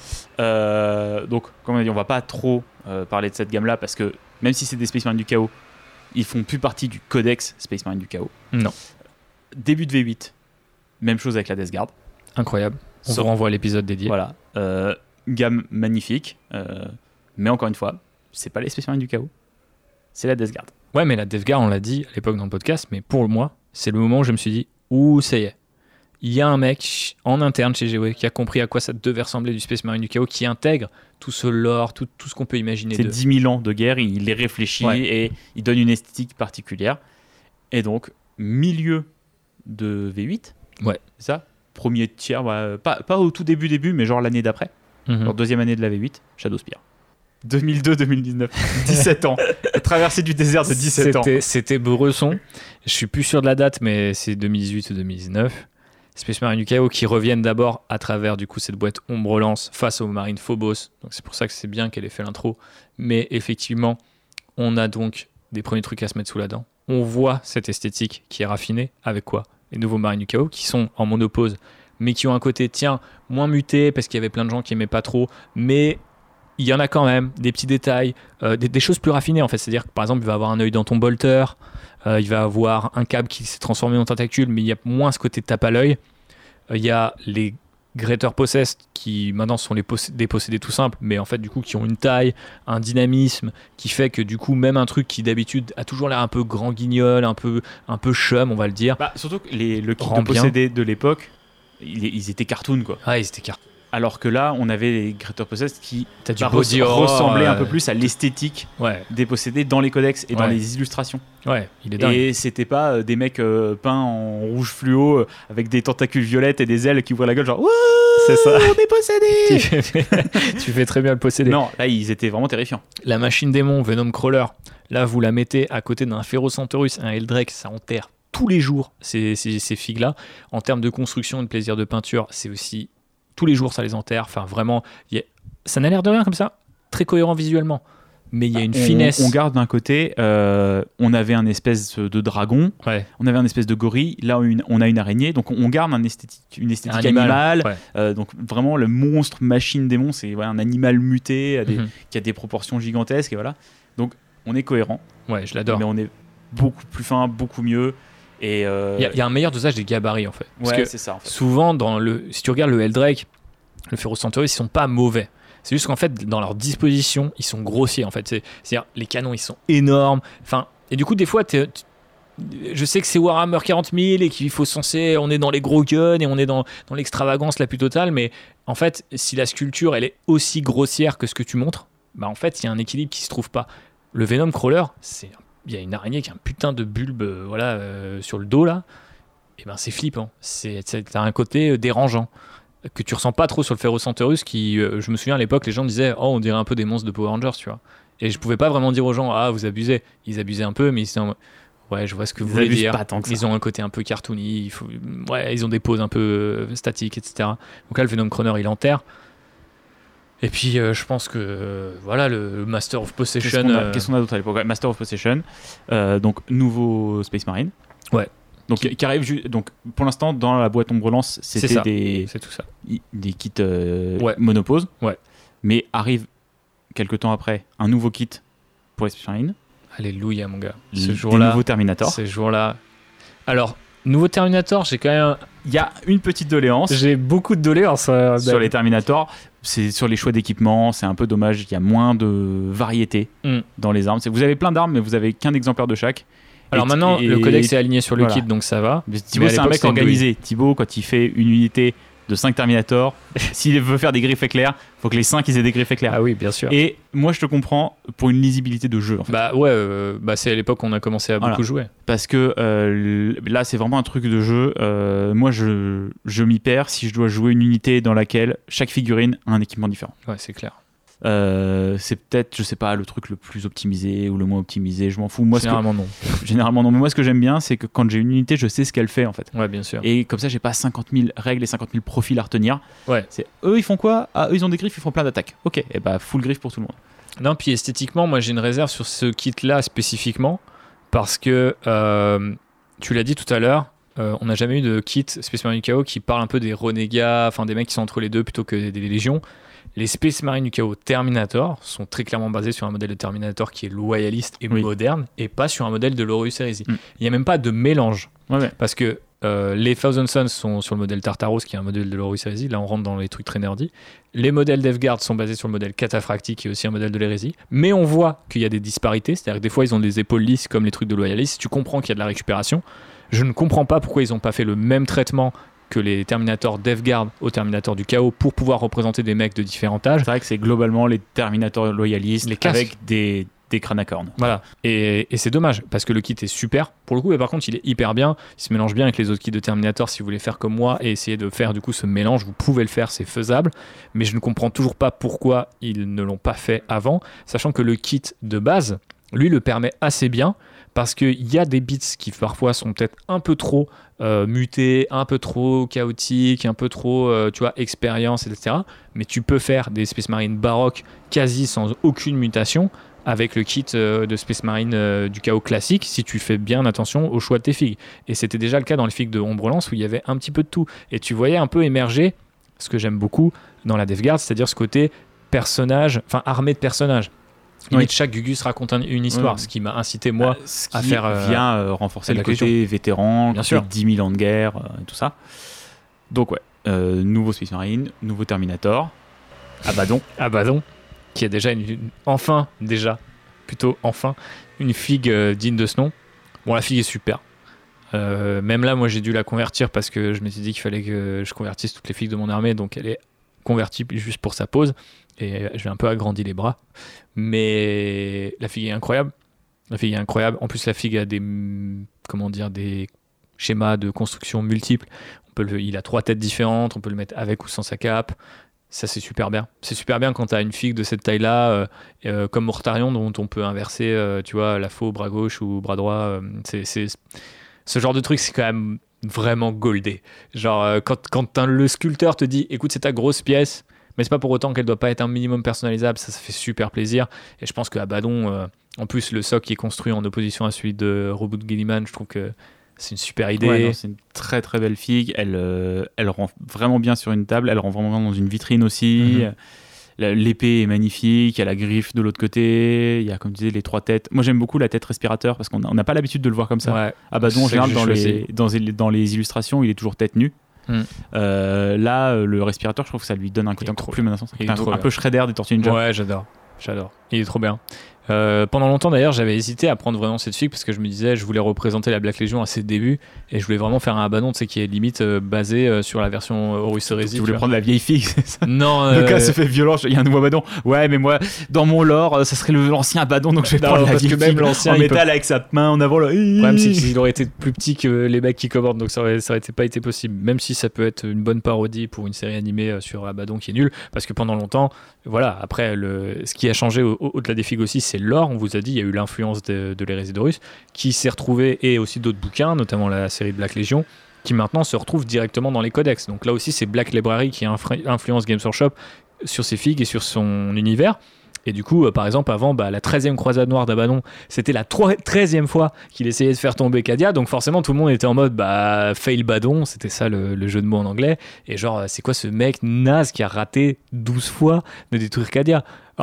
Euh, donc comme on a dit, on va pas trop euh, parler de cette gamme là parce que même si c'est des Space Marine du Chaos, ils font plus partie du codex Space Marine du Chaos. Non. Début de V huit, même chose avec la Death Guard. Incroyable. On vous renvoie à l'épisode dédié. Voilà. Euh, gamme magnifique. Euh, mais encore une fois, c'est pas les Space Marine du Chaos. C'est la Death Guard. Ouais, mais la Death Guard, on l'a dit à l'époque dans le podcast, mais pour moi, c'est le moment où je me suis dit, ouh, ça y est. Il y a un mec en interne chez G W qui a compris à quoi ça devait ressembler du Space Marine du Chaos, qui intègre tout ce lore, tout, tout ce qu'on peut imaginer. C'est de... dix mille ans de guerre, il les réfléchit ouais. et il donne une esthétique particulière. Et donc, milieu de V huit, ouais. c'est ça ? Premier tiers, ouais, pas, pas au tout début, début, mais genre l'année d'après. Mm-hmm. Genre deuxième année de la V huit, Shadowspear. deux mille deux deux mille dix-neuf, dix-sept ans. Traversée du désert de dix-sept ans. C'était Bresson. Je suis plus sûr de la date, mais c'est deux mille dix-huit ou deux mille dix-neuf. Space Marine du Chaos qui reviennent d'abord à travers du coup cette boîte Ombre Lance face aux marines Phobos. Donc c'est pour ça que c'est bien qu'elle ait fait l'intro. Mais effectivement, on a donc des premiers trucs à se mettre sous la dent. On voit cette esthétique qui est raffinée avec quoi ? Les nouveaux marines du Chaos qui sont en monopause, mais qui ont un côté tiens moins muté parce qu'il y avait plein de gens qui aimaient pas trop, mais il y en a quand même des petits détails, euh, des, des choses plus raffinées en fait. C'est-à-dire que par exemple, il va avoir un œil dans ton bolter, euh, il va avoir un câble qui s'est transformé en tentacule, mais il y a moins ce côté tape à l'œil. Euh, il y a les Greater Possessed qui maintenant sont les poss- des possédés tout simples, mais en fait du coup qui ont une taille, un dynamisme qui fait que du coup même un truc qui d'habitude a toujours l'air un peu grand guignol, un peu un peu chum, on va le dire. Bah, surtout que les, le kit de possédés de l'époque, ils, ils étaient cartoon quoi. Ah, ils étaient cartoon. Alors que là, on avait les Greater Possessed qui T'as du bah, body res- horror, ressemblaient euh... un peu plus à l'esthétique ouais. des possédés dans les codex et ouais. dans les illustrations. Ouais, il est dingue. Et c'était pas euh, des mecs euh, peints en rouge fluo euh, avec des tentacules violettes et des ailes qui ouvrent la gueule genre Wouh, c'est ça. On est possédés. tu, fais, tu fais très bien le posséder. Non, là ils étaient vraiment terrifiants. La machine démon Venom Crawler, là vous la mettez à côté d'un Ferrocentaurus, un Eldrake, ça enterre tous les jours ces, ces, ces figues-là. En termes de construction et de plaisir de peinture, c'est aussi tous les jours ça les enterre. Enfin vraiment, y a... ça n'a l'air de rien comme ça, très cohérent visuellement. Mais il y a une on, finesse. On garde d'un côté, euh, on avait un espèce de dragon, ouais. on avait un espèce de gorille, là une, on a une araignée, donc on garde un esthétique, une esthétique un animal, animale. Ouais. Euh, donc vraiment le monstre machine démon, c'est ouais, un animal muté, à des, mm-hmm. qui a des proportions gigantesques et voilà. Donc on est cohérent. Ouais, je l'adore. Mais on est beaucoup plus fin, beaucoup mieux. Et il euh... y, y a un meilleur dosage des gabarits en fait. Parce ouais, que c'est ça. En fait. Souvent, dans le, si tu regardes le Eldrake, le Ferrocentaurus, ils sont pas mauvais. C'est juste qu'en fait, dans leur disposition, ils sont grossiers en fait. C'est, c'est-à-dire, les canons, ils sont énormes. Enfin, et du coup, des fois, t'es, t'es, je sais que c'est Warhammer quarante mille et qu'il faut censer, on est dans les gros guns et on est dans, dans l'extravagance la plus totale. Mais en fait, si la sculpture, elle est aussi grossière que ce que tu montres, bah en fait, il y a un équilibre qui se trouve pas. Le Venom Crawler, c'est, il y a une araignée qui a un putain de bulbe, euh, voilà, euh, sur le dos là. Et ben, c'est flippant. C'est, c'est, t'as un côté euh, dérangeant que tu ressens pas trop sur le Ferrocentaurus qui, euh, je me souviens à l'époque, les gens disaient oh on dirait un peu des monstres de Power Rangers, tu vois. Et je pouvais pas vraiment dire aux gens ah vous abusez. Ils abusaient un peu, mais ils étaient en... ouais je vois ce que vous voulez dire. Pas tant que ça. Ils ont un côté un peu cartoony, il faut... ouais ils ont des poses un peu euh, statiques, et cetera. Donc là le Venom Crawler il enterre. Et puis euh, je pense que euh, voilà le Master of Possession. Qu'est-ce qu'on a, euh... qu'est-ce qu'on a d'autre à l'époque? Master of Possession, euh, donc nouveau Space Marine. Ouais. Donc, qui, qui arrive ju- donc pour l'instant dans la boîte Ombre Lance, c'était c'est des c'est tout ça. Des kits euh, ouais. monopause. Ouais. Mais arrive quelques temps après, un nouveau kit pour les Space Marines. Alléluia, mon gars. Ce Des jour-là. nouveaux Terminator. Ce jour-là. Alors, nouveau Terminator, j'ai quand même. Il y a une petite doléance. J'ai beaucoup de doléances. Euh, sur les Terminator, c'est sur les choix d'équipement, c'est un peu dommage, il y a moins de variété mm. dans les armes. C'est, vous avez plein d'armes, mais vous avez qu'un exemplaire de chaque. Alors et, maintenant, et, le codex est aligné sur le voilà. kit, donc ça va. Mais Thibaut, mais c'est un mec organisé. Thibaut, quand il fait une unité de cinq Terminator, s'il veut faire des griffes éclairs, il faut que les cinq ils aient des griffes éclairs. Ah oui, bien sûr. Et moi, je te comprends pour une lisibilité de jeu. En fait. Bah ouais, euh, bah c'est à l'époque qu'on a commencé à voilà. beaucoup jouer. Parce que euh, là, c'est vraiment un truc de jeu. Euh, moi, je, je m'y perds si je dois jouer une unité dans laquelle chaque figurine a un équipement différent. Ouais, c'est clair. Euh, c'est peut-être, je sais pas, le truc le plus optimisé ou le moins optimisé, je m'en fous. Moi, généralement ce que, non. Généralement non. Mais moi, ce que j'aime bien, c'est que quand j'ai une unité, je sais ce qu'elle fait en fait. Ouais, bien sûr. Et comme ça, j'ai pas cinquante mille règles et cinquante mille profils à retenir. Ouais. C'est eux, ils font quoi? Ah, eux, ils ont des griffes, ils font plein d'attaques. Ok, et bah full griffe pour tout le monde. Non, puis esthétiquement, moi j'ai une réserve sur ce kit-là spécifiquement parce que euh, tu l'as dit tout à l'heure. Euh, on n'a jamais eu de kit Space Marine du Chaos qui parle un peu des renégats, enfin des mecs qui sont entre les deux plutôt que des, des légions. Les Space Marine du Chaos Terminator sont très clairement basés sur un modèle de Terminator qui est loyaliste et oui. moderne et pas sur un modèle de l'Horus Heresy. Mm. Il n'y a même pas de mélange. Ouais, ouais. Parce que euh, les Thousand Sons sont sur le modèle Tartaros qui est un modèle de l'Horus Heresy. Là, on rentre dans les trucs très nerdy. Les modèles d'Evguard sont basés sur le modèle Cataphracti qui est aussi un modèle de l'Hérésie. Mais on voit qu'il y a des disparités. C'est-à-dire que des fois, ils ont des épaules lisses comme les trucs de loyalistes. Tu comprends qu'il y a de la récupération. Je ne comprends pas pourquoi ils n'ont pas fait le même traitement que les Terminators d'Evguard aux Terminators du Chaos pour pouvoir représenter des mecs de différents âges. C'est vrai que c'est globalement les Terminators loyalistes les avec des, des crânes à cornes. Voilà, et, et c'est dommage parce que le kit est super pour le coup, et par contre il est hyper bien, il se mélange bien avec les autres kits de Terminator. Si vous voulez faire comme moi et essayer de faire du coup ce mélange, vous pouvez le faire, c'est faisable, mais je ne comprends toujours pas pourquoi ils ne l'ont pas fait avant, sachant que le kit de base, lui, le permet assez bien parce qu'il y a des bits qui parfois sont peut-être un peu trop euh, mutés, un peu trop chaotiques, un peu trop, euh, tu vois, expérience, et cetera. Mais tu peux faire des Space Marine baroques quasi sans aucune mutation avec le kit euh, de Space Marine euh, du Chaos classique si tu fais bien attention au choix de tes figues. Et c'était déjà le cas dans les figues de Ombre-Lance où il y avait un petit peu de tout. Et tu voyais un peu émerger ce que j'aime beaucoup dans la DevGuard, c'est-à-dire ce côté personnage, enfin armée de personnages. Oui. Chaque Gugus raconte un, une histoire, oui. ce qui m'a incité moi bah, ce qui à faire euh, vient euh, renforcer le côté question. vétéran, bien côté sûr, dix mille ans de guerre, euh, et tout ça. Donc ouais, euh, nouveau Space Marine, nouveau Terminator, Abaddon, Abaddon, qui a déjà une, une, enfin déjà plutôt enfin une figue euh, digne de ce nom. Bon, la figue est super. Euh, même là, moi j'ai dû la convertir parce que je me suis dit qu'il fallait que je convertisse toutes les figues de mon armée, donc elle est convertie juste pour sa pose. Et j'ai un peu agrandi les bras, mais la figue est incroyable. La figue est incroyable. En plus, la figue a des, comment dire, des schémas de construction multiples. On peut le, il a trois têtes différentes. On peut le mettre avec ou sans sa cape. Ça, c'est super bien. C'est super bien quand tu as une figue de cette taille-là, euh, euh, comme Mortarion, dont on peut inverser, euh, tu vois, la faux bras gauche ou bras droit. Euh, c'est, c'est, ce genre de truc, c'est quand même vraiment goldé. Genre, euh, quand, quand le sculpteur te dit, écoute, c'est ta grosse pièce. Mais c'est pas pour autant qu'elle doit pas être un minimum personnalisable, ça, ça fait super plaisir. Et je pense qu'Abaddon, euh, en plus, le socle qui est construit en opposition à celui de Robot Gilliman, je trouve que c'est une super idée. Ouais, non, c'est une très très belle figue. Elle, euh, elle rend vraiment bien sur une table, elle rend vraiment bien dans une vitrine aussi. Mm-hmm. L'épée est magnifique, il y a la griffe de l'autre côté, il y a, comme tu disais, les trois têtes. Moi, j'aime beaucoup la tête respirateur parce qu'on n'a pas l'habitude de le voir comme ça. Ouais, Abaddon, en général, dans les, dans, les, dans les illustrations, il est toujours tête nue. Mm. Euh, là, le respirateur, je trouve que ça lui donne un côté encore plus menaçant. Un, un peu Shredder des Tortues Ninja. Ouais, j'adore. J'adore. Il est trop bien. Euh, pendant longtemps d'ailleurs, j'avais hésité à prendre vraiment cette figue parce que je me disais, je voulais représenter la Black Legion à ses débuts et je voulais vraiment faire un Abaddon, tu sais, qui est limite euh, basé euh, sur la version Horus Heresy. Tu voulais prendre la vieille figue, c'est ça? Non. Euh... Le cas euh... se fait violent. Il y a un nouveau Abaddon. Ouais, mais moi, dans mon lore, ça serait le, l'ancien Abaddon, donc je vais non, prendre la vieille figue. Même l'ancien en métal peut... avec sa main en avant. Là. Le problème, c'est qu'il aurait été plus petit que les mecs qui commandent, donc ça aurait, ça aurait été, pas été possible. Même si ça peut être une bonne parodie pour une série animée sur Abaddon qui est nulle, parce que pendant longtemps, voilà. Après, le, ce qui a changé au, au, au-delà des figues aussi, c'est le lore. On vous a dit. Il y a eu l'influence de, de l'Hérésie d'Horus qui s'est retrouvée, et aussi d'autres bouquins, notamment la série de Black Legion, qui maintenant se retrouve directement dans les codex. Donc là aussi, c'est Black Library qui influ- influence Games Workshop sur ses figues et sur son univers. Et du coup, euh, par exemple, avant, bah, la treizième croisade noire d'Abaddon, c'était la treizième fois qu'il essayait de faire tomber Cadia. Donc forcément, tout le monde était en mode bah, fail Badon, c'était ça le, le jeu de mots en anglais. Et genre, c'est quoi ce mec naze qui a raté douze fois de détruire Cadia? Alors,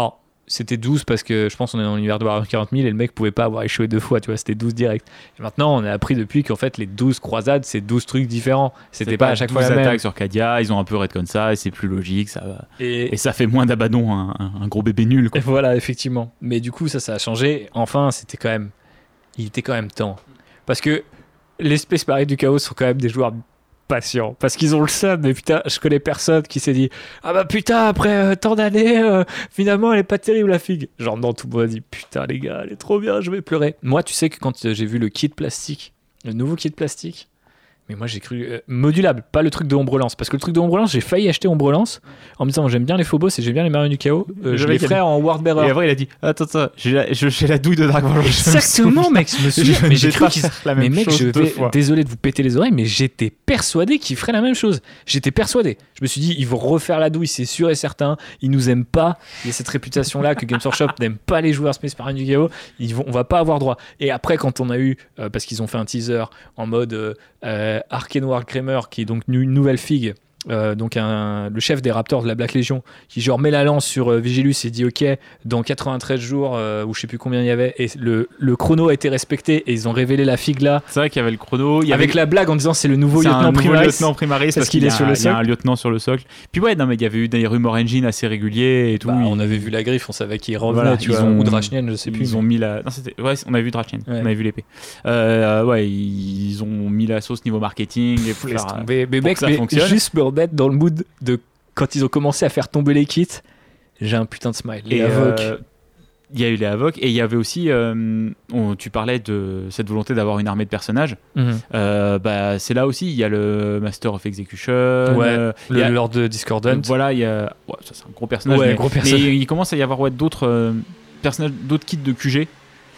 c'était douze parce que je pense qu'on est dans l'univers de Warhammer quarante mille et le mec pouvait pas avoir échoué deux fois, tu vois, c'était douze direct. Et maintenant, on a appris depuis qu'en fait, les douze croisades, c'est douze trucs différents. C'était C'est pas à chaque fois la douze même. attaques sur Cadia, ils ont un peu redcon ça et c'est plus logique, ça va. Et, Et ça fait moins d'Abaddon, un, un- un gros bébé nul, quoi. et voilà, effectivement. Mais du coup, ça, ça a changé. Enfin, c'était quand même. Il était quand même temps. Parce que les Space Marines du Chaos sont quand même des joueurs patients. Parce qu'ils ont le seum. Mais putain, je connais personne qui s'est dit ah bah putain, après euh, tant d'années, euh, finalement, elle est pas terrible la figue. Genre, non, tout le monde a dit putain, les gars, elle est trop bien, je vais pleurer. Moi, tu sais que quand euh, j'ai vu le kit plastique, le nouveau kit plastique, mais moi j'ai cru euh, modulable, pas le truc de Ombre-Lance. Parce que le truc de Ombre-Lance, j'ai failli acheter Ombre-Lance en me disant j'aime bien les Phobos et j'aime bien les Marines du Chaos. Euh, Le je mec les a ferai dit- en Wordbearer. Et après, il a dit attends, attends, j'ai la, je- j'ai la douille de Dark Vengeance. Exactement, mec, je me souviens. Je Mais j'ai vais cru pas qu'ils. faire la Mais même mec, chose je deux vais. fois. Désolé de vous péter les oreilles, mais j'étais persuadé qu'ils feraient la même chose. J'étais persuadé. Je me suis dit, ils vont refaire la douille, c'est sûr et certain. Ils nous aiment pas. Il y a cette réputation-là que Games Workshop n'aime pas les joueurs Space Marine du Chaos. Ils vont, on va pas avoir droit. Et après, quand on a eu, euh, parce qu'ils ont fait un teaser en mode euh, euh, Arcane Wargrammer, qui est donc une nouvelle figue. Euh, donc un, le chef des Raptors de la Black Legion qui genre met la lance sur euh, Vigilus et dit ok dans quatre-vingt-treize jours euh, ou je sais plus combien il y avait et le, le chrono a été respecté et ils ont révélé la figue là C'est vrai qu'il y avait le chrono, il y avec avait la blague en disant c'est le nouveau c'est un lieutenant nouveau primaris lieutenant primaris parce, qu'il qu'il est y a- sur le il y a socle. un lieutenant sur le socle. Puis ouais, non mais il y avait eu des rumors engine assez réguliers et tout. Bah, Ils- on avait vu la griffe on savait qu'il revenait Voilà, tu ils vois ont- ou Drachnien je sais plus Ils mais- ont mis la. Non, c'était. Ouais, on avait vu Drachin, Ouais. on avait vu l'épée. Euh, ouais, ils ont mis la sauce niveau marketing et pour Laisse faire, tomber. Mais pour mec que ça mais fonctionne. juste me remettre dans le mood de quand ils ont commencé à faire tomber les kits j'ai un putain de smile les Et Havoc. euh, il y a eu les Havoc et il y avait aussi. euh, on- tu parlais de cette volonté d'avoir une armée de personnages. Mhm. Euh, bah, c'est là aussi. Il y a le Master of Execution. Ouais, euh, il le y a- Lord de Discordant Voilà, il y a. Ouais, ça c'est un gros personnage. Ouais, mais, gros personnage. mais il commence à y avoir ouais, d'autres euh, personnages, d'autres kits de Q G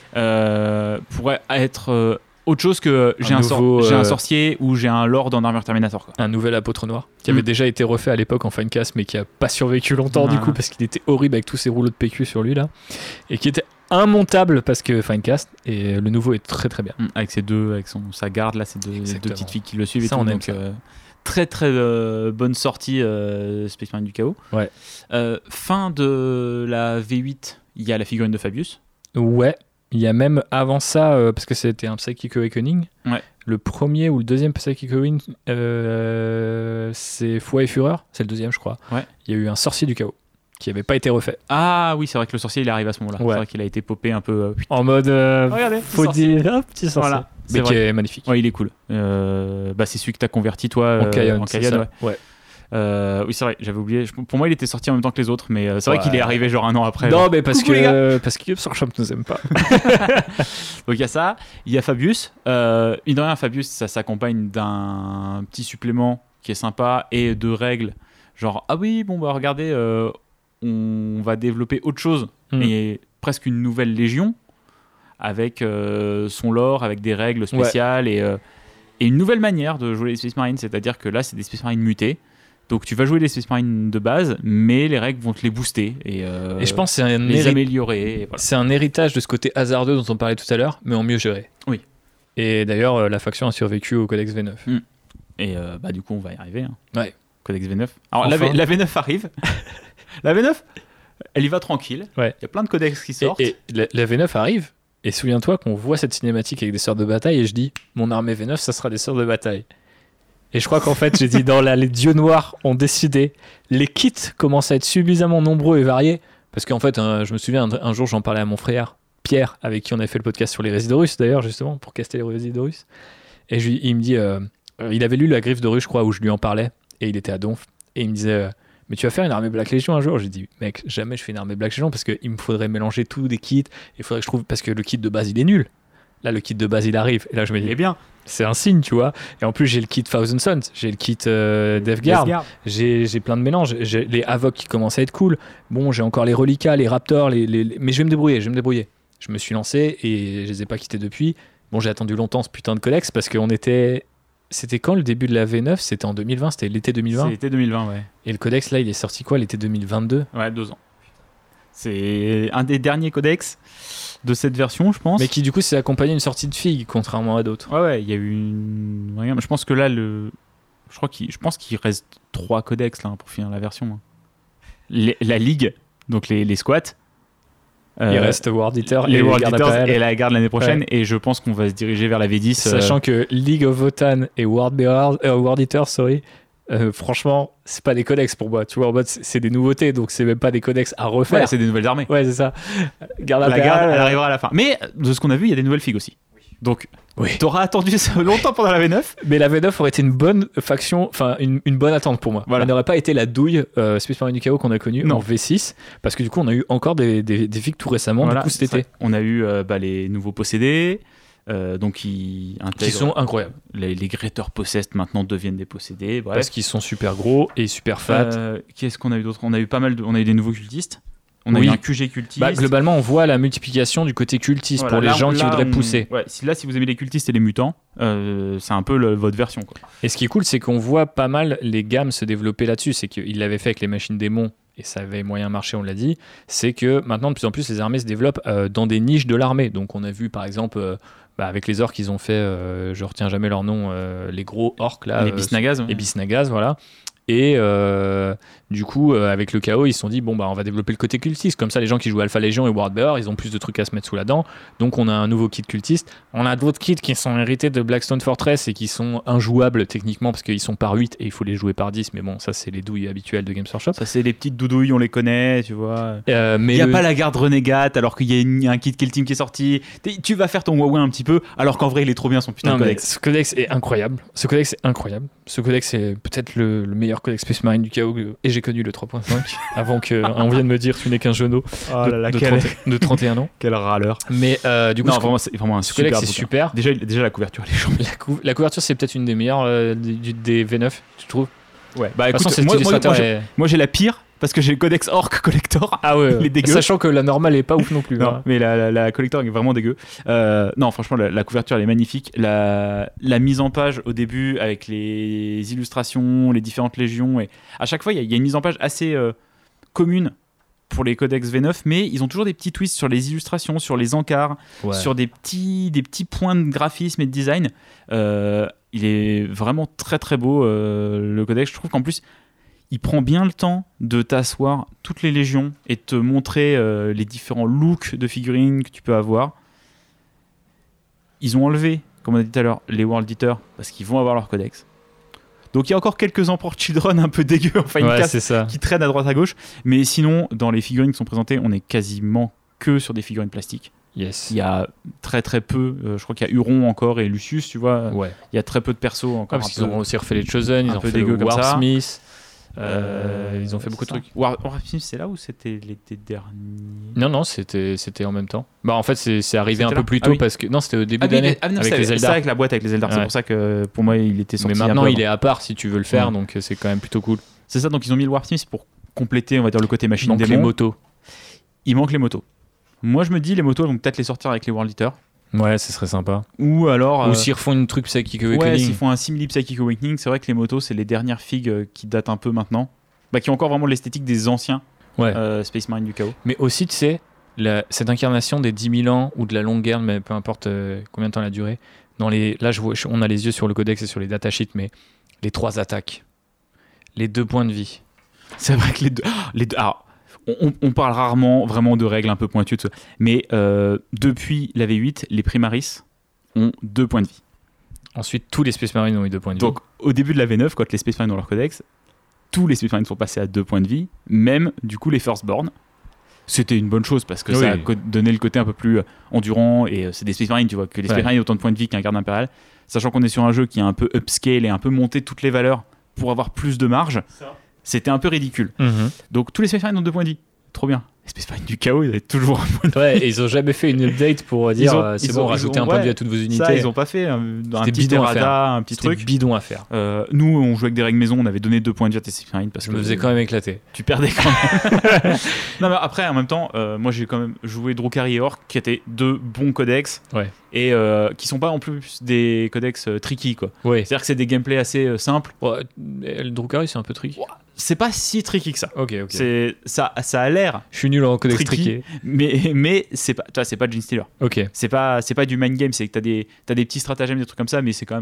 euh, pourraient être euh, autre chose que j'ai un, sor- nouveau, j'ai un euh, sorcier ou j'ai un Lord en armure Terminator. Quoi. un nouvel apôtre noir qui Mm. avait déjà été refait à l'époque en Finecast mais qui a pas survécu longtemps du Ah. coup parce qu'il était horrible avec tous ses rouleaux de P Q sur lui là et qui était immontable parce que Finecast et le nouveau est très très bien. Mm, avec ses deux, avec son, sa garde là, ces deux, deux Exactement. petites filles qui le suivent et Ça, tout. on aime donc, ça. euh, très très euh, bonne sortie euh, Space Marine du Chaos. Ouais. Euh, fin de la V huit, il y a la figurine de Fabius. Ouais, il y a même avant ça euh, parce que c'était un Psychic Awakening. Ouais. Le premier ou le deuxième Psychic Awakening euh, c'est Foi et Fureur, c'est le deuxième je crois. Ouais. Il y a eu un sorcier du chaos qui avait pas été refait Ah oui, c'est vrai que le sorcier il arrive à ce moment-là. Ouais. C'est vrai qu'il a été popé un peu. euh, en mode euh, Regardez, faut sorcier. dire hop, petit sorcier. Voilà, Mais c'est qui vrai. est magnifique. Ouais, il est cool. Euh, bah, c'est celui que t'as converti toi En euh, Kayon, en c'est Kayon, ça. ouais. Ouais. Euh, oui, c'est vrai, j'avais oublié. Je- Pour moi, il était sorti en même temps que les autres, mais euh, c'est vrai Ouais. qu'il est arrivé genre un an après. Non, genre. mais parce Coucou, les gars. que parce que Workshop nous aime pas. Donc il y a ça, il y a Fabius. Euh, mine de rien, Fabius, ça s'accompagne d'un petit supplément qui est sympa et de règles. Genre, ah oui, bon, bah regardez, euh, on va développer autre chose Mm. et presque une nouvelle légion avec euh, son lore, avec des règles spéciales et, euh, et une nouvelle manière de jouer les Space Marines. C'est-à-dire que là, c'est des Space Marines mutés. Donc tu vas jouer les Space Marines de base, mais les règles vont te les booster et, euh, Et je pense que c'est un, les héri- améliorer. Et voilà. c'est un héritage de ce côté hasardeux dont on parlait tout à l'heure, mais en mieux géré. Oui. Et d'ailleurs, euh, la faction a survécu au Codex V neuf. Et euh, bah, du coup, on va y arriver. Hein. Ouais. Codex V neuf. Alors, la, Enfin. V- la V neuf arrive. La V neuf, elle y va tranquille. Ouais. Il y a plein de codex qui Et, sortent. et la, la V neuf arrive, et souviens-toi qu'on voit cette cinématique avec des sœurs de bataille, et je dis, mon armée V neuf, ça sera des sœurs de bataille. Et je crois qu'en fait, j'ai dit, dans la, les dieux noirs ont décidé, les kits commencent à être suffisamment nombreux et variés, parce qu'en fait, un- je me souviens, un, un jour, j'en parlais à mon frère, Pierre, avec qui on avait fait le podcast sur les Résidorus, d'ailleurs, justement, pour caster les Résidorus. Et je lui- il me dit, euh, euh, il avait lu La Griffe de Rue, je crois, où je lui en parlais, et il était à Donf, et il me disait, euh, mais tu vas faire une armée Black Legion un jour? J'ai dit, mec, jamais je fais une armée Black Legion, parce qu'il me faudrait mélanger tous des kits, il faudrait que je trouve, parce que le kit de base, il est nul. Là, le kit de base, il arrive, et là, je me dis, Il est bien. c'est un signe, tu vois. Et en plus, j'ai le kit Thousand Sons, j'ai le kit euh, Death Guard, Death Guard. j'ai j'ai plein de mélanges. J'ai les Havoc qui commencent à être cool. Bon, j'ai encore les Reliquats, les Raptors, les, les- les- mais je vais me débrouiller, je vais me débrouiller. Je me suis lancé et je les ai pas quittés depuis. Bon, j'ai attendu longtemps ce putain de codex parce qu'on était. C'était quand le début de la V neuf? C'était en deux mille vingt, c'était l'été deux mille vingt. C'est l'été deux mille vingt, ouais. Et le codex, là, il est sorti quoi, l'été deux mille vingt-deux? Ouais, deux ans. C'est un des derniers codex de cette version, je pense. Mais qui, du coup, s'est accompagné d'une sortie de figue, contrairement à d'autres. Ouais, ouais, il y a eu une. Regarde, je pense que là, le. Je crois qu'il, je pense qu'il reste trois codex là pour finir la version. hein. Les- la ligue, donc les, les squats, Euh, Il reste World Eater les et World Garde Eaters Impériale. et la garde l'année prochaine. Ouais. Et je pense qu'on va se diriger vers la V dix. Sachant euh... que League of Votan et World, Bearers, euh, World Eater, sorry, euh, franchement, c'est pas des codex pour moi. Tu vois, en mode, c'est, c'est des nouveautés, donc c'est même pas des codex à refaire. Ouais, c'est des nouvelles armées. Ouais, c'est ça. Garde La Impériale, garde, elle euh, arrivera à la fin. Mais de ce qu'on a vu, il y a des nouvelles figues aussi. Donc, Oui. t'auras attendu ça longtemps pendant la V neuf. Mais la V neuf aurait été une bonne faction, enfin une, une bonne attente pour moi. Voilà. Elle n'aurait pas été la douille euh, Space Marine du Chaos qu'on a connue Non. en V six, parce que du coup on a eu encore des, des, des figues tout récemment, Voilà, du coup cet c'est été, ça. On a eu euh, bah, les nouveaux possédés, euh, donc qui intègrent. qui sont incroyables, Les, les Greater Possessed maintenant deviennent des possédés. Bref. parce qu'ils sont super gros et super fat. Euh, Qu'est-ce qu'on a eu d'autre? On a eu pas mal de, on a eu des nouveaux cultistes. On a Oui. eu un Q G cultiste. Bah, globalement, on voit la multiplication du côté cultiste Voilà, pour les là, gens qui là, voudraient on- pousser. Ouais, si, là, si vous aimez les cultistes et les mutants, euh, c'est un peu le- votre version. Quoi. Et ce qui est cool, c'est qu'on voit pas mal les gammes se développer là-dessus. C'est qu'ils l'avaient fait avec les machines démons et ça avait moyen marché, on l'a dit. C'est que maintenant, de plus en plus, les armées se développent euh, dans des niches de l'armée. Donc, on a vu par exemple. Euh, bah, avec les orques, ils ont fait, euh, je retiens jamais leur nom, euh, les gros orques là. les euh, Bisnagas. les Bisnagas, voilà. Et euh, du coup, euh, avec le chaos, ils se sont dit, bon, bah, on va développer le côté cultiste. Comme ça, les gens qui jouent Alpha Légion et Warbearer, ils ont plus de trucs à se mettre sous la dent. Donc, on a un nouveau kit cultiste. On a d'autres kits qui sont hérités de Blackstone Fortress et qui sont injouables techniquement parce qu'ils sont par huit et il faut les jouer par dix. Mais bon, ça, c'est les douilles habituelles de Games Workshop. Ça, c'est les petites doudouilles, on les connaît, tu vois. Euh, mais Il n'y a le- pas la garde renégate alors qu'il y a une- un kit Kill Team qui est sorti. T'es- Tu vas faire ton Huawei un petit peu alors qu'en vrai, il est trop bien son putain Non, de mais codex. ce codex est incroyable. Ce codex est incroyable. Ce codex est peut-être le, le meilleur codex Space Marine du chaos. Et j'ai connu le trois point cinq avant qu'on vienne me dire tu n'es qu'un genou Oh de, là là, de quel- trente de trente et un ans. Quel râleur. Mais euh, du coup, Non, ce, vraiment, c'est vraiment un ce super codex c'est bouquin. super. Déjà, il- déjà la couverture, elle est chambée. La, cou- la couverture, c'est peut-être une des meilleures euh, du- des V neuf, tu trouves? Ouais. Bah De toute écoute, façon, cet moi, moi, illustrateur moi, j'ai- est- moi, j'ai la pire parce que j'ai le codex Orc Collector. Ah ouais, il est dégueu. sachant que la normale est pas ouf non plus. Non, hein. mais la, la, la collector est vraiment dégueu. Euh, non, franchement, la, la couverture, elle est magnifique. La, la mise en page au début avec les illustrations, les différentes légions. Et à chaque fois, il y, a- il y a une mise en page assez euh, commune pour les codex V neuf, mais ils ont toujours des petits twists sur les illustrations, sur les encarts, Ouais. sur des petits, des petits points de graphisme et de design. Euh, il est vraiment très très beau, euh, le codex. Je trouve qu'en plus, il prend bien le temps de t'asseoir toutes les légions et de te montrer euh, les différents looks de figurines que tu peux avoir. Ils ont enlevé, comme on a dit tout à l'heure, les World Eaters parce qu'ils vont avoir leur codex. Donc il y a encore quelques Emperor Children un peu dégueux, enfin une Ouais, casse c'est ça. qui traîne à droite à gauche. Mais sinon, dans les figurines qui sont présentées, on est quasiment que sur des figurines plastiques. Yes. Il y a très très peu, euh, je crois qu'il y a Huron encore et Lucius, tu vois. Ouais. Il y a très peu de persos encore. Ah, parce un qu'ils peu- ont aussi refait les Chosen, ils un ont peu fait dégueu le comme ça. Warsmith. Euh, Euh, ils ont fait beaucoup de c'est ça. trucs. War, Warhammer, c'est là où c'était l'été dernier? Non, non, c'était, c'était en même temps. Bah, en fait, c'est, c'est arrivé un C'était peu là plus Ah tôt oui. parce que. Non, c'était au début Ah, oui, d'année ah, non, avec c'est les c'est Eldar. avec la boîte avec les Eldar. C'est Ouais. pour ça que pour moi il était sorti. Mais un maintenant, peu il avant. est à part si tu veux le faire, Ouais. donc euh, c'est quand même plutôt cool. C'est ça, donc ils ont mis le Warhammer pour compléter, on va dire, le côté Il machine manque démon. les motos. Il manque les motos. Moi je me dis, les motos elles vont peut-être les sortir avec les World Eaters. Ouais, ce serait sympa. Ou alors. Ou euh, s'ils refont une truc Psychic Ouais, Awakening. s'ils font un simili Psychic Awakening, c'est vrai que les motos, c'est les dernières figues euh, qui datent un peu maintenant. Bah, qui ont encore vraiment l'esthétique des anciens Ouais. euh, Space Marine du Chaos. Mais aussi, tu sais, la- cette incarnation des dix mille ans ou de la longue guerre, mais peu importe euh, combien de temps elle a duré. Dans les, là, je vois, je- on a les yeux sur le codex et sur les datasheets, mais les trois attaques, les deux points de vie. C'est vrai que les deux. ah, les deux alors, on, on parle rarement vraiment de règles un peu pointues, tout ça. Mais euh, depuis la V huit, les Primaris ont deux points de vie. Ensuite, tous les Space Marines ont eu deux points de vie. Donc, au début de la V neuf, quand les Space Marines ont leur codex, tous les Space Marines sont passés à deux points de vie, même du coup les Firstborn. C'était une bonne chose parce que Oui. ça a co- donné le côté un peu plus euh, endurant et euh, c'est des Space Marines, tu vois, que les Space Ouais. Marines aient autant de points de vie qu'un garde impérial. Sachant qu'on est sur un jeu qui est un peu upscale et un peu monté toutes les valeurs pour avoir plus de marge, c'était un peu ridicule. Mhm. Donc tous les Space Marines ont deux points de vie. Trop bien. Les Space Marines du chaos, ils avaient toujours un point de vie. Ouais, et ils ont jamais fait une update pour dire ont- euh, c'est ils bon, ont- rajoutez ils ont- un point de vie ouais, à toutes vos unités. Ça, ils ont pas fait un, un C'était petit bidon à errata, faire. un petit C'était truc. bidon à faire. Euh, nous, on jouait avec des règles maison, on avait donné deux points de vie à tes Space Marines parce Je que me faisais quand même éclater. tu perdais quand même. Non, mais après, en même temps, euh, moi j'ai quand même joué Drukhari et Orc qui étaient deux bons codex Ouais. et euh, qui sont pas en plus des codex euh, tricky quoi. Ouais. C'est-à-dire que c'est des gameplays assez euh, simples. Ouais, le Drukhari, c'est un peu tricky. C'est pas si tricky que ça. Ok, ok. C'est ça, ça a l'air, Je suis nul en codex tricky. triqué. mais mais c'est pas, tu vois, c'est pas Gene Stealer. Ok. C'est pas c'est pas du mind game. C'est que t'as des t'as des petits stratagèmes, des trucs comme ça, mais c'est quand même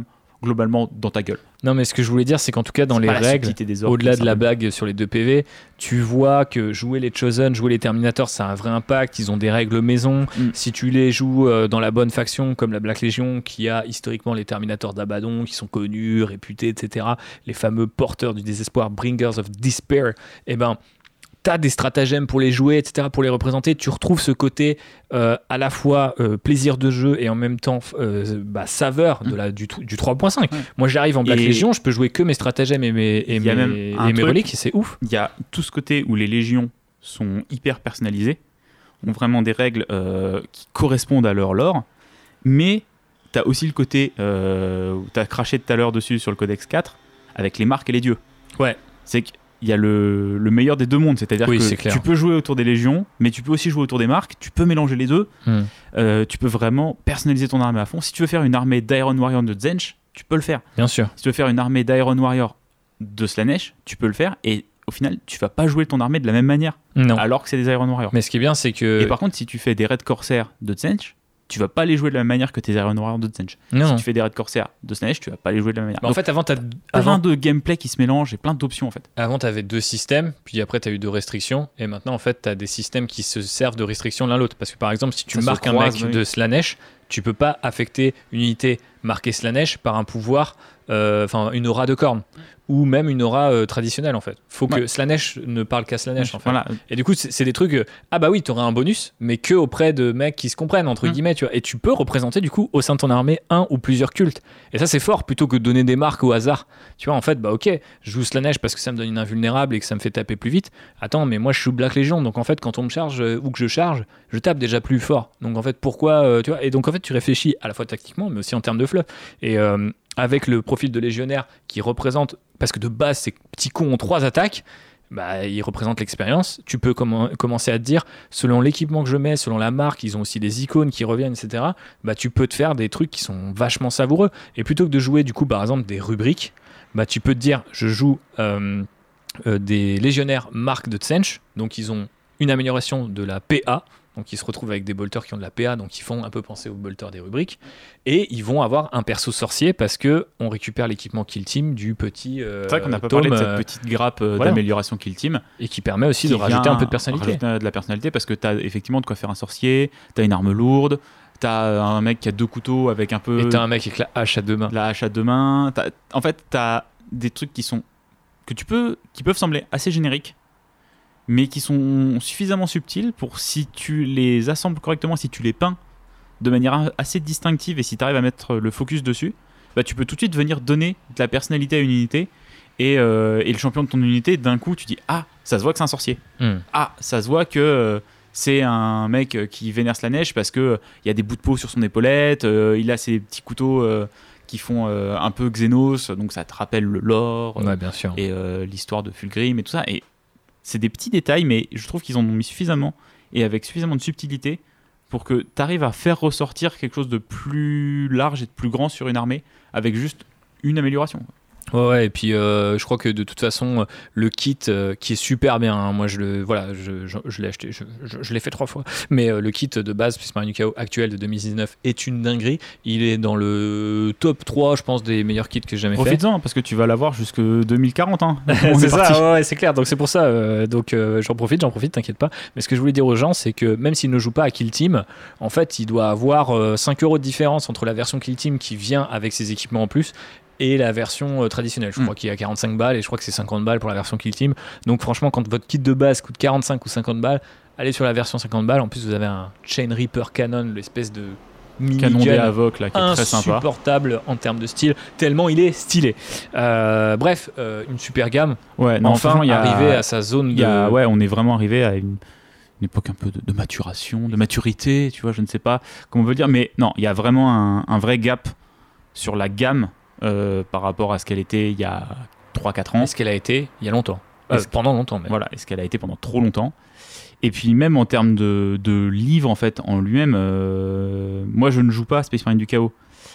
globalement dans ta gueule. Non, mais ce que je voulais dire, c'est qu'en tout cas, dans C'est les pas la règles, subtilité des orques, au-delà ça de la me- bague sur les deux P V, tu vois que jouer les Chosen, jouer les Terminators, ça a un vrai impact. Ils ont des règles maison. Mm. Si tu les joues euh, dans la bonne faction, comme la Black Legion, qui a historiquement les Terminators d'Abaddon, qui sont connus, réputés, et cetera, les fameux porteurs du désespoir, Bringers of Despair, eh ben, t'as des stratagèmes pour les jouer, et cetera, pour les représenter. Tu retrouves ce côté euh, à la fois euh, plaisir de jeu et en même temps euh, bah, saveur de la, du, du trois point cinq. Ouais. Moi, j'arrive en Black Et- Legion, je peux jouer que mes stratagèmes et mes, et Il y a mes, même et un mes truc- reliques, et c'est ouf. Il y a tout ce côté où les légions sont hyper personnalisées, ont vraiment des règles euh, qui correspondent à leur lore, mais tu as aussi le côté euh, où tu as craché tout à l'heure dessus sur le Codex quatre, avec les marques et les dieux. Ouais. C'est qu'il y a le, le meilleur des deux mondes, c'est-à-dire Oui, c'est que clair. tu peux jouer autour des légions, mais tu peux aussi jouer autour des marques, tu peux mélanger les deux, Hmm. euh, tu peux vraiment personnaliser ton armée à fond. Si tu veux faire une armée d'Iron Warrior de Tzeentch, tu peux le faire. Bien sûr. Si tu veux faire une armée d'Iron Warrior de Slaanesh, tu peux le faire, et au final, tu vas pas jouer ton armée de la même manière, Non. alors que c'est des Iron Warriors. Mais ce qui est bien, c'est que. Et par contre, si tu fais des Red Corsair de Tzeentch, tu vas pas les jouer de la même manière que tes Iron Warriors de Tzeentch. non. Si tu fais des Red Corsair de Slaanesh, tu vas pas les jouer de la même manière. Bah, en Donc, fait, avant, t'as plein avant, de gameplay qui se mélangent et plein d'options en fait. avant, t'avais deux systèmes, puis après, t'as eu deux restrictions, et maintenant, en fait, t'as des systèmes qui se servent de restrictions l'un l'autre. Parce que par exemple, si tu Ça se marques un croise, mec oui. de Slaanesh, tu peux pas affecter une unité marquée Slaanesh par un pouvoir, euh, enfin, une aura de corne, ou même une aura euh, traditionnelle en fait. Faut que Ouais. Slaanesh ne parle qu'à Slaanesh en fait. Voilà. Et du coup, c'est c'est des trucs. euh, ah bah oui, t'auras un bonus, mais que auprès de mecs qui se comprennent entre Mm. guillemets, tu vois. Et tu peux représenter du coup au sein de ton armée un ou plusieurs cultes. Et ça, c'est fort plutôt que de donner des marques au hasard. Tu vois, en fait, bah ok, je joue Slaanesh parce que ça me donne une invulnérable et que ça me fait taper plus vite. Attends, mais moi je suis Black Legion, donc en fait, quand on me charge euh, ou que je charge, je tape déjà plus fort. Donc en fait, pourquoi, euh, tu vois. Et donc en fait, tu réfléchis à la fois tactiquement, mais aussi en termes de fluff. Et euh, avec le profil de légionnaire qui représente, parce que de base, ces petits cons ont trois attaques. Bah, ils représentent l'expérience. Tu peux comm- commencer à te dire, selon l'équipement que je mets, selon la marque, ils ont aussi des icônes qui reviennent, et cetera. Bah, tu peux te faire des trucs qui sont vachement savoureux. Et plutôt que de jouer, du coup, par exemple, des rubriques, bah, tu peux te dire, je joue euh, euh, des légionnaires marques de Tzeentch, donc ils ont une amélioration de la P A. Donc ils se retrouvent avec des bolters qui ont de la P A, donc ils font un peu penser aux bolters des rubriques. Et ils vont avoir un perso sorcier parce que on récupère l'équipement Kill Team du petit euh, C'est vrai qu'on n'a pas tome, parlé de euh, cette petite grappe euh, voilà. d'amélioration Kill Team. et qui permet aussi qui de rajouter vient un peu de personnalité. rajouter de la personnalité parce que tu as effectivement de quoi faire un sorcier, tu as une arme lourde, tu as un mec qui a deux couteaux avec un peu Et t'as un mec avec la hache à deux mains. de la hache à deux mains. T'as- En fait, tu as des trucs qui sont que tu peux qui peuvent sembler assez génériques mais qui sont suffisamment subtils pour si tu les assembles correctement, si tu les peins de manière assez distinctive et si tu arrives à mettre le focus dessus, bah, tu peux tout de suite venir donner de la personnalité à une unité et, euh, et le champion de ton unité, d'un coup, tu dis « Ah, ça se voit que c'est un sorcier. Hmm. Ah, ça se voit que euh, c'est un mec qui vénère Slaanesh parce qu'il euh, y a des bouts de peau sur son épaulette, euh, il a ses petits couteaux euh, qui font euh, un peu Xenos, donc ça te rappelle le lore euh, Ouais, bien sûr. et euh, l'histoire de Fulgrim et tout ça. Et c'est des petits détails, mais je trouve qu'ils en ont mis suffisamment et avec suffisamment de subtilité pour que tu arrives à faire ressortir quelque chose de plus large et de plus grand sur une armée avec juste une amélioration. Ouais, ouais, et puis euh, je crois que de toute façon, euh, le kit euh, qui est super bien, hein, moi je le, voilà, je, je, je l'ai acheté, je, je, je l'ai fait trois fois, mais euh, le kit de base Space Marine du Chaos actuel de deux mille dix-neuf est une dinguerie. Il est dans le top trois, je pense, des meilleurs kits que j'ai jamais fait. Profites-en parce que tu vas l'avoir jusque deux mille quarante. Hein. On c'est est parti. ça, ouais, ouais, c'est clair. Donc c'est pour ça. euh, donc euh, j'en profite, j'en profite, t'inquiète pas. Mais ce que je voulais dire aux gens, c'est que même s'il ne joue pas à Kill Team, en fait, il doit avoir euh, cinq euros de différence entre la version Kill Team qui vient avec ses équipements en plus et la version euh, traditionnelle. Je Mm. crois qu'il y a quarante-cinq balles et je crois que c'est cinquante balles pour la version Kill Team. Donc franchement, quand votre kit de base coûte quarante-cinq ou cinquante balles, allez sur la version cinquante balles. En plus, vous avez un Chain Reaper Cannon, l'espèce de Canon des minigun Havoc là qui est très sympa. insupportable en termes de style, tellement il est stylé. Euh, bref, euh, une super gamme. Ouais, non, Enfin, franchement, il y a, arrivé à sa zone il de... y a- ouais, on est vraiment arrivé à une, une époque un peu de, de maturation, de maturité, tu vois, je ne sais pas comment on veut dire, mais non, il y a vraiment un, un vrai gap sur la gamme euh, par rapport à ce qu'elle était il y a trois quatre ans. Est-ce qu'elle a été il y a longtemps euh, Est-ce- Pendant longtemps même. Voilà, est-ce qu'elle a été pendant trop longtemps. Et puis même en termes de, de livre en fait en lui-même, euh, moi je ne joue pas à Space Marine du Chaos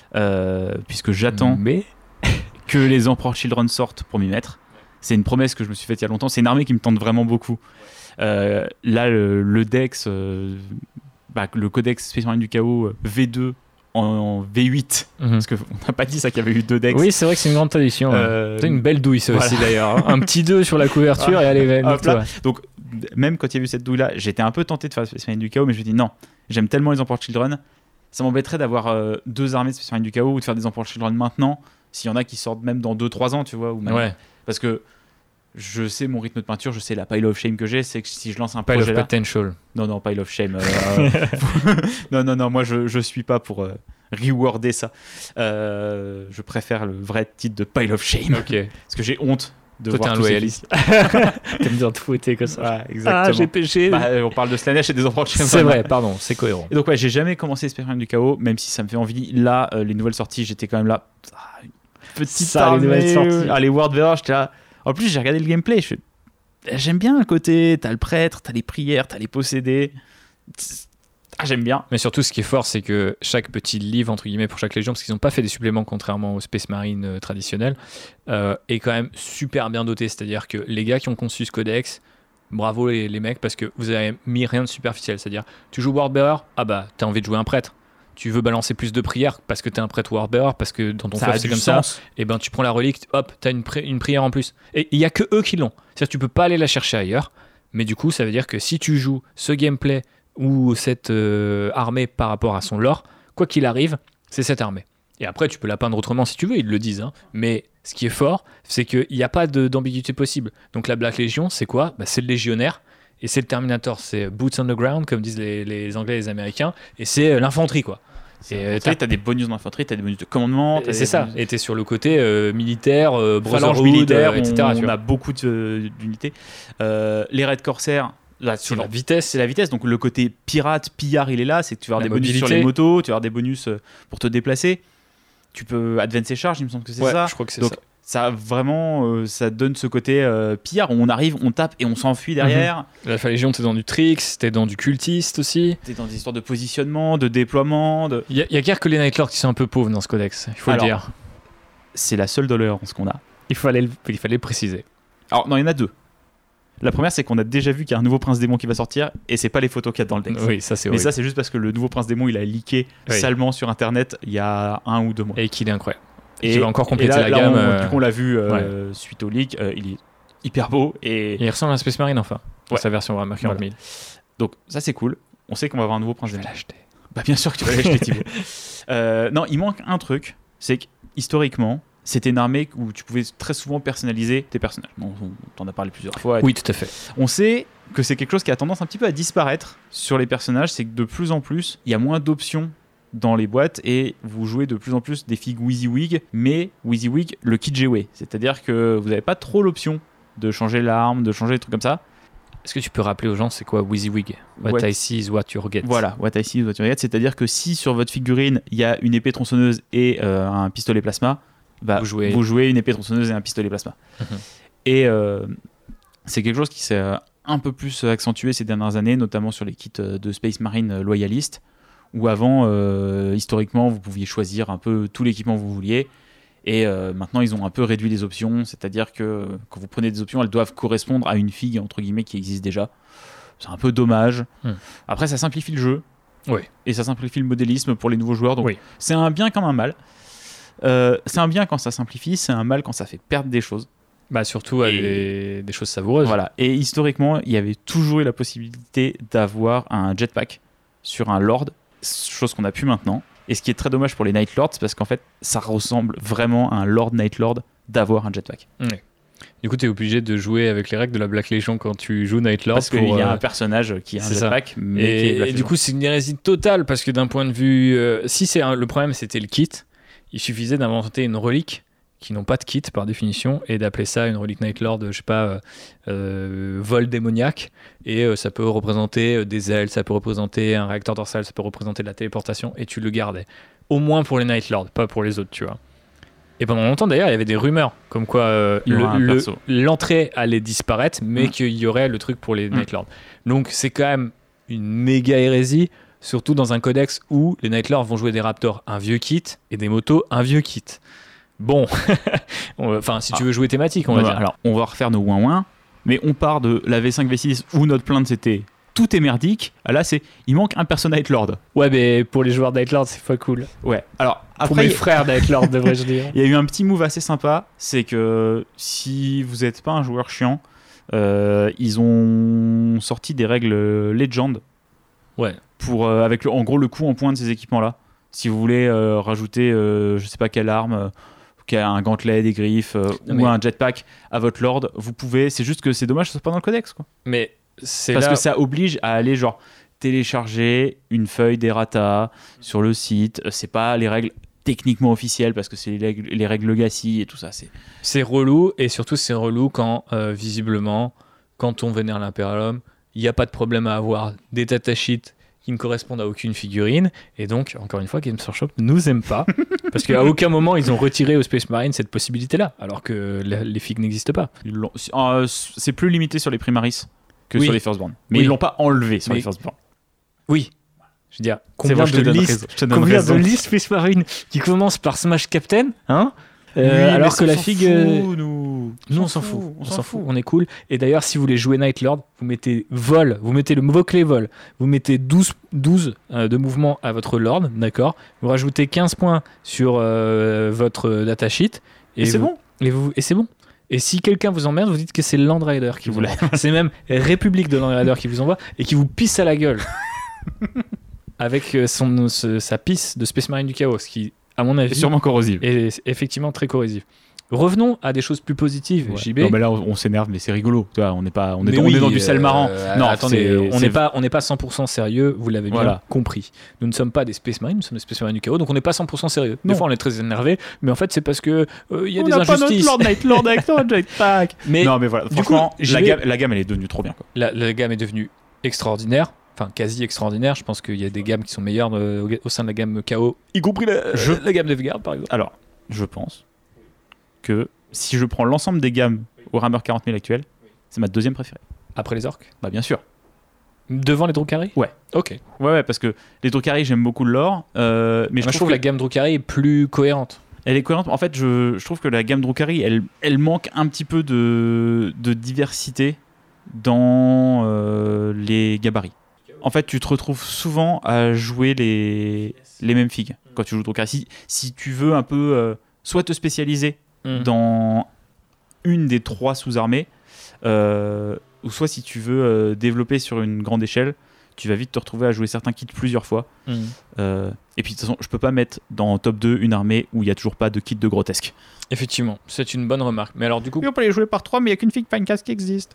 euh, puisque j'attends Mais que les Emperor Children sortent pour m'y mettre. C'est une promesse que je me suis faite il y a longtemps. C'est une armée qui me tente vraiment beaucoup. Euh, là, le, le Dex, euh, bah, le Codex Space Marine du Chaos euh, V deux en, en V huit. Mhm. Parce qu'on n'a pas dit ça qu'il y avait eu deux decks. Oui, c'est vrai que c'est une grande tradition. Euh, hein. C'est une belle douille, ça voilà. aussi d'ailleurs. hein. Un petit deux sur la couverture et allez, Hop là. nique-toi. Donc, même quand il y a eu cette douille-là, j'étais un peu tenté de faire Space Marine du Chaos, mais je me dis non, j'aime tellement les Emperor Children, ça m'embêterait d'avoir euh, deux armées de Space Marine du Chaos ou de faire des Emperor Children maintenant, s'il y en a qui sortent même dans deux trois ans, tu vois. Ou même... Ouais, Parce que je sais mon rythme de peinture, je sais la pile of shame que j'ai, c'est que si je lance un Pile projet of là... Potential. Non, non, pile of shame. euh, non, non, non, moi je, je suis pas pour euh, reworder ça. Euh, je préfère le vrai titre de pile of shame, Ok. parce que j'ai honte de Toi, t'es voir un tous ces loyaliste. T'aimes bien te fouetter comme ça. Ouais, Ah, exactement. j'ai péché. Bah, euh, on parle de Slanesh et des enfants de Children. c'est vrai, pardon, c'est cohérent. Et donc ouais, j'ai jamais commencé Space Marine du Chaos, même si ça me fait envie. Là, euh, les nouvelles sorties, j'étais quand même là. Ah, une petite Ça, les armée. nouvelles sorties. Ah, les World Bearer, j'étais là. En plus, j'ai regardé le gameplay. Je fais... J'aime bien le côté. T'as le prêtre, t'as les prières, t'as les possédés. Ah, j'aime bien. Mais surtout, ce qui est fort, c'est que chaque petit livre, entre guillemets, pour chaque légion, parce qu'ils n'ont pas fait des suppléments contrairement au Space Marine euh, traditionnel, euh, est quand même super bien doté. C'est-à-dire que les gars qui ont conçu ce codex, bravo les, les mecs, parce que vous avez mis rien de superficiel. C'est-à-dire, tu joues Wordbearer, ah bah, t'as envie de jouer un prêtre. Tu veux balancer plus de prières parce que t'es un prêtre Wordbearer, parce que dans ton Ça fluff a c'est du comme sens. ça, et ben tu prends la relique, hop, t'as une, pri- une prière en plus. Et il y a que eux qui l'ont. C'est-à-dire que tu peux pas aller la chercher ailleurs, mais du coup, ça veut dire que si tu joues ce gameplay ou cette euh, armée par rapport à son lore, quoi qu'il arrive, c'est cette armée. Et après, tu peux la peindre autrement si tu veux, ils le disent. Hein. Mais ce qui est fort, c'est qu'il n'y a pas de, d'ambiguïté possible. Donc la Black Legion, c'est quoi ? Bah, c'est le légionnaire, et c'est le Terminator, c'est boots on the ground, comme disent les, les Anglais et les Américains, et c'est euh, l'infanterie, quoi. Et, euh, Tu sais, t'as des bonus d'infanterie, t'as des bonus de commandement. t'as c'est des ça, bonus- et t'es sur le côté euh, militaire, euh, phalange Brotherhood, militaire, euh, et cetera. on, tu on vois. a beaucoup de- d'unités. Euh, les raids corsaires, là, Sur c'est la vitesse, c'est la vitesse. Donc le côté pirate, pillard, il est là. C'est que tu vas avoir La des bonus sur mobilité. les motos, tu vas avoir des bonus euh, pour te déplacer. Tu peux advance et charge, il me semble que c'est ouais, ça. je crois que c'est Donc ça. ça vraiment, euh, ça donne ce côté euh, pillard où on arrive, on tape et on s'enfuit derrière. La Légion, t'es dans du tricks, t'es dans du cultiste aussi. T'es dans des histoires de positionnement, de déploiement. De... Il y, a- y a guère que les Night Lords qui sont un peu pauvres dans ce codex, il faut Alors, le dire. C'est la seule tolérance qu'on a. Il fallait, le- il fallait le préciser. Alors non, il y en a deux. La première, c'est qu'on a déjà vu qu'il y a un nouveau prince démon qui va sortir et c'est pas les photos qu'il y a dans le texte. Oui, ça c'est Mais horrible. ça, c'est juste parce que le nouveau prince démon, il a leaké Oui. salement sur internet il y a un ou deux mois. Et qu'il est incroyable. Et qu'il va encore compléter et là, la là, gamme. on, euh, Du coup, on l'a vu euh, suite au leak. euh, il est hyper beau et et il ressemble à Space Marine enfin, dans Ouais. sa version Warhammer quarante mille. donc ça, c'est cool. On sait qu'on va avoir un nouveau prince Je vais démon. l'acheter. Bah bien sûr que tu vas l'acheter, Thibaut. Euh, non, il manque un truc, c'est qu'historiquement, c'était une armée où tu pouvais très souvent personnaliser tes personnages. Bon, on t'en a parlé plusieurs fois. Oui, tout à fait. On sait que c'est quelque chose qui a tendance un petit peu à disparaître sur les personnages, c'est que de plus en plus, il y a moins d'options dans les boîtes et vous jouez de plus en plus des figues WYSIWYG, mais WYSIWYG, le kit G-Way. C'est-à-dire que vous n'avez pas trop l'option de changer l'arme, de changer des trucs comme ça. Est-ce que tu peux rappeler aux gens c'est quoi WYSIWYG? What Ouais. I see is what you get. Voilà, what I see is what you get. C'est-à-dire que si sur votre figurine, il y a une épée tronçonneuse et euh, un pistolet plasma, bah, Vous jouez- vous jouez une épée tronçonneuse et un pistolet plasma. Mhm. Et euh, c'est quelque chose qui s'est euh, un peu plus accentué ces dernières années, notamment sur les kits euh, de Space Marine euh, loyalistes, où avant, euh, historiquement, vous pouviez choisir un peu tout l'équipement que vous vouliez. Et euh, maintenant, ils ont un peu réduit les options, c'est-à-dire que euh, quand vous prenez des options, elles doivent correspondre à une figue, entre guillemets, qui existe déjà. C'est un peu dommage. Hmm. Après, ça simplifie le jeu. Oui. Et ça simplifie le modélisme pour les nouveaux joueurs. Donc, Oui. c'est un bien comme un mal. Euh, c'est un bien quand ça simplifie, c'est un mal quand ça fait perdre des choses. Bah surtout à Et- des, des choses savoureuses. Voilà. Et historiquement, il y avait toujours eu la possibilité d'avoir un jetpack sur un Lord, chose qu'on a pu maintenant. Et ce qui est très dommage pour les Night Lords, c'est parce qu'en fait, ça ressemble vraiment à un Lord Night Lord d'avoir un jetpack. Ouais. Du coup, tu es obligé de jouer avec les règles de la Black Legion quand tu joues Night Lord. Parce qu'il pour, y a euh, un personnage qui a un c'est ça. jetpack, mais Et, qui est Black et du Legion. coup, c'est une hérésie totale parce que d'un point de vue. euh, si c'est un- le problème, c'était le kit, il suffisait d'inventer une relique qui n'ont pas de kit par définition et d'appeler ça une relique Night Lord, je sais pas, euh, euh, vol démoniaque. Et euh, ça peut représenter euh, des ailes, ça peut représenter un réacteur dorsal, ça peut représenter de la téléportation et tu le gardais. Au moins pour les Night Lords, pas pour les autres, tu vois. Et pendant longtemps d'ailleurs, il y avait des rumeurs comme quoi euh, Il y le- aura un le- perso. l'entrée allait disparaître, mais Mm. qu'il y aurait le truc pour les Mm. Night Lords. Donc c'est quand même une méga hérésie, surtout dans un codex où les Night Lords vont jouer des Raptors, un vieux kit, et des motos, un vieux kit. Bon, On- enfin si tu Ah. veux jouer thématique, on va Voilà. dire. Alors, on va refaire nos ouin ouin, mais on part de la V cinq V six où notre plainte c'était tout est merdique. Là, c'est il manque un perso Night Lord. Ouais, mais pour les joueurs Night Lord, c'est pas cool. Ouais. Alors Pour après, mes il- frères Night Lord, devrais-je dire. il y a eu un petit move assez sympa, c'est que si vous n'êtes pas un joueur chiant, euh, ils ont sorti des règles Legend Ouais. pour euh, avec le, en gros le coût en points de ces équipements-là. Si vous voulez euh, rajouter, euh, je sais pas quelle arme. Euh, qui a un gantelet, des griffes euh, Non, ou mais- un jetpack à votre lord, vous pouvez. C'est juste que c'est dommage que ce soit pas dans le codex, quoi. Mais c'est Parce là... que ça oblige à aller genre télécharger une feuille d'errata sur le site. C'est pas les règles techniquement officielles parce que c'est les règles, les règles legacy et tout ça. C'est C'est relou, et surtout c'est relou quand, euh, visiblement, quand on vénère l'Imperium, il n'y a pas de problème à avoir des datasheets qui ne correspondent à aucune figurine, et donc, encore une fois, Games Workshop ne nous aime pas, parce qu'à aucun moment ils ont retiré au Space Marine cette possibilité-là, alors que la- les figues n'existent pas. ils l'ont- euh, c'est plus limité sur les primaris que Oui. sur les firstborn. Mais Oui. ils l'ont pas enlevé sur Mais- les firstborn. Oui. Je veux dire, C'est combien bon, je te de donne listes, raison, je te donne combien raison. de listes Space Marine qui commencent par Smash Captain, hein Euh, Oui, mais alors ça, que la on s'en figue... fout, euh, nous. Nous, on s'en fout. On s'en fout. On est cool. Et d'ailleurs, si vous voulez jouer Night Lord, vous mettez vol, vous mettez le mot-clé vol, vous mettez douze, douze euh, de mouvement à votre Lord, d'accord. Vous rajoutez quinze points sur euh, votre datasheet. Et c'est vous- bon. Et, vous, et c'est bon. Et si quelqu'un vous emmerde, vous dites que c'est Land Rider qui vous Voilà. envoie. C'est même République de Land Rider qui vous envoie et qui vous pisse à la gueule. Avec euh, son, ce- sa pisse de Space Marine du Chaos, qui, à mon C'est avis, sûrement corrosif. est effectivement très corrosif. Revenons à des choses plus positives, Ouais. J B. Non, mais là, on, on s'énerve, mais c'est rigolo. Tu vois, on n'est pas, on est, Mais dans, oui, on est dans du euh, sale marrant. non, attendez, c'est- on c'est- n'est pas, on n'est pas cent pour cent sérieux, vous l'avez bien Voilà. compris. Nous ne sommes pas des Space Marines, nous sommes des Space Marines du Chaos, donc on n'est pas cent pour cent sérieux. Des Non. fois on est très énervé, mais en fait c'est parce que euh, il y a on des n'a pas notre injustices. Lord Night Lord avec notre jetpack. Mais non, mais voilà. du Franchement, coup, j'y la, vais- gamme, la gamme, elle est devenue trop bien, quoi. la, la gamme est devenue extraordinaire, enfin quasi extraordinaire. Je pense qu'il y a des gammes qui sont meilleures euh, au, au sein de la gamme Chaos, y compris la, Je- la gamme Deathguard par exemple. Alors, je pense que si je prends l'ensemble des gammes Warhammer quarante mille actuelles, c'est ma deuxième préférée. Après les orques, Bah, bien sûr. devant les Drukhari. Ouais. Ok. Ouais, ouais, parce que les Drukhari, j'aime beaucoup le lore, euh, mais Mais je je trouve trouve que la gamme Drukhari est plus cohérente. elle est cohérente. En fait, je, je trouve que la gamme Drukhari, elle, elle manque un petit peu de, de diversité dans euh, les gabarits. En fait, tu te retrouves souvent à jouer les, les mêmes figues quand tu joues Drukhari. Si, si tu veux un peu euh, soit te spécialiser Mhm. dans une des trois sous-armées, euh, ou soit si tu veux euh, développer sur une grande échelle, tu vas vite te retrouver à jouer certains kits plusieurs fois. Mhm. Euh, et puis de toute façon, je peux pas mettre dans top deux une armée où il y a toujours pas de kit de grotesque. Effectivement, c'est une bonne remarque. Mais alors du coup, on peut les jouer par trois, mais il y a qu'une figue Pinecast qui existe.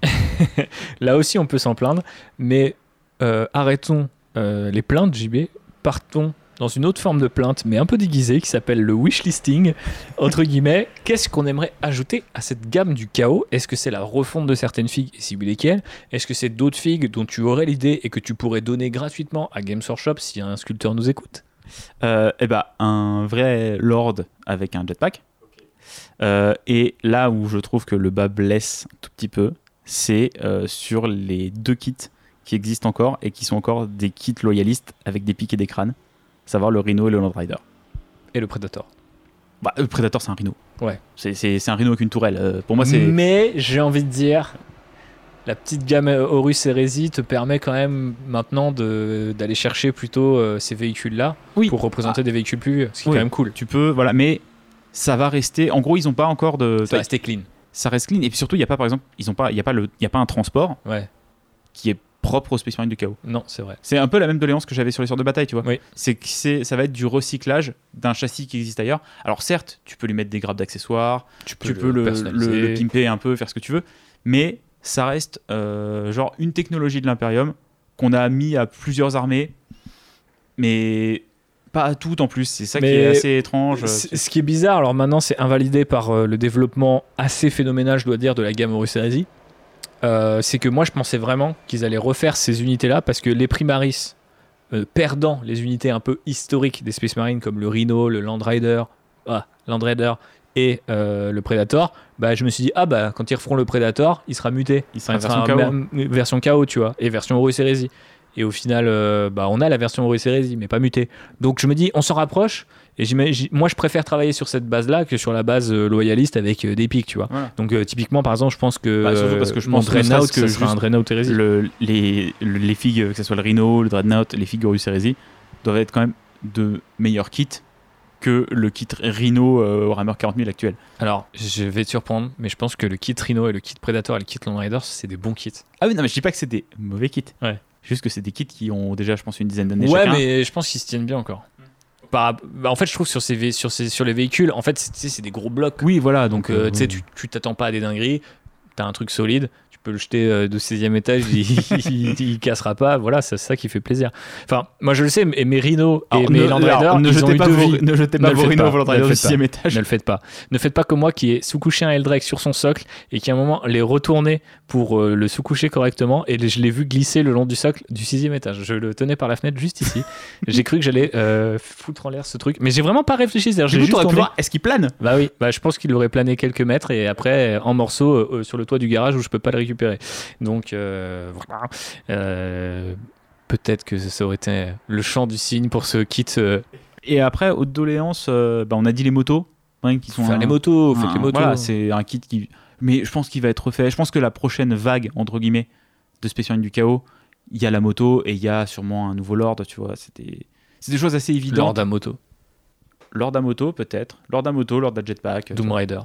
là aussi on peut s'en plaindre, mais euh, arrêtons euh, les plaintes, J B, partons dans une autre forme de plainte, mais un peu déguisée, qui s'appelle le wishlisting, entre guillemets. Qu'est-ce qu'on aimerait ajouter à cette gamme du chaos? Est-ce que c'est la refonte de certaines figues, et si oui lesquelles? Est-ce que c'est d'autres figues dont tu aurais l'idée et que tu pourrais donner gratuitement à Games Workshop si un sculpteur nous écoute? Euh, et bah, un vrai lord avec un jetpack. Euh, et là où je trouve que le bas blesse un tout petit peu, c'est euh, sur les deux kits qui existent encore et qui sont encore des kits loyalistes avec des pics et des crânes, à savoir le Rhino et le Land Rider. Et le Predator. Bah, le Predator, c'est un Rhino. Ouais. C'est, c'est, c'est un Rhino avec une tourelle. Euh, pour moi, c'est. Mais j'ai envie de dire, la petite gamme Horus Heresy te permet quand même maintenant de, d'aller chercher plutôt euh, ces véhicules-là Oui. pour représenter des véhicules plus vieux, ce qui est Oui. quand même cool. Tu peux, voilà, mais ça va rester. En gros, ils n'ont pas encore de. Ça restait clean. Ça reste clean. Et puis surtout, il n'y a pas, par exemple, ils ont pas, il y a pas le, il y a pas un transport Ouais. qui est propre au Space Marine du Chaos. Non, c'est vrai. C'est un peu la même doléance que j'avais sur les sorts de bataille, tu vois. Oui. C'est que c'est, ça va être du recyclage d'un châssis qui existe ailleurs. Alors certes, tu peux lui mettre des grappes d'accessoires, tu peux le, le, personnaliser. le pimper un peu, faire ce que tu veux, mais ça reste euh, genre une technologie de l'Imperium qu'on a mis à plusieurs armées, mais pas à toutes en plus. C'est ça qui Mais est assez étrange. C- Ce qui est bizarre, alors maintenant c'est invalidé par euh, le développement assez phénoménal, je dois dire, de la gamme Horus Heresy. Euh, c'est que moi je pensais vraiment qu'ils allaient refaire ces unités-là parce que les Primaris, euh, perdant les unités un peu historiques des Space Marines comme le Rhino, le Land Rider, ah, Land Raider et euh, le Predator, bah, je me suis dit, ah bah quand ils referont le Predator, il sera muté. Il sera Enfin, version un- K O. même- version K O, tu vois, et version Horus Heresy. Et au final, euh, bah, on a la version Horus Heresy, mais pas mutée. Donc je me dis, on s'en rapproche. Et j'imagine, moi, je préfère travailler sur cette base-là que sur la base euh, loyaliste avec euh, des pics, tu vois. Voilà. Donc, euh, typiquement, par exemple, je pense que, Bah, surtout parce que je mon pense que ne Dreadnought, serait-ce que ça sera un juste Dreadnought Hérésie. Le, les, le- les figues, que ce soit le Rhino, le Dreadnought, les figues Horus Heresy, doivent être quand même de meilleurs kits que le kit Rhino euh, Warhammer quarante mille actuel. Alors, je vais te surprendre, mais je pense que le kit Rhino et le kit Predator et le kit Lone Rider, c'est des bons kits. Ah oui, non, mais je dis pas que c'est des mauvais kits. Ouais. Juste que c'est des kits qui ont déjà, je pense, une dizaine d'années Ouais, chacun. mais je pense qu'ils se tiennent bien encore. Par- bah, en fait, je trouve sur, ces, vé- sur, ces, sur les véhicules, en fait, c'est, tu sais, c'est des gros blocs. Oui, voilà. Donc, Donc, euh, euh, tu sais, tu tu t'attends pas à des dingueries. T'as un truc solide, tu peux le jeter euh, de seizième étage, il, il, il cassera pas. Voilà, c'est ça qui fait plaisir. Enfin, moi je le sais, mais mes Rhino et alors, mes ne, Land alors, Rider, ne ils ont jetez eu pas deux vos, vies. ne jetez Ne pas le vos faites Rhino pas, Land ne Rider le du faites sixième pas. étage. Ne le faites pas. Ne faites pas comme moi qui ai sous-couché un Eldrake sur son socle et qui à un moment les retournait pour euh, le sous-coucher correctement et je l'ai vu glisser le long du socle du sixième étage. Je le tenais par la fenêtre juste ici. J'ai cru que j'allais euh, foutre en l'air ce truc, mais j'ai vraiment pas réfléchi. C'est-à-dire, j'ai Du coup, juste t'aurais pu tourné. voir, est-ce qu'il plane? Bah oui, bah je pense qu'il aurait plané quelques mètres et après en morceaux euh, euh, sur le toit du garage où je peux pas le récupérer. Donc euh, voilà. Euh, peut-être que ça aurait été le chant du cygne pour ce kit. Euh, Et après, haute doléance, euh, bah, on a dit les motos. Ouais, qui sont faire un- les motos, faites un- les motos. Voilà, c'est un kit qui. Mais je pense qu'il va être refait. Je pense que la prochaine vague, entre guillemets, de Space Marine du Chaos, il y a la moto et il y a sûrement un nouveau Lord, tu vois. C'était. C'est des choses assez évidentes. Lord à moto, Lord à moto, peut-être. Lord à moto, Lord à jetpack. Doom Rider.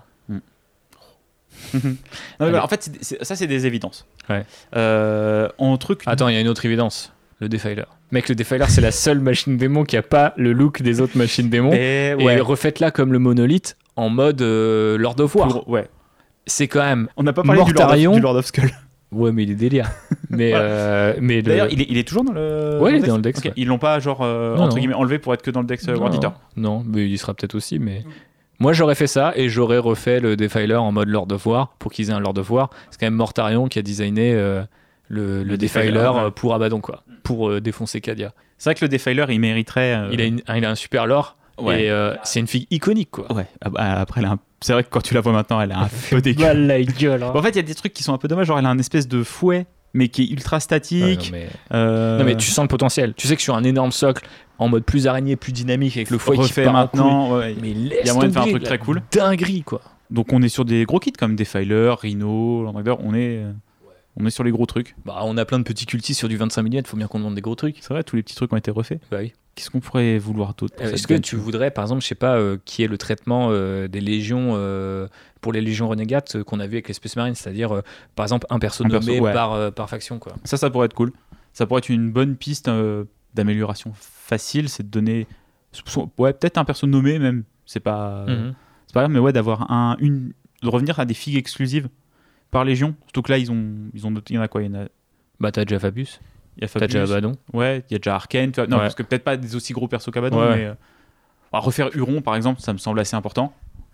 Non, mais Allez. voilà, en fait, c'est- c'est- ça, c'est des évidences. Ouais. Euh, en truc. Attends, il y a une autre évidence. Le Defiler. Mec, le Defiler, c'est la seule machine démon qui a pas le look des autres machines démons. Et, Et ouais. refaites-la comme le monolithe en mode euh, Lord of War. Pour- ouais. C'est quand même. On n'a pas parlé du Lord, Mortarion. of, du Lord of Skull. Ouais, mais il est délire. Mais, Voilà. euh, mais le- D'ailleurs, il est, il est toujours dans le. Ouais, il est Dex dans le Dex, Ok. ouais. Ils l'ont pas, genre, euh, Non, entre non. guillemets, enlevé pour être que dans le Dex euh, World non, Eater. non, mais il y sera peut-être aussi. Mais moi, j'aurais fait ça et j'aurais refait le Defiler en mode Lord of War pour qu'ils aient un Lord of War. C'est quand même Mortarion qui a designé euh, le, le Le Defiler Defiler, ouais. euh, pour Abaddon, quoi, pour euh, défoncer Cadia. C'est vrai que le Defiler, il mériterait. euh, Il, a une- il a un super lore Ouais. et euh, c'est une fille iconique, quoi. Ouais, ah bah, après, elle a un- c'est vrai que quand tu la vois maintenant, elle a un peu dégueu. Balle la gueule. hein. Bon, en fait, il y a des trucs qui sont un peu dommages, genre elle a un espèce de fouet, mais qui est ultra Ouais, statique. non, mais... euh, non, mais tu sens le potentiel. Tu sais que sur un énorme socle, en mode plus araignée, plus dynamique, avec le fouet qui refait part en couille, maintenant. ouais. mais Il y a moyen de faire un truc très cool. Dinguerie, quoi. Donc on est sur des gros kits comme Defiler, Rhino, Land Raider, on est, euh, on est sur les gros trucs. Bah, on a plein de petits cultis sur du vingt-cinq millimètres, faut bien qu'on demande des gros trucs. C'est vrai, tous les petits trucs ont été refaits. Bah oui. Qu'est-ce qu'on pourrait vouloir d'autre pour Euh, cette Est-ce que gamme tu voudrais, par exemple, je sais pas, euh, qui est le traitement euh, des légions euh, pour les légions renégates euh, qu'on a vu avec les Space Marines, c'est-à-dire, euh, par exemple, un perso Un perso, nommé ouais. par, euh, par faction, quoi. Ça, ça pourrait être cool. Ça pourrait être une bonne piste euh, d'amélioration facile, c'est de donner, so- ouais, peut-être un perso nommé même. C'est pas, Mhm. c'est pas grave, mais ouais, d'avoir un, une, de revenir à des figues exclusives par légion. Surtout que là, ils ont, ils ont, noté- il y en a quoi Il y en a, Bah, t'as déjà Fabius, il y a t'as déjà Fabius, Abaddon. ouais, il y a déjà Arcane. tu vois. Non, Ouais. parce que peut-être pas des aussi gros persos qu'Abaddon, Ouais. mais euh, alors, refaire Huron, par exemple, ça me semble assez important.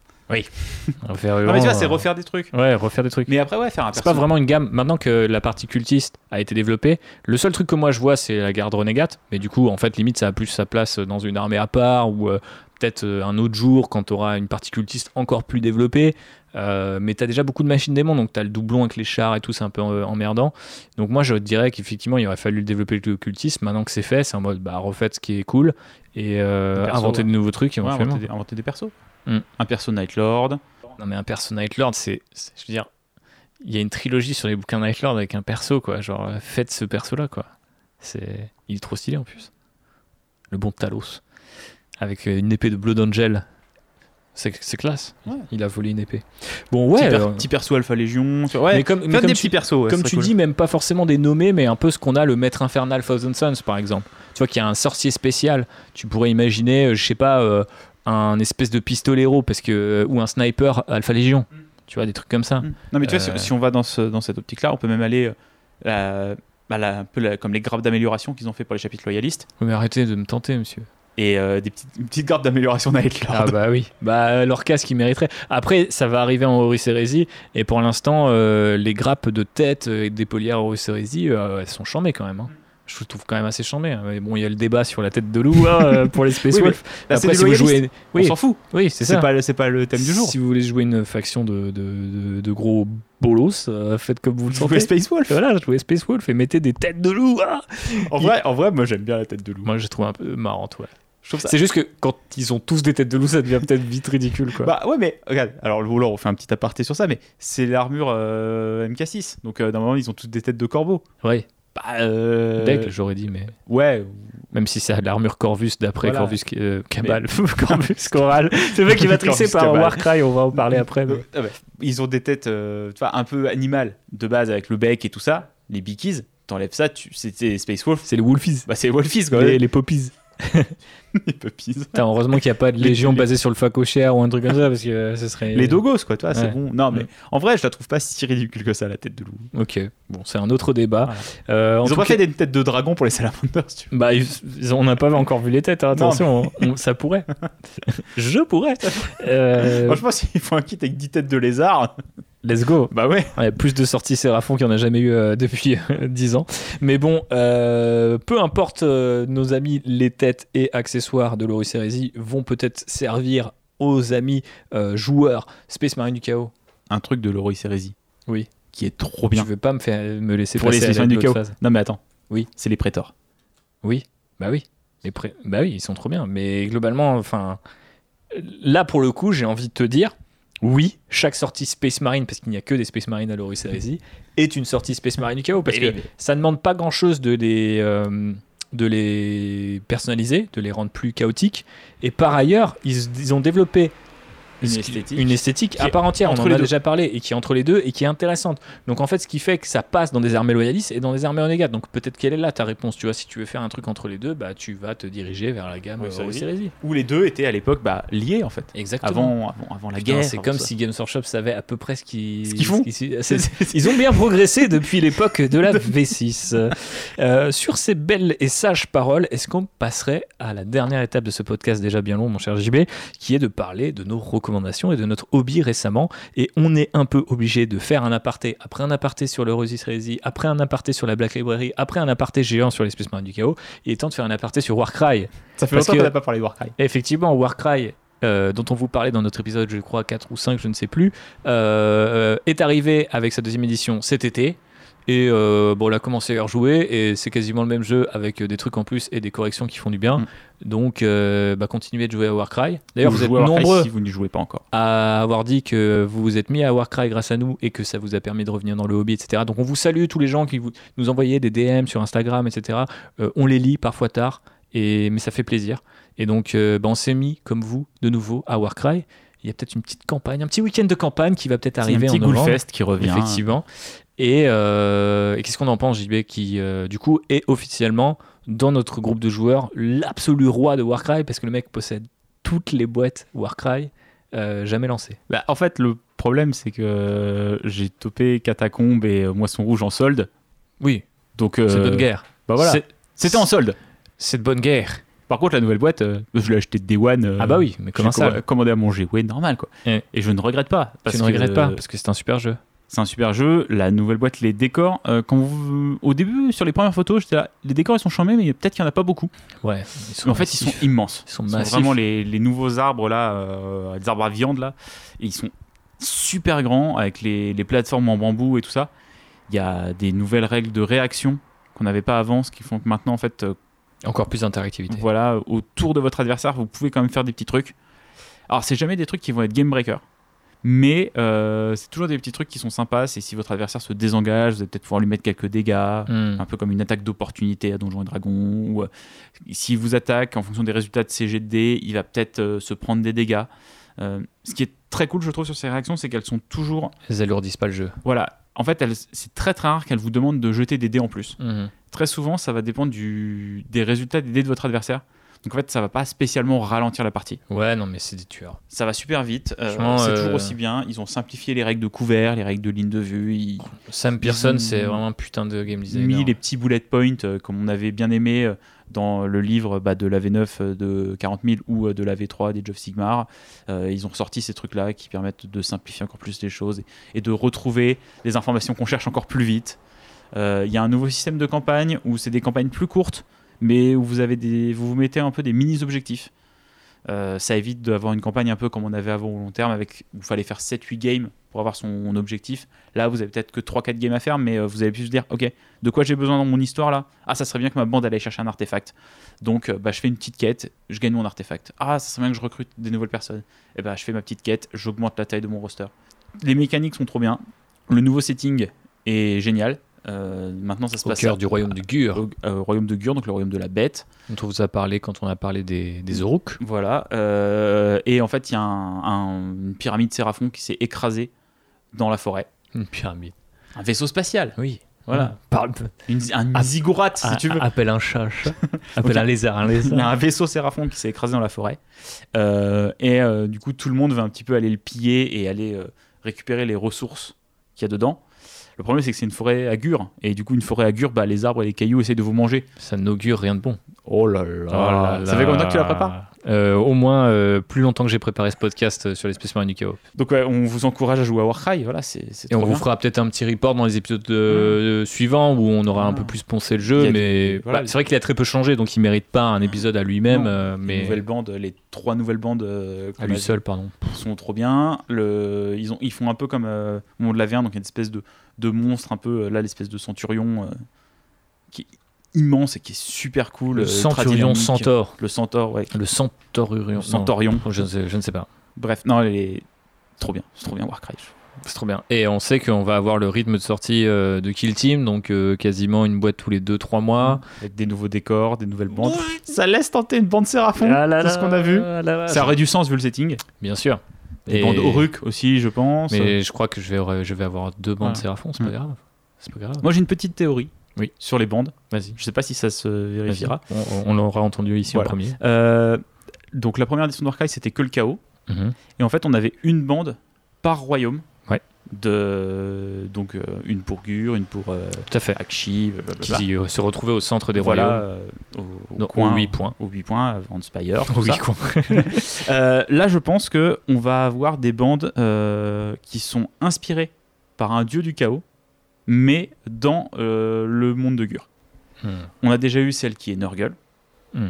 Refaire Non, mais tu vois, Huron, c'est euh, refaire des trucs. Ouais, refaire des trucs. Mais après, ouais, faire un C'est perso. pas vraiment une gamme. Maintenant que la partie cultiste a été développée, le seul truc que moi je vois, c'est la garde renégate. Mais du coup, en fait, limite, ça a plus sa place dans une armée à part ou euh, peut-être euh, un autre jour quand tu auras une partie cultiste encore plus développée. Euh, mais tu as déjà beaucoup de machines démons, donc tu as le doublon avec les chars et tout, c'est un peu euh, emmerdant. Donc moi, je dirais qu'effectivement, il aurait fallu développer le cultisme. Maintenant que c'est fait, c'est en mode bah, refaites ce qui est cool et euh, Des persos, inventer ouais. de nouveaux trucs Ouais, éventuellement. inventer, des, inventer des persos. Mm. Un perso Night Lord. Non mais un perso Night Lord, c'est, c'est- je veux dire, il y a une trilogie sur les bouquins Night Lord avec un perso quoi, genre euh, faites ce perso là quoi. C'est, il est trop stylé en plus. Le bon Talos avec euh, une épée de Blood Angel, c'est, c'est classe. Ouais. Il a volé une épée. Bon ouais. petit, per- euh, petit perso Alpha Légion. tu vois, Ouais, mais comme, mais faire comme des tu, petits persos. ouais, comme ce tu serait cool. dis, même pas forcément des nommés, mais un peu ce qu'on a le Maître Infernal Thousand Suns par exemple. Tu vois qu'il y a un sorcier spécial. Tu pourrais imaginer, euh, je sais pas. Euh, un espèce de pistolero parce que euh, ou un sniper Alpha Légion, tu vois des trucs comme ça. Mm. Non, mais tu vois, Euh, si, si on va dans, ce, dans cette optique-là, on peut même aller euh, bah, là, un peu là, comme les grappes d'amélioration qu'ils ont fait pour les chapitres loyalistes. Oui, mais arrêtez de me tenter, monsieur. Et euh, des petites, une petite grappe d'amélioration Night Lord. Ah bah oui, bah leur casque il mériterait. Après, ça va arriver en Horus Heresy et pour l'instant, euh, les grappes de tête et des polières Horus Heresy, euh, elles sont chambées quand même. Hein. Je le trouve quand même assez chambé. Hein. Mais bon, il y a le débat sur la tête de loup hein, euh, pour les Space Oui, mais Wolf. là, c'est Après, des si vous loyalistes. jouez, On oui, s'en fout. oui, c'est C'est ça. pas, c'est pas le thème du jour. Si vous voulez jouer une faction de, de, de, de gros bolos, euh, faites comme vous le Jouer sentez. Space Wolf. Voilà, jouez Space Wolf et mettez des têtes de loup. Ah En vrai, en vrai, moi j'aime bien la tête de loup. Moi, je trouve un peu marrant, ouais. Je trouve ça... C'est juste que quand ils ont tous des têtes de loup, ça devient peut-être vite ridicule, quoi. Bah ouais, mais regarde, alors le voleur, on fait un petit aparté sur ça, mais c'est l'armure euh, M K six. Donc euh, d'un moment, ils ont tous des têtes de corbeau. Ouais. Bah, euh... D'aigle, j'aurais dit, mais. Ouais. Même si c'est l'armure Corvus d'après Voilà. Corvus euh, Cabal. Mais... Corvus Choral. C'est vrai qu'il va trisser par Cabal. Warcry, on va en parler après. Mais... Ah bah, ils ont des têtes euh, tu vois, un peu animales de base avec le bec et tout ça. Les Bickies, t'enlèves ça, tu... c'était Space Wolf. C'est les Wolfies. Bah, c'est les Wolfies, quoi. Les, les Poppies. Les Puppies. Putain, heureusement qu'il n'y a pas de légion les... basée sur le facochère ou un truc comme ça, parce que ce serait. Les Dogos, quoi, toi, ouais. C'est bon. Non, mais ouais. En vrai, je la trouve pas si ridicule que ça, la tête de loup. Ok, bon, c'est un autre débat. Voilà. Euh, ils ont pas cas... fait des têtes de dragon pour les salamanders, tu vois. Bah, ils... on n'a pas encore vu les têtes, hein, attention, non, on... ça pourrait. Je pourrais. euh... Franchement, s'il faut un kit avec dix têtes de lézard. Let's go. Bah ouais. ouais plus de sorties Séraphon qu'il n'y en a jamais eu euh, depuis euh, dix ans. Mais bon, euh, peu importe, euh, nos amis, les têtes et accessoires de l'Horus Heresy vont peut-être servir aux amis euh, joueurs Space Marine du Chaos. Un truc de l'Horus Heresy. Oui. Qui est trop bien. Tu veux pas me, faire, me laisser pour passer les Space Marine du Chaos. Phase. Non mais attends. Oui. C'est les Prétors. Oui. Bah oui. Les pré... Bah oui, ils sont trop bien. Mais globalement, enfin, là pour le coup, j'ai envie de te dire. Oui, chaque sortie Space Marine, parce qu'il n'y a que des Space Marine à l'Horus Heresy, est une sortie Space Marine du Chaos, parce que ça ne demande pas grand-chose de les, euh, de les personnaliser, de les rendre plus chaotiques. Et par ailleurs, ils, ils ont développé une esthétique, une esthétique à part entière, on en a déjà parlé, et qui est entre les deux et qui est intéressante. Donc en fait, ce qui fait que ça passe dans des armées loyalistes et dans des armées renégates. Donc peut-être quelle est là ta réponse, tu vois, si tu veux faire un truc entre les deux, bah tu vas te diriger vers la gamme Horus Heresy. Où les deux étaient à l'époque bah, liés en fait. Exactement. Avant, avant, avant la Putain, guerre. C'est comme ça. Si Games Workshop savait à peu près ce qu'ils, ce qu'ils font. Ce qu'ils, c'est, ils ont bien progressé depuis l'époque de la V six. Euh, sur ces belles et sages paroles, est-ce qu'on passerait à la dernière étape de ce podcast déjà bien long, mon cher J B, qui est de parler de nos recommandations et de notre hobby récemment, et on est un peu obligé de faire un aparté après un aparté sur le Horus Heresy, après un aparté sur la Black Library, après un aparté géant sur les Space Marine du Chaos. Il est temps de faire un aparté sur Warcry. Ça fait longtemps qu'on n'a pas parlé de Warcry. Effectivement, Warcry, euh, dont on vous parlait dans notre épisode, je crois quatre ou cinq, je ne sais plus, euh, est arrivé avec sa deuxième édition cet été. Et euh, bon, on a commencé à rejouer et c'est quasiment le même jeu avec des trucs en plus et des corrections qui font du bien. Mm. Donc, euh, bah, continuez de jouer à Warcry. D'ailleurs, vous, vous êtes nombreux si vous n'y jouez pas encore à avoir dit que vous vous êtes mis à Warcry grâce à nous et que ça vous a permis de revenir dans le hobby, et cetera. Donc, on vous salue tous les gens qui vous, nous envoyaient des D M sur Instagram, et cetera. Euh, on les lit parfois tard, et, mais ça fait plaisir. Et donc, euh, bah, on s'est mis, comme vous, de nouveau à Warcry. Il y a peut-être une petite campagne, un petit week-end de campagne qui va peut-être arriver en novembre. Un petit Ghoulfest qui revient. Effectivement. Et, euh, et qu'est-ce qu'on en pense, J B, qui euh, du coup est officiellement dans notre groupe de joueurs l'absolu roi de Warcry, parce que le mec possède toutes les boîtes Warcry euh, jamais lancées. Bah, en fait, le problème, c'est que j'ai topé Catacombe et Moisson Rouge en solde. Oui. Donc euh, c'est de bonne guerre. Bah voilà. C'est, C'était en solde. C'est de bonne guerre. Par contre, la nouvelle boîte, euh, je l'ai achetée de Day One. Euh, ah bah oui, mais comment ça com- commandé à manger, ouais, normal quoi. Et, et je ne regrette pas. Parce tu ne que, regrettes pas parce que c'est un super jeu. C'est un super jeu. La nouvelle boîte, les décors. Euh, quand vous, au début, sur les premières photos, j'étais là, les décors ils sont charmés, mais peut-être qu'il n'y en a pas beaucoup. Ouais. Ils sont mais en massifs. fait, ils sont immenses. Ils sont, ils sont massifs. vraiment les, les nouveaux arbres là, euh, les arbres à viande là. Et ils sont super grands avec les, les plateformes en bambou et tout ça. Il y a des nouvelles règles de réaction qu'on n'avait pas avant, ce qui font que maintenant en fait. Euh, Encore plus d'interactivité. Voilà, autour de votre adversaire, vous pouvez quand même faire des petits trucs. Alors, c'est jamais des trucs qui vont être game breaker, mais euh, c'est toujours des petits trucs qui sont sympas. C'est si votre adversaire se désengage, vous allez peut-être pouvoir lui mettre quelques dégâts, mm. un peu comme une attaque d'opportunité à Donjons et Dragons. Ou euh, s'il vous attaque, en fonction des résultats de ses jets de dés, il va peut-être euh, se prendre des dégâts. Euh, ce qui est très cool, je trouve, sur ces réactions, c'est qu'elles sont toujours... Elles alourdissent pas le jeu. Voilà. En fait, elles, c'est très très rare qu'elles vous demandent de jeter des dés en plus. Mm. Très souvent, ça va dépendre du, des résultats des dés de votre adversaire. Donc en fait, ça va pas spécialement ralentir la partie. Ouais, non, mais c'est des tueurs. Ça va super vite. Euh, c'est euh... toujours aussi bien. Ils ont simplifié les règles de couvert, les règles de ligne de vue. Ils... Sam Pearson, ils c'est vraiment un putain de game designer. Mis les petits bullet points, euh, comme on avait bien aimé euh, dans le livre bah, de la V neuf euh, de quarante mille ou euh, de la V trois d'Age of Sigmar. Euh, ils ont ressorti ces trucs-là qui permettent de simplifier encore plus les choses et, et de retrouver les informations qu'on cherche encore plus vite. Il euh, y a un nouveau système de campagne où c'est des campagnes plus courtes, mais où vous, avez des, vous vous mettez un peu des mini-objectifs. Euh, ça évite d'avoir une campagne un peu comme on avait avant au long terme, avec, où il fallait faire sept huit games pour avoir son objectif. Là, vous avez peut-être que trois quatre games à faire, mais euh, vous allez pu se dire, ok, de quoi j'ai besoin dans mon histoire là? Ah, ça serait bien que ma bande aille chercher un artefact. Donc, euh, bah, je fais une petite quête, je gagne mon artefact. Ah, ça serait bien que je recrute des nouvelles personnes. Et bah, je fais ma petite quête, j'augmente la taille de mon roster. Les mécaniques sont trop bien. Le nouveau setting est génial. Euh, maintenant, ça se Au passe cœur à- du royaume de Gur, au euh, royaume de Gur, donc le royaume de la bête. dont on vous a parlé quand on a parlé des, des Uruk. Voilà. euh, et en fait, il y a un- un- une pyramide Séraphon qui s'est écrasée dans la forêt. Une pyramide. Un vaisseau spatial. Oui. Voilà. Parle, Une, un Ah, ziggourate, si a- tu veux. Appelle un chat, chat. Appelle Ok. un lézard, un Il y a lézard. un vaisseau Séraphon qui s'est écrasé dans la forêt. Euh, et euh, du coup, tout le monde va un petit peu aller le piller et aller euh, récupérer les ressources qu'il y a dedans. Le problème, c'est que c'est une forêt à Gur. Et du coup, une forêt à Gur, bah, les arbres et les cailloux essayent de vous manger. Ça n'augure rien de bon. Oh là là. Ça fait combien de temps que tu la prépares? Euh, Au moins euh, plus longtemps que j'ai préparé ce podcast euh, sur les Space Marines du Chaos. Donc, ouais, on vous encourage à jouer à Warcry. Voilà, c'est c'est Et on trop vous bien. fera peut-être un petit report dans les épisodes euh, suivants où on aura un Ah. peu plus poncé le Il y jeu. a Mais des- voilà. bah, c'est vrai qu'il a très peu changé, donc il mérite pas un épisode à lui-même. Non. euh, Les mais nouvelles bandes, les trois nouvelles bandes euh, qu'on à lui a seul, pardon. sont trop bien. Le, ils, ont, ils font un peu comme euh, au monde de la V un, donc il y a une espèce de, de monstre, un peu euh, là, l'espèce de centurion euh, qui est immense et qui est super cool. Le euh, Centurion ultra-dynamique. Centaure. Le centaure, ouais. Le Centaurion. Le Centaurion. Non, je, ne sais, je ne sais pas. Bref, non, elle est trop bien. C'est trop bien Warcry. C'est trop bien. Et on sait qu'on va avoir le rythme de sortie euh, de Kill Team, donc euh, quasiment une boîte tous les deux trois mois. Avec des nouveaux décors, des nouvelles bandes. Ça laisse tenter une bande Séraphon, Ah là tout là, ce qu'on a vu. là là, Ça aurait du sens vu le setting. Bien sûr. Des Et- bandes Uruk aussi, je pense. Mais je crois que je vais, je vais avoir deux bandes Voilà. Séraphon, c'est pas Mm. grave. C'est pas grave. Moi, j'ai une petite théorie Oui. sur les bandes. Vas-y. Je sais pas si ça se vérifiera. On, on l'aura entendu ici Voilà. en premier. Euh, donc, la première édition de Warcry, c'était que le chaos. Mhm. Et en fait, on avait une bande par royaume. Ouais. De, donc, euh, une pour Gur, une pour euh, Tout à fait. Akshi, blablabla. Qui euh, se retrouvait au centre des voilà, royaumes. euh, au, au Donc, coin, aux huit points. Aux huit points, à Ventspire. tout Oui, ça. quoi. Euh, là, je pense que on va avoir des bandes euh, qui sont inspirées par un dieu du chaos, mais dans euh, le monde de Gur. Mhm. On a déjà eu celle qui est Nurgle. Mhm.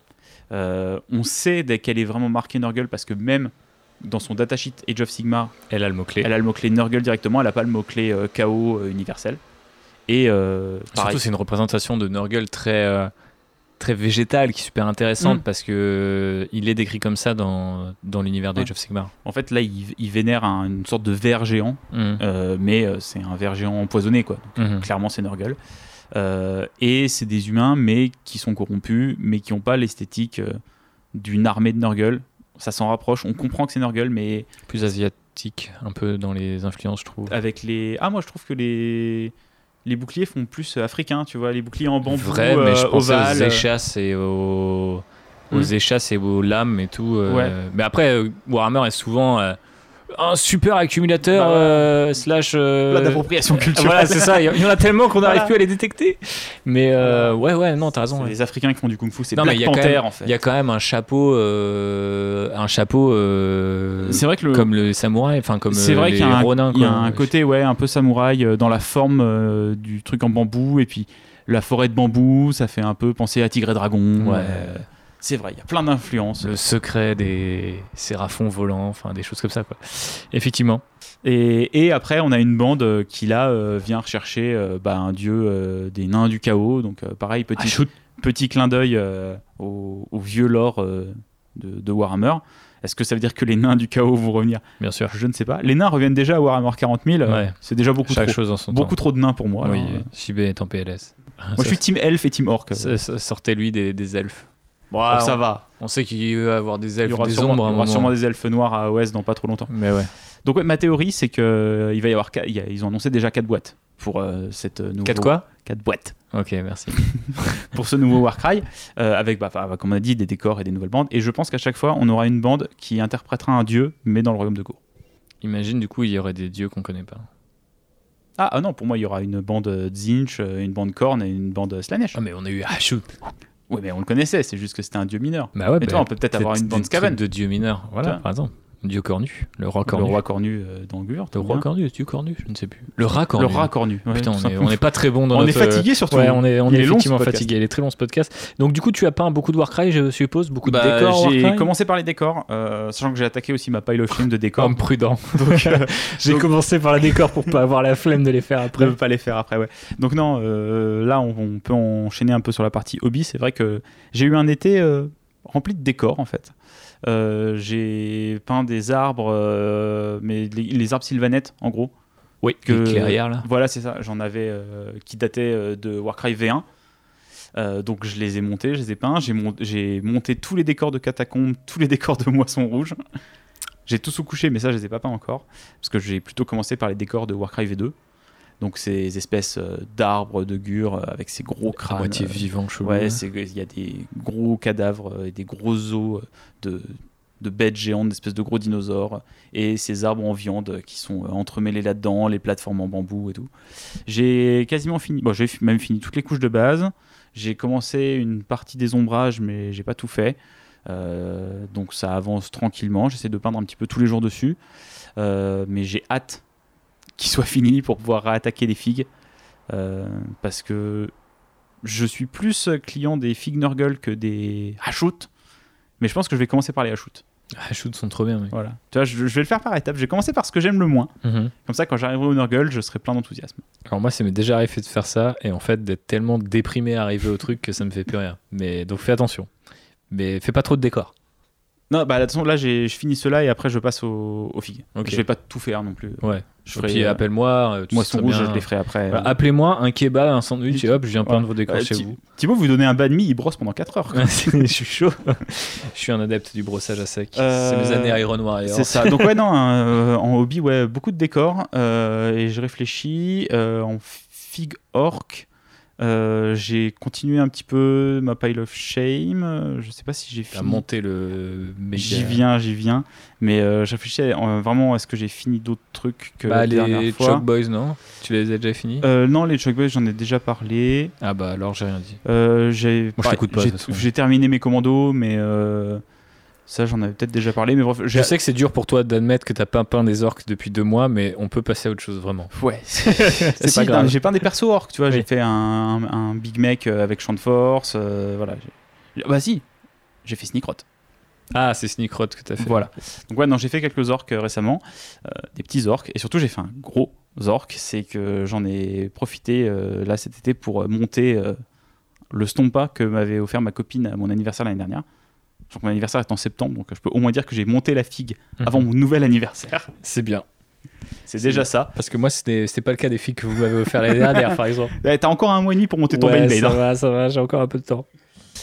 Euh, on sait dès qu'elle est vraiment marquée Nurgle parce que même dans son datasheet Age of Sigmar, Elle a le mot-clé. elle a le mot-clé Nurgle directement, elle n'a pas le mot-clé euh, chaos euh, universel. Et euh, pareil. Surtout, c'est une représentation de Nurgle très, euh, très végétale qui est super intéressante Mm. parce que euh, il est décrit comme ça dans, dans l'univers d'Age Ouais. of Sigmar. En fait, là, il, il vénère un- une sorte de ver géant, Mhm. euh, mais euh, c'est un ver géant empoisonné, quoi. Mhm. Clairement, c'est Nurgle. Euh, et c'est des humains, mais qui sont corrompus, mais qui n'ont pas l'esthétique euh, d'une armée de Nurgle. Ça s'en rapproche. On comprend que c'est Nurgle, mais Plus asiatique, un peu dans les influences, je trouve. avec les. Ah, moi, je trouve que les les boucliers font plus euh, africains, tu vois, les boucliers en bambou, Vrai, mais je euh, pensais ovales. aux échasses et aux, aux Mm. échasses et aux lames et tout. euh, Ouais. Mais après, euh, Warhammer est souvent euh, un super accumulateur Bah ouais. euh, slash. euh, Plat d'appropriation culturelle. Voilà, c'est ça. Il y en a tellement qu'on n'arrive Voilà. plus à les détecter. Mais euh, ouais, ouais, non, t'as raison. C'est ouais. les Africains qui font du kung-fu, c'est Non, mais Black il y a quand Panther même- en fait. Il y a quand même un chapeau, euh, un chapeau euh, C'est vrai que le. comme le samouraï, enfin comme C'est euh, vrai les qu'il y a un, Ronins, il y a quoi. un côté ouais, un peu samouraï euh, dans la forme euh, du truc en bambou et puis la forêt de bambou, ça fait un peu penser à Tigre et Dragon. Ouais. euh, c'est vrai, il y a plein d'influences. Le secret des séraphons volants, enfin des choses comme ça, quoi. Effectivement. Et, et après, on a une bande euh, qui là euh, vient rechercher euh, bah, un dieu euh, des nains du chaos. Donc euh, pareil, petit, Ah, shoot. petit clin d'œil euh, au, au vieux lore euh, de, de Warhammer. Est-ce que ça veut dire que les nains du chaos vont revenir? Bien sûr. Je ne sais pas. Les nains reviennent déjà à Warhammer quarante mille. euh, Ouais. C'est déjà beaucoup Chaque trop. chose en son Beaucoup temps. trop de nains pour moi. Oui, alors, euh. Shibé est en P L S. Moi, je suis team elfe et team orc. Ça- ça- Sortez-lui des, des elfes. Bon, Oh, ah, ça on, va. on sait qu'il va avoir des Il elfes, y aura, des sûrement, ombres à il un y aura moment. sûrement des elfes noirs à O S dans pas trop longtemps. Mais ouais. Donc ouais, ma théorie, c'est que euh, il va y avoir, qua- il y a- ils ont annoncé déjà quatre boîtes pour euh, cette euh, nouveau. Quatre quoi Quatre boîtes Ok, merci. pour ce nouveau Warcry, euh, avec, bah, enfin, comme on a dit, des décors et des nouvelles bandes. Et je pense qu'à chaque fois, on aura une bande qui interprétera un dieu, mais dans le royaume de Gour. Imagine, du coup, il y aurait des dieux qu'on connaît pas. Ah, ah non, pour moi, il y aura une bande euh, Tzeentch, euh, une bande Khorne et une bande euh, Slanesh. Ah, mais on a eu Ashut. Oui, mais on le connaissait, c'est juste que c'était un dieu mineur. Bah ouais, Mais bah, toi, on peut peut-être avoir une bande des Skaven. trucs de dieux mineurs. Voilà, Tiens. par exemple. Dieu cornu, le roi cornu. Le roi cornu euh, d'Angur. Le roi cornu, est-tu cornu? Je ne sais plus. Le rat cornu. Le rat cornu. Ouais, Putain, on n'est pas très bon dans on notre... On est fatigué surtout. Ouais, on est, on il est, est effectivement long, fatigué. Il est très long ce podcast. Donc du coup, tu as peint beaucoup de Warcry, je suppose, beaucoup bah, de décors. J'ai Warcry. commencé par les décors, euh, sachant que j'ai attaqué aussi ma pile of shame de décors. Homme prudent. Donc, euh, j'ai donc... commencé par les décors pour pas avoir la flemme de les faire après. De pas les faire après, ouais. Donc non, euh, là, on, on peut enchaîner un peu sur la partie hobby. C'est vrai que j'ai eu un été euh, rempli de décors en fait. Euh, j'ai peint des arbres, euh, mais les, les arbres sylvanettes en gros. Oui, que, les clairières là. Voilà, c'est ça. J'en avais euh, qui dataient euh, de Warcry V un. Euh, donc je les ai montés, je les ai peints. J'ai, mon- j'ai monté tous les décors de catacombes, tous les décors de moissons rouges. J'ai tout sous-couché, mais ça je les ai pas peints encore. Parce que j'ai plutôt commencé par les décors de Warcry V deux. Donc ces espèces euh, d'arbres, de gurs euh, avec ces gros crânes. À moitié euh, vivant, chelou. Ouais, il y a des gros cadavres euh, et des gros os de, de bêtes géantes, d'espèces de gros dinosaures, et ces arbres en viande qui sont euh, entremêlés là-dedans, les plateformes en bambou et tout. J'ai quasiment fini, bon, j'ai f- même fini toutes les couches de base. J'ai commencé une partie des ombrages, mais j'ai pas tout fait. Euh, donc ça avance tranquillement. J'essaie de peindre un petit peu tous les jours dessus, euh, mais j'ai hâte qu'il soit fini pour pouvoir réattaquer les figues, euh, parce que je suis plus client des figues Nurgle que des hashoots, mais je pense que je vais commencer par les hashoots. Les shoots sont trop bien. Oui. Voilà. Tu vois, je, je vais le faire par étapes. Je vais commencer par ce que j'aime le moins. Mm-hmm. Comme ça, quand j'arriverai au Nurgle, je serai plein d'enthousiasme. Alors moi, ça m'est déjà arrivé de faire ça et en fait d'être tellement déprimé à arriver au truc que ça me fait plus rien. Mais donc fais attention. Mais fais pas trop de décors. Non, bah de toute façon, là, j'ai, je finis cela et après, je passe aux, aux figues. Okay. Je vais pas tout faire non plus. Ouais. Je Et ferai, puis euh, appelle-moi. Tu Moisson rouge, bien... je les ferai après. Voilà, appelez-moi un kebab, un sandwich et hop, je viens peindre vos décors euh, chez Thi- vous. Thibaut, vous donnez un banh mi, il brosse pendant quatre heures. quoi. Je suis chaud. Je suis un adepte du brossage à sec. Euh, C'est mes années Iron Warrior. C'est ça. Donc ouais, non, euh, en hobby, ouais, beaucoup de décors. euh, et je réfléchis euh, en figue orc. Euh, j'ai continué un petit peu ma pile of shame. euh, Je sais pas si j'ai T'as fini. monté le méga... J'y viens, j'y viens. Mais euh, je réfléchis à- euh, vraiment, est-ce que j'ai fini d'autres trucs que Bah, la dernière les fois Chalk Boys, non? Tu les as déjà finis? Euh, Non, les Chuck Boys, j'en ai déjà parlé. Ah bah alors j'ai rien dit. Euh, j'ai, Moi, je pareil, t'écoute pas, de j'ai, toute façon. j'ai terminé mes commandos, mais euh, ça, j'en avais peut-être déjà parlé. Mais bref, Je j'ai... sais que c'est dur pour toi d'admettre que t'as pas peint des orques depuis deux mois, mais on peut passer à autre chose vraiment. Ouais, C'est Si, pas grave. non, j'ai peint des persos orques, tu vois. Oui. J'ai fait un, un, un Big Mech euh, avec champ de force. euh, voilà. J'ai- Bah si, j'ai fait Sneakrot. Ah, c'est Sneakrot que t'as fait. Voilà. Donc ouais, non, j'ai fait quelques orques euh, récemment, euh, des petits orques, et surtout j'ai fait un gros orque. C'est que j'en ai profité euh, là cet été pour euh, monter euh, le Stompa que m'avait offert ma copine à mon anniversaire l'année dernière. Donc mon anniversaire est en septembre, donc je peux au moins dire que j'ai monté la figue Mhm. avant mon nouvel anniversaire. C'est bien. C'est déjà ça. Parce que moi, c'était c'était pas le cas des filles que vous m'avez offert l'année dernière, par exemple. Eh, T'as encore un mois et demi pour monter ton Ouais, Beyblade. ça hein. va, ça va, j'ai encore un peu de temps.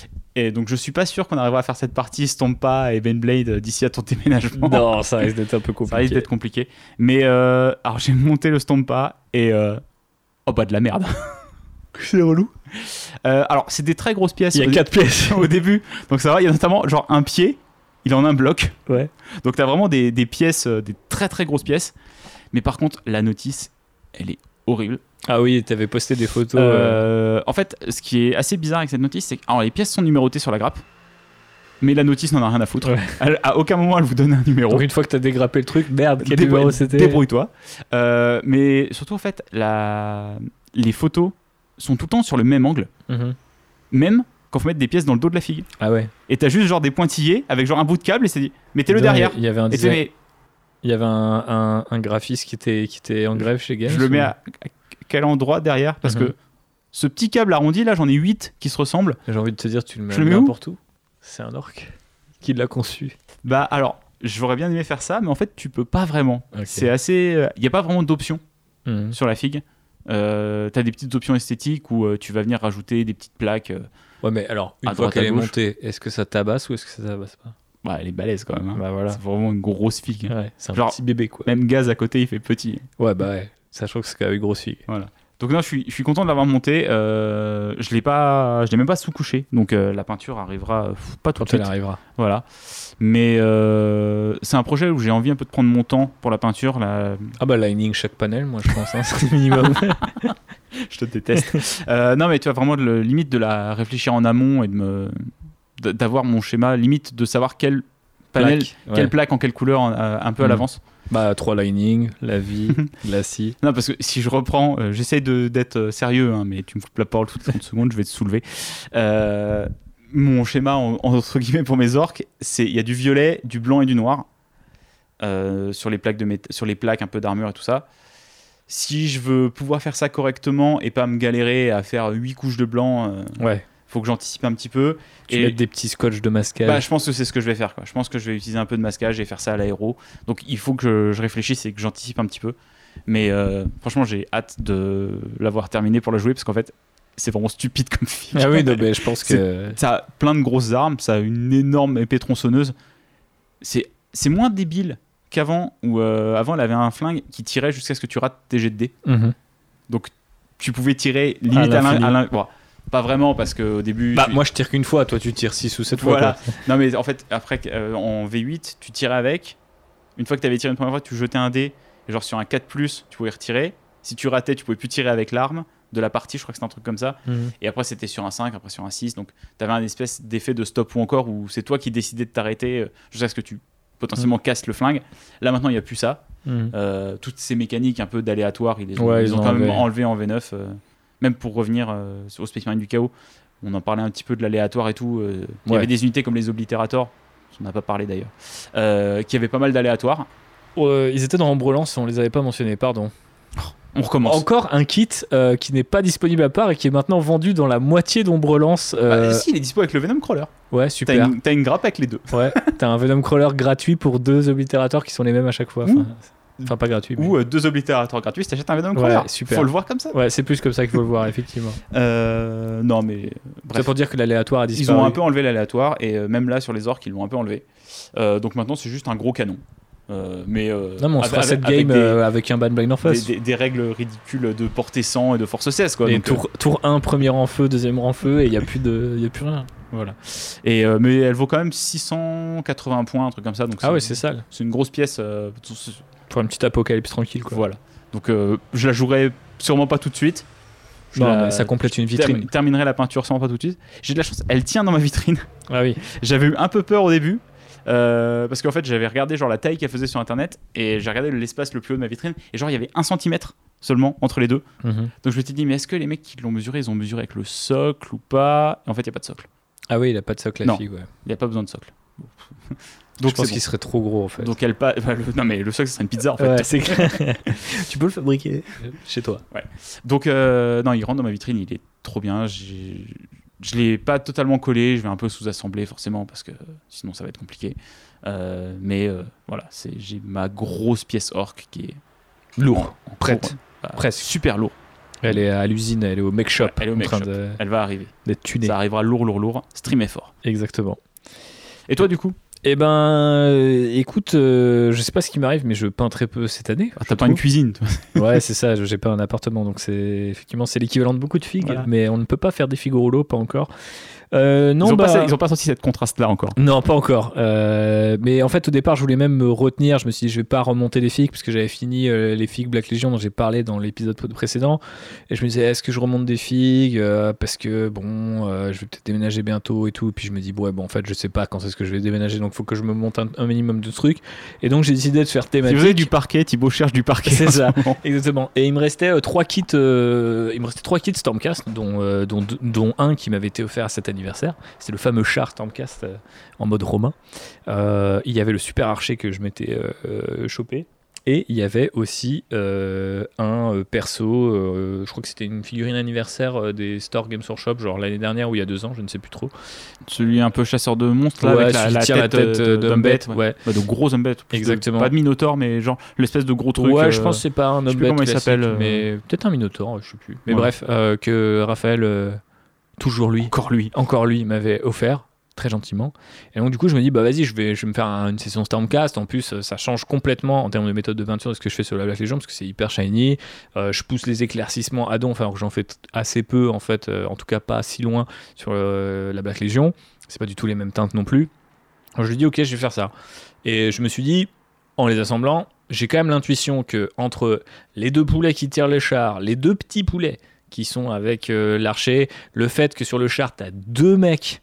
Et donc je suis pas sûr qu'on arrivera à faire cette partie Stompa et Beyblade d'ici à ton déménagement. Non, ça risque d'être un peu compliqué. Ça risque d'être compliqué. Mais euh, alors j'ai monté le Stompa et euh, oh bah de la merde. C'est relou. Euh, alors c'est des très grosses pièces. Il y a au, quatre pièces. au début. Donc ça va. Il y a notamment genre un pied. Il en a un bloc. Ouais. Donc t'as vraiment des, des pièces, euh, des très très grosses pièces. Mais par contre la notice, elle est horrible. Ah oui, t'avais posté des photos. euh, Euh, en fait, ce qui est assez bizarre avec cette notice, c'est que alors, les pièces sont numérotées sur la grappe. Mais la notice n'en a rien à foutre. Ouais. Elle- à aucun moment elle vous donne un numéro. Donc une fois que t'as dégrappé le truc, merde, quel Débrouille- numéro c'était? Débrouille-toi. Euh, mais surtout, en fait, la... les photos sont tout le temps sur le même angle. Mhm. Même quand faut mettre des pièces dans le dos de la figue. Ah ouais. Et t'as juste genre des pointillés avec genre un bout de câble et c'est dit mettez-le Dedans, derrière. Il y avait un Et tu design- mets- Il y avait un, un, un graphiste qui était, qui était en grève chez Games. je le mets ou- à à quel endroit derrière parce Mhm. que ce petit câble arrondi là, j'en ai huit qui se ressemblent. J'ai envie de te dire, tu le mets Je le mets où n'importe où. C'est un orc qui l'a conçu. Bah alors, j'aurais bien aimé faire ça, mais en fait, tu peux pas vraiment. Ok. C'est assez. Il n'y a pas vraiment d'options Mhm. sur la figue. Euh, t'as des petites options esthétiques où euh, tu vas venir rajouter des petites plaques. euh, Ouais, mais alors, une À fois droite, qu'elle à est gauche. montée, est-ce que ça tabasse ou est-ce que ça tabasse pas? Bah, elle est balèze quand même. hein. Bah voilà. C'est vraiment une grosse figue. Ouais, c'est un Genre- petit bébé quoi. Même Gaz à côté, il fait petit. Ouais, bah ouais. Sachant que c'est quand même une grosse fille. Donc non, je suis, je suis content de l'avoir monté. Euh, je l'ai pas, je l'ai même pas sous-couché. Donc euh, la peinture arrivera euh, pas tout Quand de suite. elle arrivera. Voilà. Mais euh, c'est un projet où j'ai envie un peu de prendre mon temps pour la peinture. Là, Ah bah lining chaque panel, moi je pense, hein, c'est le minimum. je te déteste. Euh, non, mais tu vois vraiment le limite de la réfléchir en amont et de me, d- d'avoir mon schéma limite de savoir quelle panel, plaque, ouais. quelle plaque en quelle couleur, euh, un peu à Mm. l'avance. Bah, trois lightning, la vie, la scie. Non, parce que si je reprends, euh, j'essaie de, d'être euh, sérieux, hein, mais tu me coupes la parole toutes les trente secondes, je vais te soulever. Euh, mon schéma, en, entre guillemets, pour mes orques, c'est il y a du violet, du blanc et du noir euh, sur, les plaques de mét- sur les plaques un peu d'armure et tout ça. Si je veux pouvoir faire ça correctement et pas me galérer à faire huit couches de blanc, euh, Ouais. faut que j'anticipe un petit peu. Tu Et- mets des petits scotch de masquage. Bah, je pense que c'est ce que je vais faire. Quoi. Je pense que je vais utiliser un peu de masquage et faire ça à l'aéro. Donc il faut que je, je réfléchisse et que j'anticipe un petit peu. Mais euh, franchement, j'ai hâte de l'avoir terminé pour la jouer parce qu'en fait, c'est vraiment stupide comme film. Ah oui, non, mais je pense que. Ça a plein de grosses armes, ça a une énorme épée tronçonneuse. C'est, c'est moins débile qu'avant, où euh, avant elle avait un flingue qui tirait jusqu'à ce que tu rates tes jets de dés. Mhm. Donc tu pouvais tirer limite à, l'in- l'infini. à l'in- bon, pas vraiment parce qu'au début. Bah, tu- moi je tire qu'une fois, toi tu tires six ou sept fois. Voilà. quoi. Non mais en fait après euh, en V huit tu tirais avec. Une fois que tu avais tiré une première fois, tu jetais un dé. Et genre sur un quatre plus, tu pouvais retirer. Si tu ratais, tu pouvais plus tirer avec l'arme de la partie. Je crois que c'était un truc comme ça. Mhm. Et après c'était sur un cinq, après sur un six. Donc tu avais un espèce d'effet de stop ou encore où c'est toi qui décidais de t'arrêter euh, jusqu'à ce que tu potentiellement casses le flingue. Là maintenant il n'y a plus ça. Mhm. Euh, toutes ces mécaniques un peu d'aléatoire, ils les ont, Ouais, ils ils ont ont quand même enlevé. enlevé en V neuf. euh, même pour revenir euh, au Space Marine du Chaos, on en parlait un petit peu de l'aléatoire et tout. euh, il y Ouais. avait des unités comme les Oblitérators, on n'a pas parlé d'ailleurs, euh, qui avaient pas mal d'aléatoires. Euh, ils étaient dans Ombrelance, on les avait pas mentionnés, pardon. On recommence. Encore un kit euh, qui n'est pas disponible à part et qui est maintenant vendu dans la moitié d'Ombrelance. euh, Bah, si, il est dispo avec le Venom Crawler. Ouais, T'as super. une, t'as une grappe avec les deux. Ouais, t'as un Venom Crawler gratuit pour deux oblitérateurs qui sont les mêmes à chaque fois. Enfin, Ouh. enfin, pas gratuit. Mais... Ou euh, deux Oblitérators gratuits, si t'achètes un Venom Ouais, Crawler. super. Faut le voir comme ça. Ouais, c'est plus comme ça qu'il faut le voir, effectivement. Euh, non, mais C'est bref. pour dire que l'aléatoire a Ils disparu. ont un peu enlevé l'aléatoire et euh, même là sur les orques, ils l'ont un peu enlevé. Euh, donc maintenant, c'est juste un gros canon. Euh, mais euh, Non, mais on se fera avec- cette avec game des- euh, avec un ban Black des, Northus. des- des règles ridicules de portée cent et de force seize quoi. Et Donc, tour, tour un, premier rang feu, deuxième rang feu, et il n'y a, plus de- y a plus rien. euh, voilà. Et, euh, mais elle vaut quand même six cent quatre-vingts points, un truc comme ça. Donc Ah ouais, c'est sale. c'est une grosse pièce. euh, Pour un petit apocalypse tranquille, quoi. voilà. Donc euh, je la jouerai sûrement pas tout de suite. Je Non, la- mais ça complète une vitrine. termi- terminerai la peinture sûrement pas tout de suite. J'ai de la chance. Elle tient dans ma vitrine. Ah oui. J'avais eu un peu peur au début. euh, parce qu'en fait j'avais regardé genre la taille qu'elle faisait sur internet et j'ai regardé l'espace le plus haut de ma vitrine et genre il y avait un centimètre seulement entre les deux. Mhm. Donc je me suis dit mais est-ce que les mecs qui l'ont mesuré ils ont mesuré avec le socle ou pas? Et en fait il n'y a pas de socle. Ah oui, il a pas de socle, la Non. fille, ouais. Il n'y a pas besoin de socle. Donc Donc je pense c'est qu'il serait trop gros, en fait. bon. Donc elle pa- bah, le- non mais le socle ça serait une pizza en fait. Ouais, c'est clair. Tu peux le fabriquer chez toi. Donc euh, non il rentre dans ma vitrine, il est trop bien. J'ai- Je l'ai pas totalement collé, je vais un peu sous-assembler forcément parce que sinon ça va être compliqué. Euh, mais euh, voilà, c'est, j'ai ma grosse pièce orc qui est Lourd, en- en prête. cours, euh, Presque. super lourd. Elle est à l'usine, elle est au make shop. Ouais, elle est au en make train shop. de- Elle va arriver. d'être tunée. Ça arrivera lourd, lourd, lourd. Stream est fort. Exactement. Et toi du coup? Eh ben, euh, écoute, euh, je sais pas ce qui m'arrive, mais je peins très peu cette année. Ah, je t'as pas une trouve. cuisine toi. Ouais, c'est ça. J'ai pas un appartement, donc c'est effectivement c'est l'équivalent de beaucoup de figues, Voilà. mais on ne peut pas faire des figues au rouleau, pas encore. Euh, non, ils, ont bah, pas, ils ont pas senti cette contraste là encore. Non, pas encore. Euh, mais en fait, au départ, je voulais même me retenir. Je me suis dit, je vais pas remonter les figues parce que j'avais fini euh, les figues Black Legion dont j'ai parlé dans l'épisode précédent. Et je me disais, est-ce que je remonte des figues euh, parce que bon, euh, je vais peut-être déménager bientôt et tout. Et puis je me dis, ouais, bon, en fait, je sais pas quand est-ce que je vais déménager, donc faut que je me monte un, un minimum de trucs. Et donc j'ai décidé de faire Si thématique. vous avez du parquet, Thibaut cherche du parquet. C'est en ce ça. moment. Exactement. Et il me restait euh, trois kits, euh, il me restait trois kits Stormcast, dont, euh, dont, dont un qui m'avait été offert à cet anniversaire. C'est le fameux char Stormcast euh, en mode romain. Euh, il y avait le super archer que je m'étais euh, euh, chopé. Et il y avait aussi euh, un euh, perso, euh, je crois que c'était une figurine anniversaire euh, des Store Games Workshop, genre l'année dernière ou il y a deux ans, je ne sais plus trop. Celui un peu chasseur de monstres là Ouais, avec la, celui la qui tire tête, la tête euh, euh, d'Humbet, ouais. ouais. Bah, de gros Humbet. plus de- Exactement. Pas de Minotaur mais genre l'espèce de gros truc. Ouais, je euh, pense que c'est pas un je sais plus Humbet comment il classique, s'appelle, euh. mais peut-être un Minotaur, je sais plus. Mais Ouais. bref, euh, que Raphaël, euh, toujours lui, Encore lui. encore lui, m'avait offert très gentiment. Et donc du coup, je me dis bah vas-y, je vais, je vais me faire un- une session Stormcast. En plus, euh, ça change complètement en termes de méthode de peinture de ce que je fais sur la Black Legion parce que c'est hyper shiny. Euh, je pousse les éclaircissements à donf, alors que j'en fais t- assez peu en fait, euh, en tout cas pas si loin sur euh, la Black Legion. C'est pas du tout les mêmes teintes non plus. Alors, je lui dis ok, je vais faire ça. Et je me suis dit, en les assemblant, j'ai quand même l'intuition que entre les deux poulets qui tirent les chars, les deux petits poulets qui sont avec euh, l'archer, le fait que sur le char, t'as deux mecs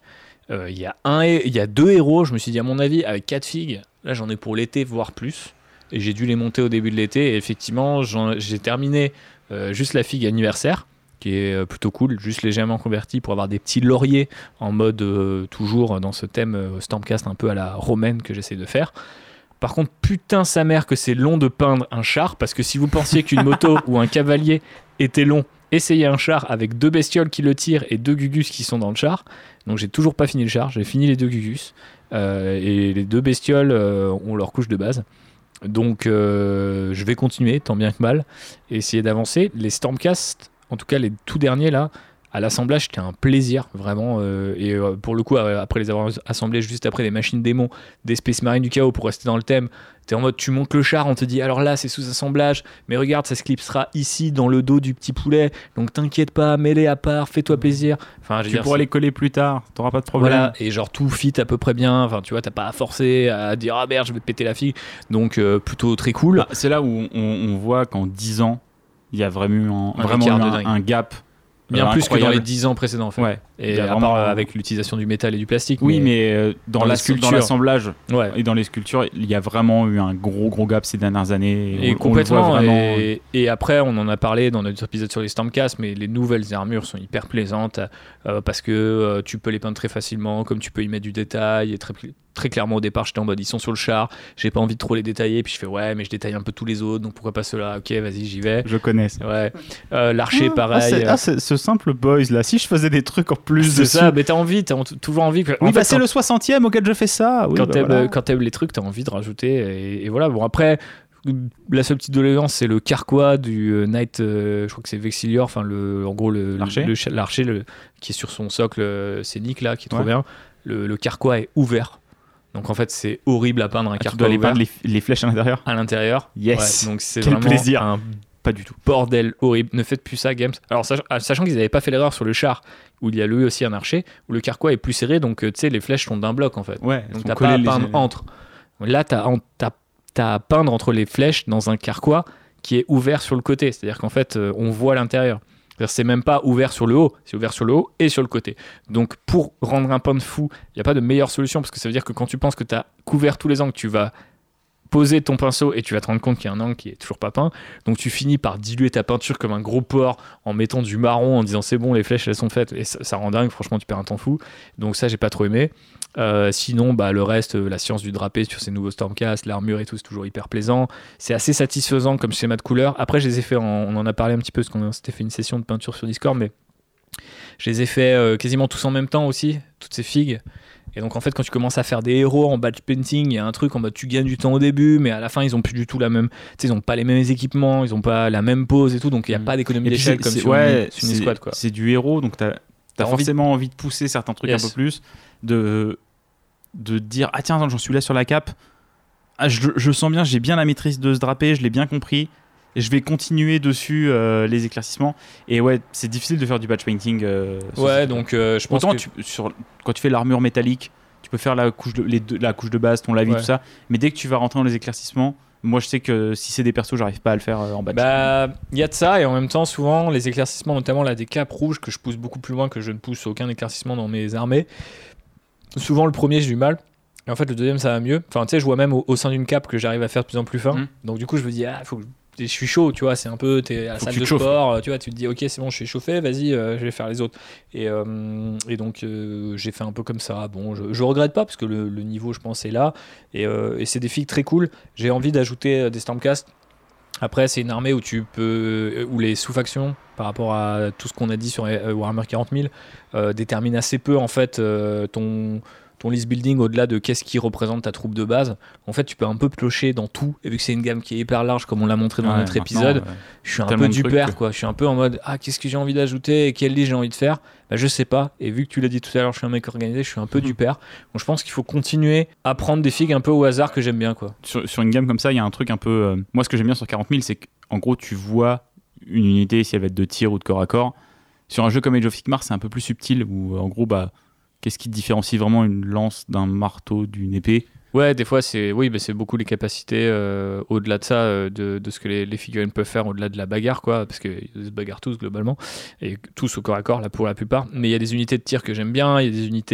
Il euh, y a un, il y a deux héros. Je me suis dit à mon avis avec quatre figues, là j'en ai pour l'été voire plus. Et j'ai dû les monter au début de l'été. Et effectivement, j'en, j'ai terminé euh, juste la figue anniversaire, qui est euh, plutôt cool, juste légèrement convertie pour avoir des petits lauriers en mode euh, toujours dans ce thème euh, Stormcast un peu à la romaine que j'essaie de faire. Par contre, putain sa mère que c'est long de peindre un char, parce que si vous pensiez qu'une moto ou un cavalier était long, essayez un char avec deux bestioles qui le tirent et deux gugus qui sont dans le char. Donc j'ai toujours pas fini le char, j'ai fini les deux gugus euh, et les deux bestioles euh, ont leur couche de base. Donc euh, je vais continuer tant bien que mal et essayer d'avancer. Les Stormcast, en tout cas les tout derniers là, à l'assemblage c'était un plaisir vraiment euh, et euh, pour le coup euh, après les avoir assemblés juste après des machines démons des Space Marines du chaos pour rester dans le thème, t'es en mode tu montes le char, on te dit alors là c'est sous assemblage mais regarde ça se clipsera ici dans le dos du petit poulet donc t'inquiète pas, mets-les à part, fais-toi plaisir, enfin, je tu veux dire, pourras c'est... les coller plus tard, t'auras pas de problème. Voilà, et genre tout fit à peu près bien, enfin tu vois t'as pas à forcer à dire ah merde je vais te péter la figue, donc euh, plutôt très cool. Ah, c'est là où on, on voit qu'en dix ans il y a vraiment, un, vraiment un, un, un gap bien euh, plus incroyable. que dans les dix ans précédents en fait. Ouais. Et à vraiment... part euh, avec l'utilisation du métal et du plastique. Oui, mais, mais euh, dans, dans, la, dans l'assemblage ouais. et dans les sculptures, il y a vraiment eu un gros gros gap ces dernières années. Et, et on, complètement. On le voit vraiment... et, et après, on en a parlé dans notre épisode sur les Stormcast, mais les nouvelles armures sont hyper plaisantes euh, parce que euh, tu peux les peindre très facilement, comme tu peux y mettre du détail. Et très, très clairement, au départ, j'étais en mode ils sont sur le char, j'ai pas envie de trop les détailler. Puis je fais ouais, mais je détaille un peu tous les autres, donc pourquoi pas ceux-là? Ok, vas-y, j'y vais. Je connais ça. Ouais. Euh, l'archer, ah, pareil. Ah, c'est, ah, c'est, ce simple boys là, si je faisais des trucs en plus c'est dessus. ça, mais t'as envie, t'as toujours envie. Que... Oui, en bah fait, c'est quand... le soixantième auquel je fais ça. Oui, quand, bah t'aimes, voilà. quand t'aimes les trucs, t'as envie de rajouter. Et, et voilà, bon, après, la seule petite doléance, c'est le carquois du euh, Knight, euh, je crois que c'est Vexilior, enfin, le, en gros, le, l'archer, le, le, l'archer le, qui est sur son socle euh, scénique, là, qui est trop ouais. bien. Le, le carquois est ouvert. Donc en fait, c'est horrible à peindre un ah, carquois. Tu dois aller ouvert. peindre les, les flèches à l'intérieur. À l'intérieur. Yes. Ouais, donc c'est quel vraiment plaisir. Un pas du tout. Bordel horrible. Ne faites plus ça, Games. Alors sach- sachant qu'ils n'avaient pas fait l'erreur sur le char, où il y a lui aussi un archer, où le carquois est plus serré, donc tu sais les flèches sont d'un bloc en fait. Ouais. Donc t'as pas à peindre les... entre. Là t'as, t'as, t'as à peindre entre les flèches dans un carquois qui est ouvert sur le côté. C'est-à-dire qu'en fait euh, on voit l'intérieur. C'est-à-dire c'est même pas ouvert sur le haut, c'est ouvert sur le haut et sur le côté. Donc pour rendre un pain de fou, il n'y a pas de meilleure solution parce que ça veut dire que quand tu penses que tu as couvert tous les angles, tu vas poser ton pinceau et tu vas te rendre compte qu'il y a un angle qui est toujours pas peint. Donc tu finis par diluer ta peinture comme un gros porc en mettant du marron en disant c'est bon, les flèches elles sont faites et ça, ça rend dingue. Franchement, tu perds un temps fou. Donc ça, j'ai pas trop aimé. Euh, sinon, bah, le reste, la science du drapé sur ces nouveaux Stormcast, l'armure et tout, c'est toujours hyper plaisant. C'est assez satisfaisant comme schéma de couleur. Après, je les ai fait, en, on en a parlé un petit peu parce qu'on s'était fait une session de peinture sur Discord, mais je les ai fait euh, quasiment tous en même temps aussi, toutes ces figues. Et donc en fait quand tu commences à faire des héros en batch painting, il y a un truc en mode tu gagnes du temps au début mais à la fin ils ont plus du tout la même, tu sais, ils ont pas les mêmes équipements, ils ont pas la même pose et tout, donc il y a pas d'économie d'échelle comme sur, ouais, une, sur une c'est, escouade quoi. C'est du héros donc t'as, t'as, t'as forcément envie de... envie de pousser certains trucs yes. un peu plus, de de dire ah tiens attends, j'en suis là sur la cape, ah, je, je sens bien, j'ai bien la maîtrise de ce drapé, je l'ai bien compris. Et je vais continuer dessus euh, les éclaircissements. Et ouais, c'est difficile de faire du batch painting. Euh, ouais, donc euh, je pense Autant que... tu, sur, quand tu fais l'armure métallique, tu peux faire la couche de, les deux, la couche de base, ton lavis, ouais. tout ça. Mais dès que tu vas rentrer dans les éclaircissements, moi je sais que si c'est des persos, j'arrive pas à le faire euh, en batch. Bah, il y a de ça. Et en même temps, souvent, les éclaircissements, notamment là, des capes rouges que je pousse beaucoup plus loin, que je ne pousse aucun éclaircissement dans mes armées. Souvent, le premier, j'ai du mal. Et en fait, le deuxième, ça va mieux. Enfin, tu sais, je vois même au, au sein d'une cape que j'arrive à faire de plus en plus fin. Mmh. Donc, du coup, je me dis, ah, il faut que je suis chaud, tu vois, c'est un peu, t'es à la salle de sport, tu vois, tu te dis, ok, c'est bon, je suis chauffé, vas-y, euh, je vais faire les autres. Et, euh, et donc, euh, j'ai fait un peu comme ça. Bon, je, je regrette pas parce que le, le niveau, je pense, est là. Et, euh, et c'est des figues très cool. J'ai envie d'ajouter des Stormcast. Après, c'est une armée où tu peux, où les sous-factions, par rapport à tout ce qu'on a dit sur Warhammer quarante mille, euh, déterminent assez peu, en fait, euh, ton. ton list building au-delà de qu'est-ce qui représente ta troupe de base. En fait, tu peux un peu piocher dans tout, et vu que c'est une gamme qui est hyper large, comme on l'a montré dans ouais, notre épisode, ouais. je suis un peu du père, quoi. Je suis un peu en mode, ah, qu'est-ce que j'ai envie d'ajouter et quelle liste j'ai envie de faire, bah, je sais pas. Et vu que tu l'as dit tout à l'heure, je suis un mec organisé, je suis un peu mmh. du père. Donc je pense qu'il faut continuer à prendre des figues un peu au hasard que j'aime bien, quoi. Sur, sur une gamme comme ça, il y a un truc un peu... Euh... Moi, ce que j'aime bien sur quarante mille, c'est qu'en gros, tu vois une unité, si elle va être de tir ou de corps à corps. Sur un jeu comme Age of Sigmar, c'est un peu plus subtil, où en gros, bah... Qu'est-ce qui différencie vraiment une lance d'un marteau, d'une épée ? Ouais, des fois, c'est, oui, bah, c'est beaucoup les capacités euh, au-delà de ça, euh, de, de ce que les, les figurines peuvent faire au-delà de la bagarre, quoi, parce qu'ils se bagarrent tous globalement, et tous au corps à corps, là, pour la plupart. Mais il y a des unités de tir que j'aime bien, il y a des unités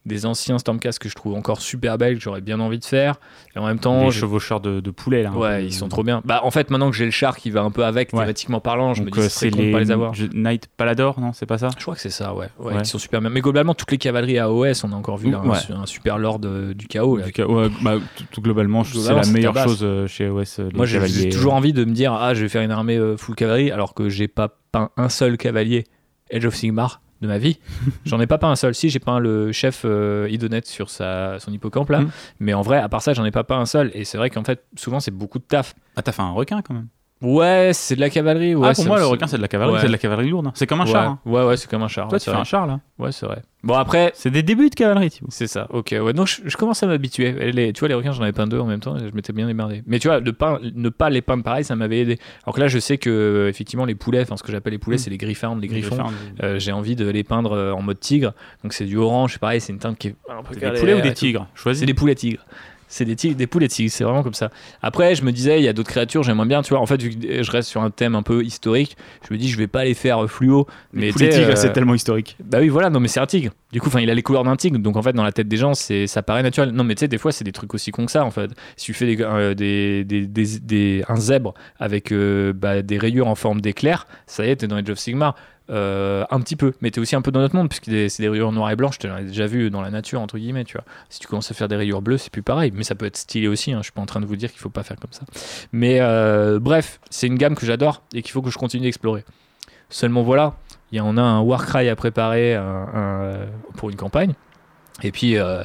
des anciens Stormcast que je trouve encore super belles, que j'aurais bien envie de faire. Et en même temps, les je... chevaucheurs de, de poulet là. Ouais, ils sont trop bien. Bah en fait, maintenant que j'ai le char qui va un peu avec, Ouais. thématiquement parlant, je Donc, me dis euh, que c'est c'est con de les pas les avoir. je- Night Palador, non, c'est pas ça? Je crois que c'est ça, ouais. Ouais, Ouais. Ils sont super bien. Mais globalement, toutes les cavaleries à O S, on a encore vu là, Ouais. un, un super lord euh, du chaos. Là. Du cas- ouais, bah, tout, tout globalement, je- c'est Globalement, la c'est meilleure tabasse. chose euh, chez O S. euh, les Moi, j'ai, cavaliers, j'ai toujours euh. envie de me dire, ah, je vais faire une armée euh, full cavalerie, alors que j'ai pas peint un seul cavalier Age of Sigmar de ma vie. J'en ai pas peint un seul. Si, j'ai peint le chef euh, Idonet sur sa, son hippocampe là. Mm. Mais en vrai, à part ça, j'en ai pas peint un seul. Et c'est vrai qu'en fait, souvent, c'est beaucoup de taf. Ah, t'as fait un requin quand même. Ouais, c'est de la cavalerie. Ouais, ah, pour c'est- moi, le c'est- requin, c'est de la cavalerie, Ouais. c'est de la cavalerie lourde. hein. C'est comme un ouais. char. hein. Ouais, ouais, c'est comme un char. Toi, ouais, tu c'est fais vrai. un char là. Ouais, c'est vrai. Bon, après, C'est des débuts de cavalerie, Thibaut. c'est ça. Ok, ouais. Donc, je, je commence à m'habituer. Et les- tu vois, les requins, j'en avais peint deux en même temps. Et je m'étais bien démerdé. Mais tu vois, de peindre- ne pas les peindre pareil, ça m'avait aidé. Alors que là, je sais que, euh, effectivement, les poulets, enfin, ce que j'appelle les poulets, Mm. c'est les griffards, les griffons. Griffons. Euh, j'ai envie de les peindre euh, en mode tigre. Donc, c'est du orange, pareil, c'est une teinte qui est un peu C'est des claire poulets ou et des tout. tigres? Choisis. C'est des poulets tigres. C'est des, tigres, des poulets tigres, c'est vraiment comme ça. Après, je me disais, il y a d'autres créatures, j'aimerais bien, tu vois. En fait, vu que je reste sur un thème un peu historique, je me dis, je vais pas les faire euh, fluo. Les Mais poulets tu sais, tigres, euh, c'est tellement historique. Bah oui, voilà, non, mais c'est un tigre. Du coup, enfin, il a les couleurs d'un tigre, donc en fait, dans la tête des gens, c'est, ça paraît naturel. Non, mais tu sais, des fois, c'est des trucs aussi cons que ça, en fait. Si tu fais des, euh, des, des, des, des- un zèbre avec euh, bah, des rayures en forme d'éclair, ça y est, t'es dans Age of Sigmar. Euh, un petit peu, mais t'es aussi un peu dans notre monde, puisque c'est des rayures noires et blanches, je t'en ai déjà vu dans la nature, entre guillemets, tu vois. Si tu commences à faire des rayures bleues, c'est plus pareil, mais ça peut être stylé aussi, hein. Je suis pas en train de vous dire qu'il faut pas faire comme ça. Mais euh, bref, c'est une gamme que j'adore et qu'il faut que je continue d'explorer. Seulement voilà, il y a, on a un Warcry à préparer un, un, pour une campagne, et puis euh,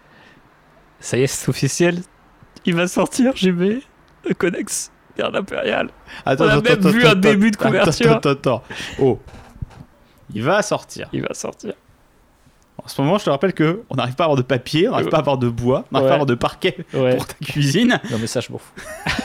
ça y est, c'est officiel, il va sortir G B, le Codex Garde Impériale. Attends, On a même vu un début de couverture. Attends, attends, attends. Oh. Il va sortir. Il va sortir. En ce moment, je te rappelle que on n'arrive pas à avoir de papier, on n'arrive pas à avoir de bois, on n'arrive Ouais. pas à avoir de parquet Ouais. pour ta cuisine. Non mais ça je m'en fous.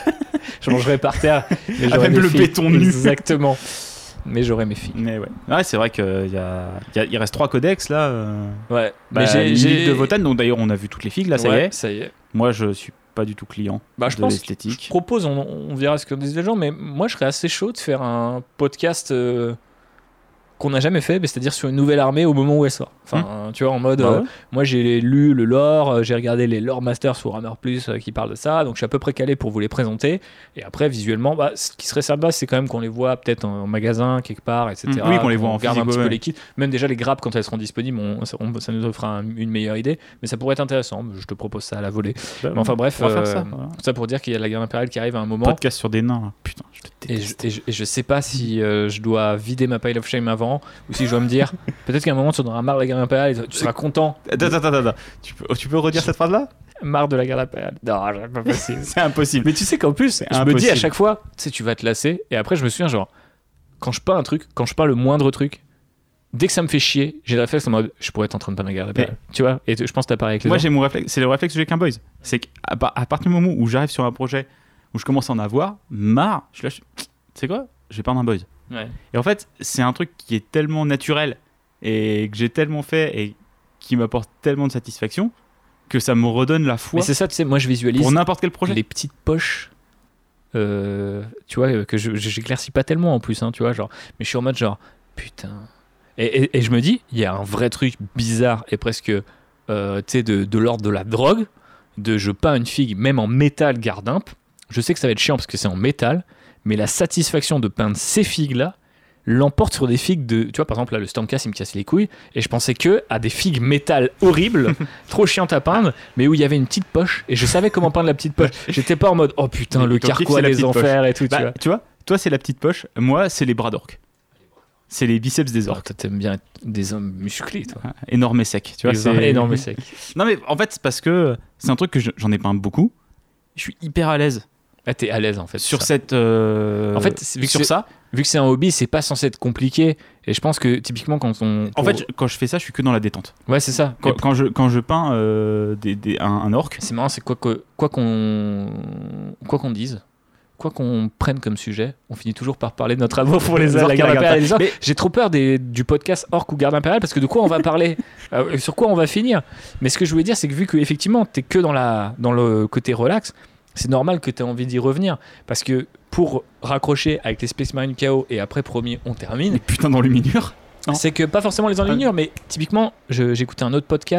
Je mangerai par terre. Mais Ah, j'aurai même mes le filles. béton nu. Exactement. Mais j'aurai mes filles. Mais ouais. Ouais, c'est vrai qu'il y a, il y a- il reste trois codex là. euh. Ouais. Bah, mais j'ai, l'île j'ai... de Votan, donc d'ailleurs on a vu toutes les figues là, ça Ouais, y est. ça y est. Moi, je suis pas du tout client Bah, je de pense Je l'esthétique. propose, on, on verra ce que disent les gens, mais moi je serais assez chaud de faire un podcast euh, qu'on n'a jamais fait, mais c'est-à-dire sur une nouvelle armée au moment où elle sort. Enfin, tu vois, en mode, Bah euh, ouais. moi j'ai lu le lore, euh, j'ai regardé les lore masters sur Hammer Plus euh, qui parlent de ça, donc je suis à peu près calé pour vous les présenter. Et après, visuellement, bah, ce qui serait sympa, c'est quand même qu'on les voit peut-être en, en magasin, quelque part, et cetera. Mm, oui, qu'on les voit en regarde un physique, petit ouais, peu ouais. les kits. Même déjà les grappes, quand elles seront disponibles, on- ça, on- ça nous offrira un- une meilleure idée. Mais ça pourrait être intéressant. Je te propose ça à la volée. Bah, Mais enfin bref, on va faire euh, ça. Voilà. ça pour dire qu'il y a la guerre impériale qui arrive à un moment. Podcast sur des nains. là. Putain, je te Et je, déteste. et, je, et je sais pas si euh, je dois vider ma pile of shame avant ou si je dois me dire peut-être qu'à un moment tu en auras marre de la guerre impériale et tu seras content. Attends, attends, attends, attends. Tu peux, tu peux redire cette phrase là? Marre de la guerre impériale. Non, j'aurais pas possible. C'est impossible. Mais tu sais qu'en plus, je me dis à impossible. chaque fois, tu sais, tu vas te lasser et après je me souviens, genre, quand je peins un truc, quand je peins le moindre truc, dès que ça me fait chier, j'ai le réflexe en mode je pourrais être en train de peindre la guerre impériale. Tu vois, et je pense que t'as pareil avec les Moi, gens. j'ai mon réflexe. C'est le réflexe que j'ai qu'un boys. C'est qu'à par- à partir du moment où j'arrive sur un projet où je commence à en avoir marre, je lâche. Tu sais quoi? Je vais peindre un boys. Ouais. Et en fait, c'est un truc qui est tellement naturel et que j'ai tellement fait et qui m'apporte tellement de satisfaction que ça me redonne la foi Mais c'est ça, tu sais, moi je visualise pour n'importe quel projet. les petites poches. euh, tu vois, que je je- j'éclaircis pas tellement en plus, hein, tu vois, genre, mais je suis en mode genre, putain. Et, et- et je me dis, il y a un vrai truc bizarre et presque, euh, tu sais, de, de l'ordre de la drogue, de je peins une figue, même en métal gardimp. Je sais que ça va être chiant parce que c'est en métal, mais la satisfaction de peindre ces figues-là l'emporte sur des figues de. Tu vois, par exemple, là, le Stormcast, il me casse les couilles, et je pensais que à des figues métal horribles, trop chiantes à peindre, mais où il y avait une petite poche, et je savais comment peindre la petite poche. J'étais pas en mode, oh putain, Mais le ton kiff, carquois c'est la des petite enfers et tout, Bah, tu vois. tu vois, toi, c'est la petite poche. Moi, c'est les bras d'orque. C'est les biceps des Oh, orques. toi, t'aimes bien être des hommes musclés, toi. Énorme et sec. Tu vois, Des hommes c'est énormes et secs. Non, mais en fait, c'est parce que c'est un truc que je- j'en ai peint beaucoup. Je suis hyper à l'aise Ah, t'es à l'aise en fait. sur ça. cette. euh, En fait, c'est- vu que sur c'est- ça. Vu que c'est un hobby, c'est pas censé être compliqué, et je pense que typiquement quand on. En pour- fait, je- quand je fais ça, je suis que dans la détente. ouais, c'est ça. Quand, Et quand je, quand je peins euh, des, des- un, un orque, c'est marrant, c'est quoi que- quoi qu'on quoi qu'on dise, quoi qu'on prenne comme sujet, on finit toujours par parler de notre amour pour les, Les la orques et garde la impériale et les garde- orques. J'ai trop peur des, du podcast orque ou garde impériale parce que de quoi on va parler, euh, sur quoi on va finir. Mais ce que je voulais dire, c'est que vu que effectivement t'es que dans la dans le côté relax, c'est normal que tu aies envie d'y revenir parce que pour raccrocher avec les Space Marine Chaos et après promis on termine. les putains d'enluminures. Non. C'est que pas forcément les enluminures, mais typiquement, je- j'écoutais un autre podcast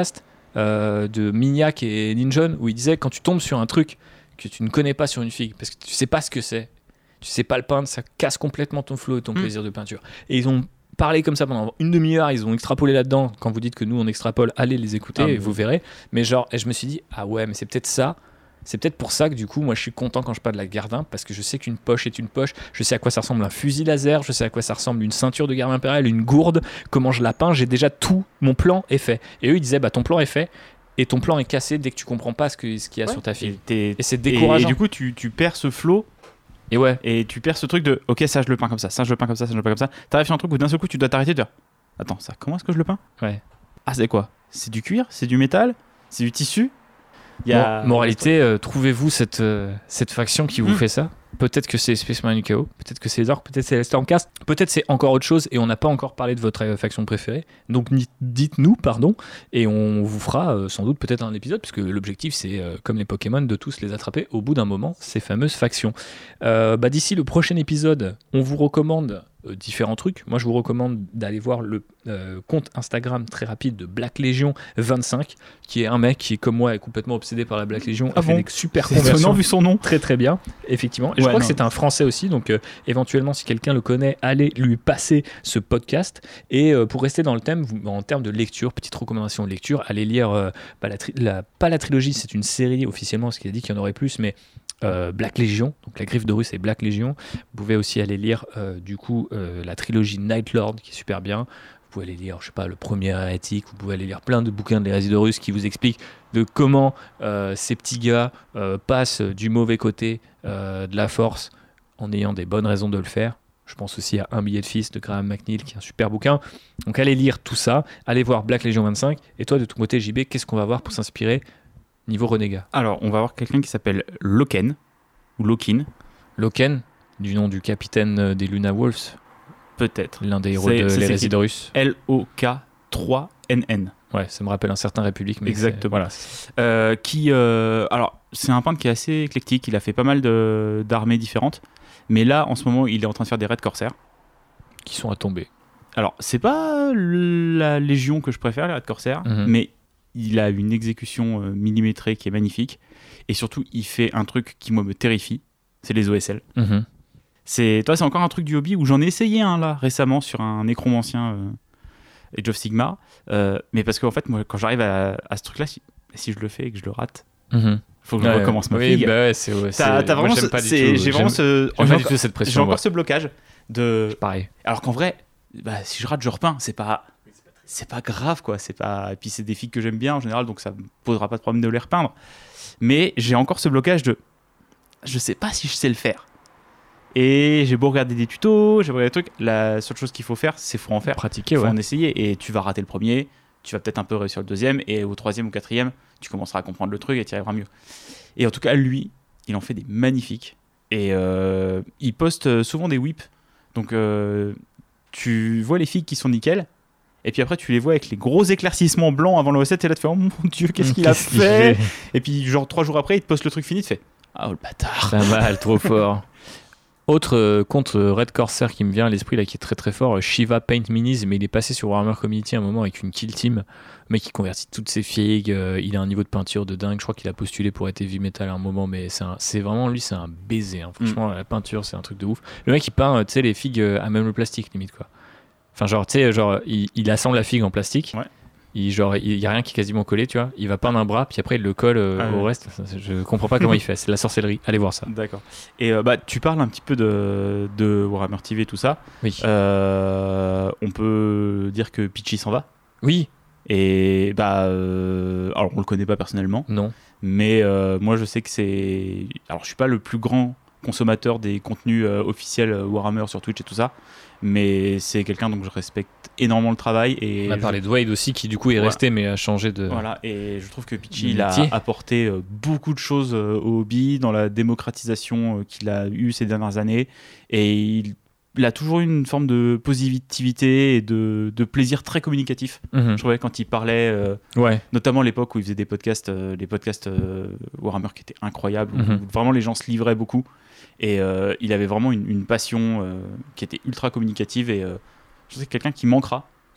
euh, de Mignac et Ninjon où il disait quand tu tombes sur un truc que tu ne connais pas sur une figue, parce que tu sais pas ce que c'est, tu sais pas le peindre, ça casse complètement ton flow et ton mmh. plaisir de peinture. Et ils ont parlé comme ça pendant une demi-heure, ils ont extrapolé là-dedans. Quand vous dites que nous on extrapole, allez les écouter ah, et vous verrez. Mais genre, et je me suis dit, ah ouais, mais c'est peut-être ça. C'est peut-être pour ça que du coup, moi je suis content quand je parle de la Gardin, parce que je sais qu'une poche est une poche, je sais à quoi ça ressemble un fusil laser, je sais à quoi ça ressemble une ceinture de garde impériale, une gourde, comment je la peins, j'ai déjà tout, mon plan est fait. Et eux ils disaient, bah ton plan est fait, et ton plan est cassé dès que tu comprends pas ce, que, ce qu'il y a ouais. sur ta figue. Et, et c'est décourageant. Et, et du coup, tu, tu perds ce flow. Et ouais. Et tu perds ce truc de, ok, ça je le peins comme ça, ça je le peins comme ça, ça je le peins comme ça. T'arrives sur un truc où d'un seul coup tu dois t'arrêter de dire, attends, ça, comment est-ce que je le peins ? Ouais. Ah, c'est quoi ? C'est du cuir ? C'est du métal ? C'est du tissu ? Il y a... Bon, moralité, euh, trouvez-vous cette, euh, cette faction qui vous mmh. fait ça ? Peut-être que c'est Space Marine U K O, peut-être que c'est les orques, peut-être que c'est les Stormcast, peut-être c'est encore autre chose et on n'a pas encore parlé de votre euh, faction préférée. Donc dites-nous, pardon, et on vous fera euh, sans doute peut-être un épisode, puisque l'objectif c'est, euh, comme les Pokémon, de tous les attraper au bout d'un moment, ces fameuses factions. Euh, bah, d'ici le prochain épisode, on vous recommande euh, différents trucs. Moi je vous recommande d'aller voir le euh, compte Instagram très rapide de Black Legion vingt-cinq, qui est un mec qui, comme moi, est complètement obsédé par la Black Legion, ah a bon fait des super c'est conversions. Étonnant, vu son nom. Très très bien, effectivement. Et ouais, je crois non. que c'est un Français aussi, donc euh, éventuellement, si quelqu'un le connaît, allez lui passer ce podcast. Et euh, pour rester dans le thème, vous, en termes de lecture, petite recommandation de lecture, allez lire, euh, bah, la tri- la, pas la trilogie, c'est une série officiellement, parce qu'il a dit qu'il y en aurait plus, mais euh, Black Legion, donc la griffe de Russe et Black Legion. Vous pouvez aussi aller lire, euh, du coup, euh, la trilogie Night Lord, qui est super bien. Vous pouvez aller lire, je sais pas, le premier hérétique, vous pouvez aller lire plein de bouquins de l'hérésie de Russe qui vous expliquent de comment euh, ces petits gars euh, passent du mauvais côté euh, de la force en ayant des bonnes raisons de le faire. Je pense aussi à Un billet de fils de Graham McNeil, qui est un super bouquin. Donc allez lire tout ça, allez voir Black Legion vingt-cinq. Et toi, de ton côté, J B, qu'est-ce qu'on va voir pour s'inspirer niveau renégat ? Alors, on va voir quelqu'un qui s'appelle Loken, ou Lokin. Loken, du nom du capitaine des Luna Wolves. Peut-être. L'un des héros c'est, de l'hérésie de Russe. L O K trois N N. Ouais, ça me rappelle un certain République. Mais exactement. Voilà. Euh, qui, euh, alors, c'est un peintre qui est assez éclectique. Il a fait pas mal de, d'armées différentes. Mais là, en ce moment, il est en train de faire des raids corsaires. Qui sont à tomber. Alors, c'est pas la Légion que je préfère, les raids corsaires. Mm-hmm. Mais il a une exécution euh, millimétrée qui est magnifique. Et surtout, il fait un truc qui, moi, me terrifie. C'est les O S L. Mm-hmm. C'est, toi, c'est encore un truc du hobby où j'en ai essayé un là récemment sur un nécromancien euh, Age of Sigmar. Euh, mais parce qu'en fait, moi, quand j'arrive à, à ce truc-là, si, si je le fais et que je le rate, mm-hmm. faut que je ouais, recommence ma oui, figue. Bah ouais, c'est, ouais, t'as, c'est... t'as vraiment moi, j'aime pas ce, du tout. J'ai vraiment ce, j'aime j'ai, pas encore, du tout cette pression, j'ai encore ouais. ce blocage de. Pareil. Alors qu'en vrai, bah, si je rate, je repeins. C'est pas, c'est pas grave quoi. C'est pas. Et puis c'est des figues que j'aime bien en général, donc ça me posera pas de problème de les repeindre. Mais j'ai encore ce blocage de, je sais pas si je sais le faire. Et j'ai beau regarder des tutos, j'ai beau regarder des trucs, la seule chose qu'il faut faire, c'est faut en faire, pratiquer, faut ouais. en essayer. Et tu vas rater le premier, tu vas peut-être un peu réussir le deuxième, et au troisième ou quatrième, tu commenceras à comprendre le truc et tu y arriveras mieux. Et en tout cas, lui, il en fait des magnifiques. Et euh, il poste souvent des whips. Donc euh, tu vois les figues qui sont nickel, et puis après tu les vois avec les gros éclaircissements blancs avant le reset, et là tu fais oh mon dieu, qu'est-ce qu'il qu'est-ce a qu'il fait, fait et puis genre trois jours après, il te poste le truc fini, tu fais ah oh le bâtard. Pas mal, trop fort. Autre euh, compte euh, Red Corsair qui me vient à l'esprit là, qui est très très fort, euh, Shiva Paint Minis, mais il est passé sur Warhammer Community à un moment avec une kill team, mais qui convertit toutes ses figues, euh, il a un niveau de peinture de dingue, je crois qu'il a postulé pour être heavy metal à un moment, mais c'est, un, c'est vraiment lui, c'est un baiser, hein. Franchement, mm. la peinture c'est un truc de ouf. Le mec il peint, euh, tu sais, les figues euh, à même le plastique limite quoi. Enfin genre, tu sais, genre, il, il assemble la figue en plastique. Ouais. Il, genre, il y a rien qui est quasiment collé, tu vois. Il va peindre un bras, puis après il le colle euh, ah ouais. au reste. Je comprends pas comment il fait. C'est de la sorcellerie. Allez voir ça. D'accord. Et euh, bah, tu parles un petit peu de, de Warhammer T V et tout ça. Oui. Euh, on peut dire que Pitchy s'en va. Oui. Et bah, euh, alors on le connaît pas personnellement. Non. Mais euh, moi je sais que c'est. Alors je suis pas le plus grand consommateur des contenus euh, officiels Warhammer sur Twitch et tout ça, mais c'est quelqu'un dont je respecte énormément le travail. Et on a je... parlé de Wade aussi qui du coup est voilà. resté mais a changé de. Voilà, et je trouve que Pitchy il a apporté euh, beaucoup de choses euh, au hobby dans la démocratisation euh, qu'il a eu ces dernières années, et il, il a toujours eu une forme de positivité et de, de plaisir très communicatif. Mm-hmm. Je trouvais quand il parlait, euh, ouais. notamment à l'époque où il faisait des podcasts, euh, les podcasts euh, Warhammer qui étaient incroyables, mm-hmm. où vraiment les gens se livraient beaucoup. Et euh, il avait vraiment une, une passion euh, qui était ultra communicative, et euh, je sais que quelqu'un qui manquera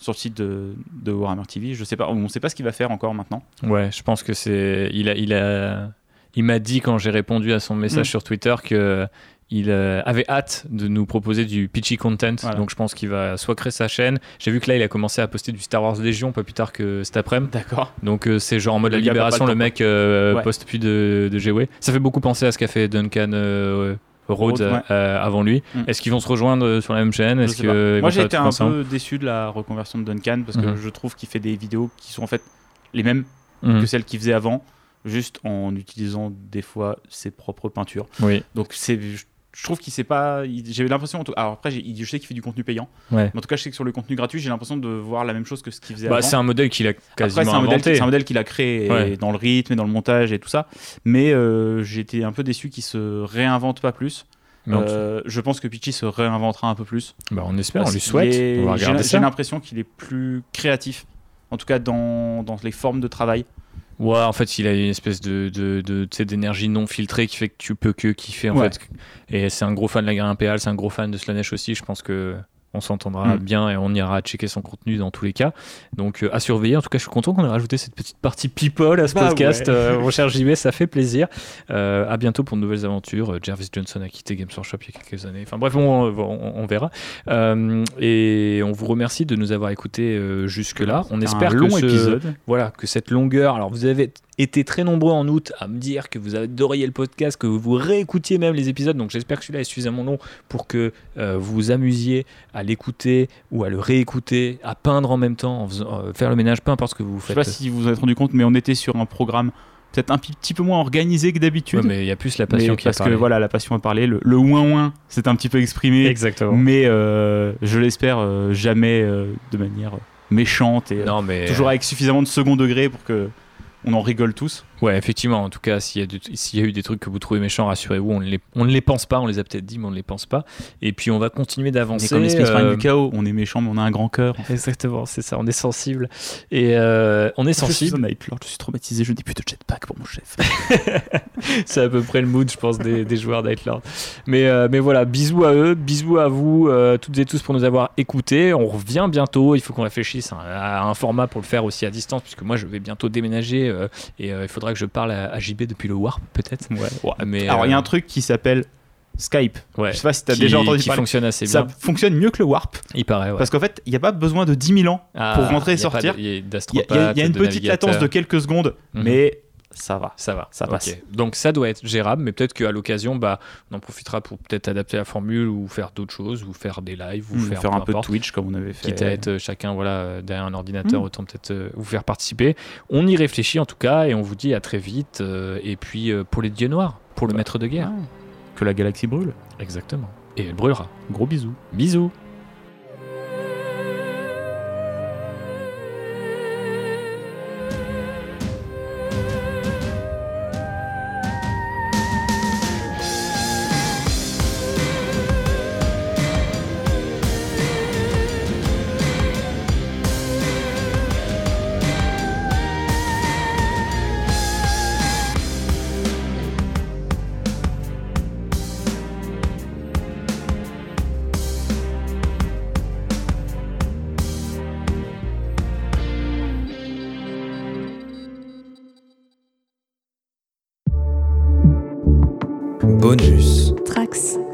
sur le site de, de Warhammer T V. Je sais pas, on ne sait pas ce qu'il va faire encore maintenant. Ouais, je pense que c'est. Il a, il a, il m'a dit quand j'ai répondu à son message mmh. sur Twitter que il euh, avait hâte de nous proposer du pitchy content. Voilà. Donc je pense qu'il va soit créer sa chaîne. J'ai vu que là il a commencé à poster du Star Wars Légion pas plus tard que cet après-midi. D'accord. Donc euh, c'est genre en mode le la libération, le, le mec euh, ouais. poste plus de, de G W. Ça fait beaucoup penser à ce qu'a fait Duncan euh, Rhodes ouais. euh, avant lui. Mm. Est-ce qu'ils vont se rejoindre sur la même chaîne? Est-ce que Moi j'ai été un ensemble? peu déçu de la reconversion de Duncan parce que mm. je trouve qu'il fait des vidéos qui sont en fait les mêmes mm. que celles qu'il faisait avant, juste en utilisant des fois ses propres peintures. Oui. Donc c'est je trouve qu'il sait pas. J'avais l'impression. Alors après, j'ai, je sais qu'il fait du contenu payant. Ouais. Mais en tout cas, je sais que sur le contenu gratuit, j'ai l'impression de voir la même chose que ce qu'il faisait bah, avant. C'est un modèle qu'il a quasiment après, c'est un inventé. Modèle, c'est un modèle qu'il a créé ouais. dans le rythme et dans le montage et tout ça. Mais euh, j'ai été un peu déçu qu'il se réinvente pas plus. Euh, je pense que Pitchy se réinventera un peu plus. Bah, on espère, on lui souhaite. Est, on va regarder j'ai, ça. J'ai l'impression qu'il est plus créatif. En tout cas, dans, dans les formes de travail. Ouais, en fait, il a une espèce de, de, de, de d'énergie non filtrée qui fait que tu peux que kiffer en ouais. fait. Et c'est un gros fan de la guerre impériale, c'est un gros fan de Slaanesh aussi. Je pense que on s'entendra mm. bien et on ira checker son contenu dans tous les cas. Donc euh, à surveiller. En tout cas, je suis content qu'on ait rajouté cette petite partie people à ce bah podcast. Ouais. Euh, mon cher J B, ça fait plaisir. Euh, à bientôt pour de nouvelles aventures. Jarvis Johnson a quitté Games Workshop il y a quelques années. Enfin bref, on, on, on verra. Euh, et on vous remercie de nous avoir écoutés euh, jusque-là. On espère un long que ce, épisode. Voilà, que cette longueur. Alors vous avez été très nombreux en août à me dire que vous adoriez le podcast, que vous réécoutiez même les épisodes. Donc j'espère que celui-là est suffisamment long pour que euh, vous vous amusiez à l'écouter ou à le réécouter, à peindre en même temps, en faisant, euh, faire le ménage, peu importe ce que vous faites. Je sais pas si vous vous êtes rendu compte, mais on était sur un programme peut-être un petit peu moins organisé que d'habitude. Ouais, mais il y a plus la passion mais qui parce a parlé. que voilà, la passion a parlé. Le, le ouin ouin, c'est un petit peu exprimé. Exactement. Mais euh, je l'espère euh, jamais euh, de manière méchante et non, mais toujours avec suffisamment de second degré pour que on en rigole tous. Ouais, effectivement. En tout cas, s'il y a, de, s'il y a eu des trucs que vous trouvez méchants, rassurez-vous, on, les, on ne les pense pas. On les a peut-être dit, mais on ne les pense pas. Et puis, on va continuer d'avancer. Mais comme les Space Marines euh... du chaos, on est méchant, mais on a un grand cœur. Exactement, c'est ça. On est sensible. Et euh, on est sensible. Je suis un Nightlord, je suis traumatisé. Je n'ai plus de jetpack pour mon chef. C'est à peu près le mood, je pense, des, des joueurs Nightlord. Mais, euh, mais voilà, bisous à eux, bisous à vous, euh, toutes et tous, pour nous avoir écoutés. On revient bientôt. Il faut qu'on réfléchisse à un format pour le faire aussi à distance, puisque moi, je vais bientôt déménager euh, et euh, il faudra que je parle à, à J B depuis le Warp, peut-être. Ouais. Ouais, mais alors, il euh... y a un truc qui s'appelle Skype. Ouais. Je sais pas si tu as qui, déjà entendu qui parler. Fonctionne assez bien. Ça fonctionne mieux que le Warp. Il paraît, ouais. Parce qu'en fait, il n'y a pas besoin de dix mille ans ah, pour rentrer et sortir. Il y, y, y, y a une petite latence de quelques secondes, mm-hmm. mais ça va. Ça va. Ça passe. Okay. Donc ça doit être gérable, mais peut-être qu'à l'occasion, bah, on en profitera pour peut-être adapter la formule ou faire d'autres choses, ou faire des lives, ou mmh, faire, faire un peu importe. de Twitch comme on avait fait. Quitte à être chacun voilà, derrière un ordinateur, mmh. autant peut-être euh, vous faire participer. On y réfléchit en tout cas, et on vous dit à très vite. Euh, et puis euh, pour les dieux noirs, pour le ouais. maître de guerre. Ah. Que la galaxie brûle. Exactement. Et elle brûlera. Gros bisous. Bisous. Bonus. Trax.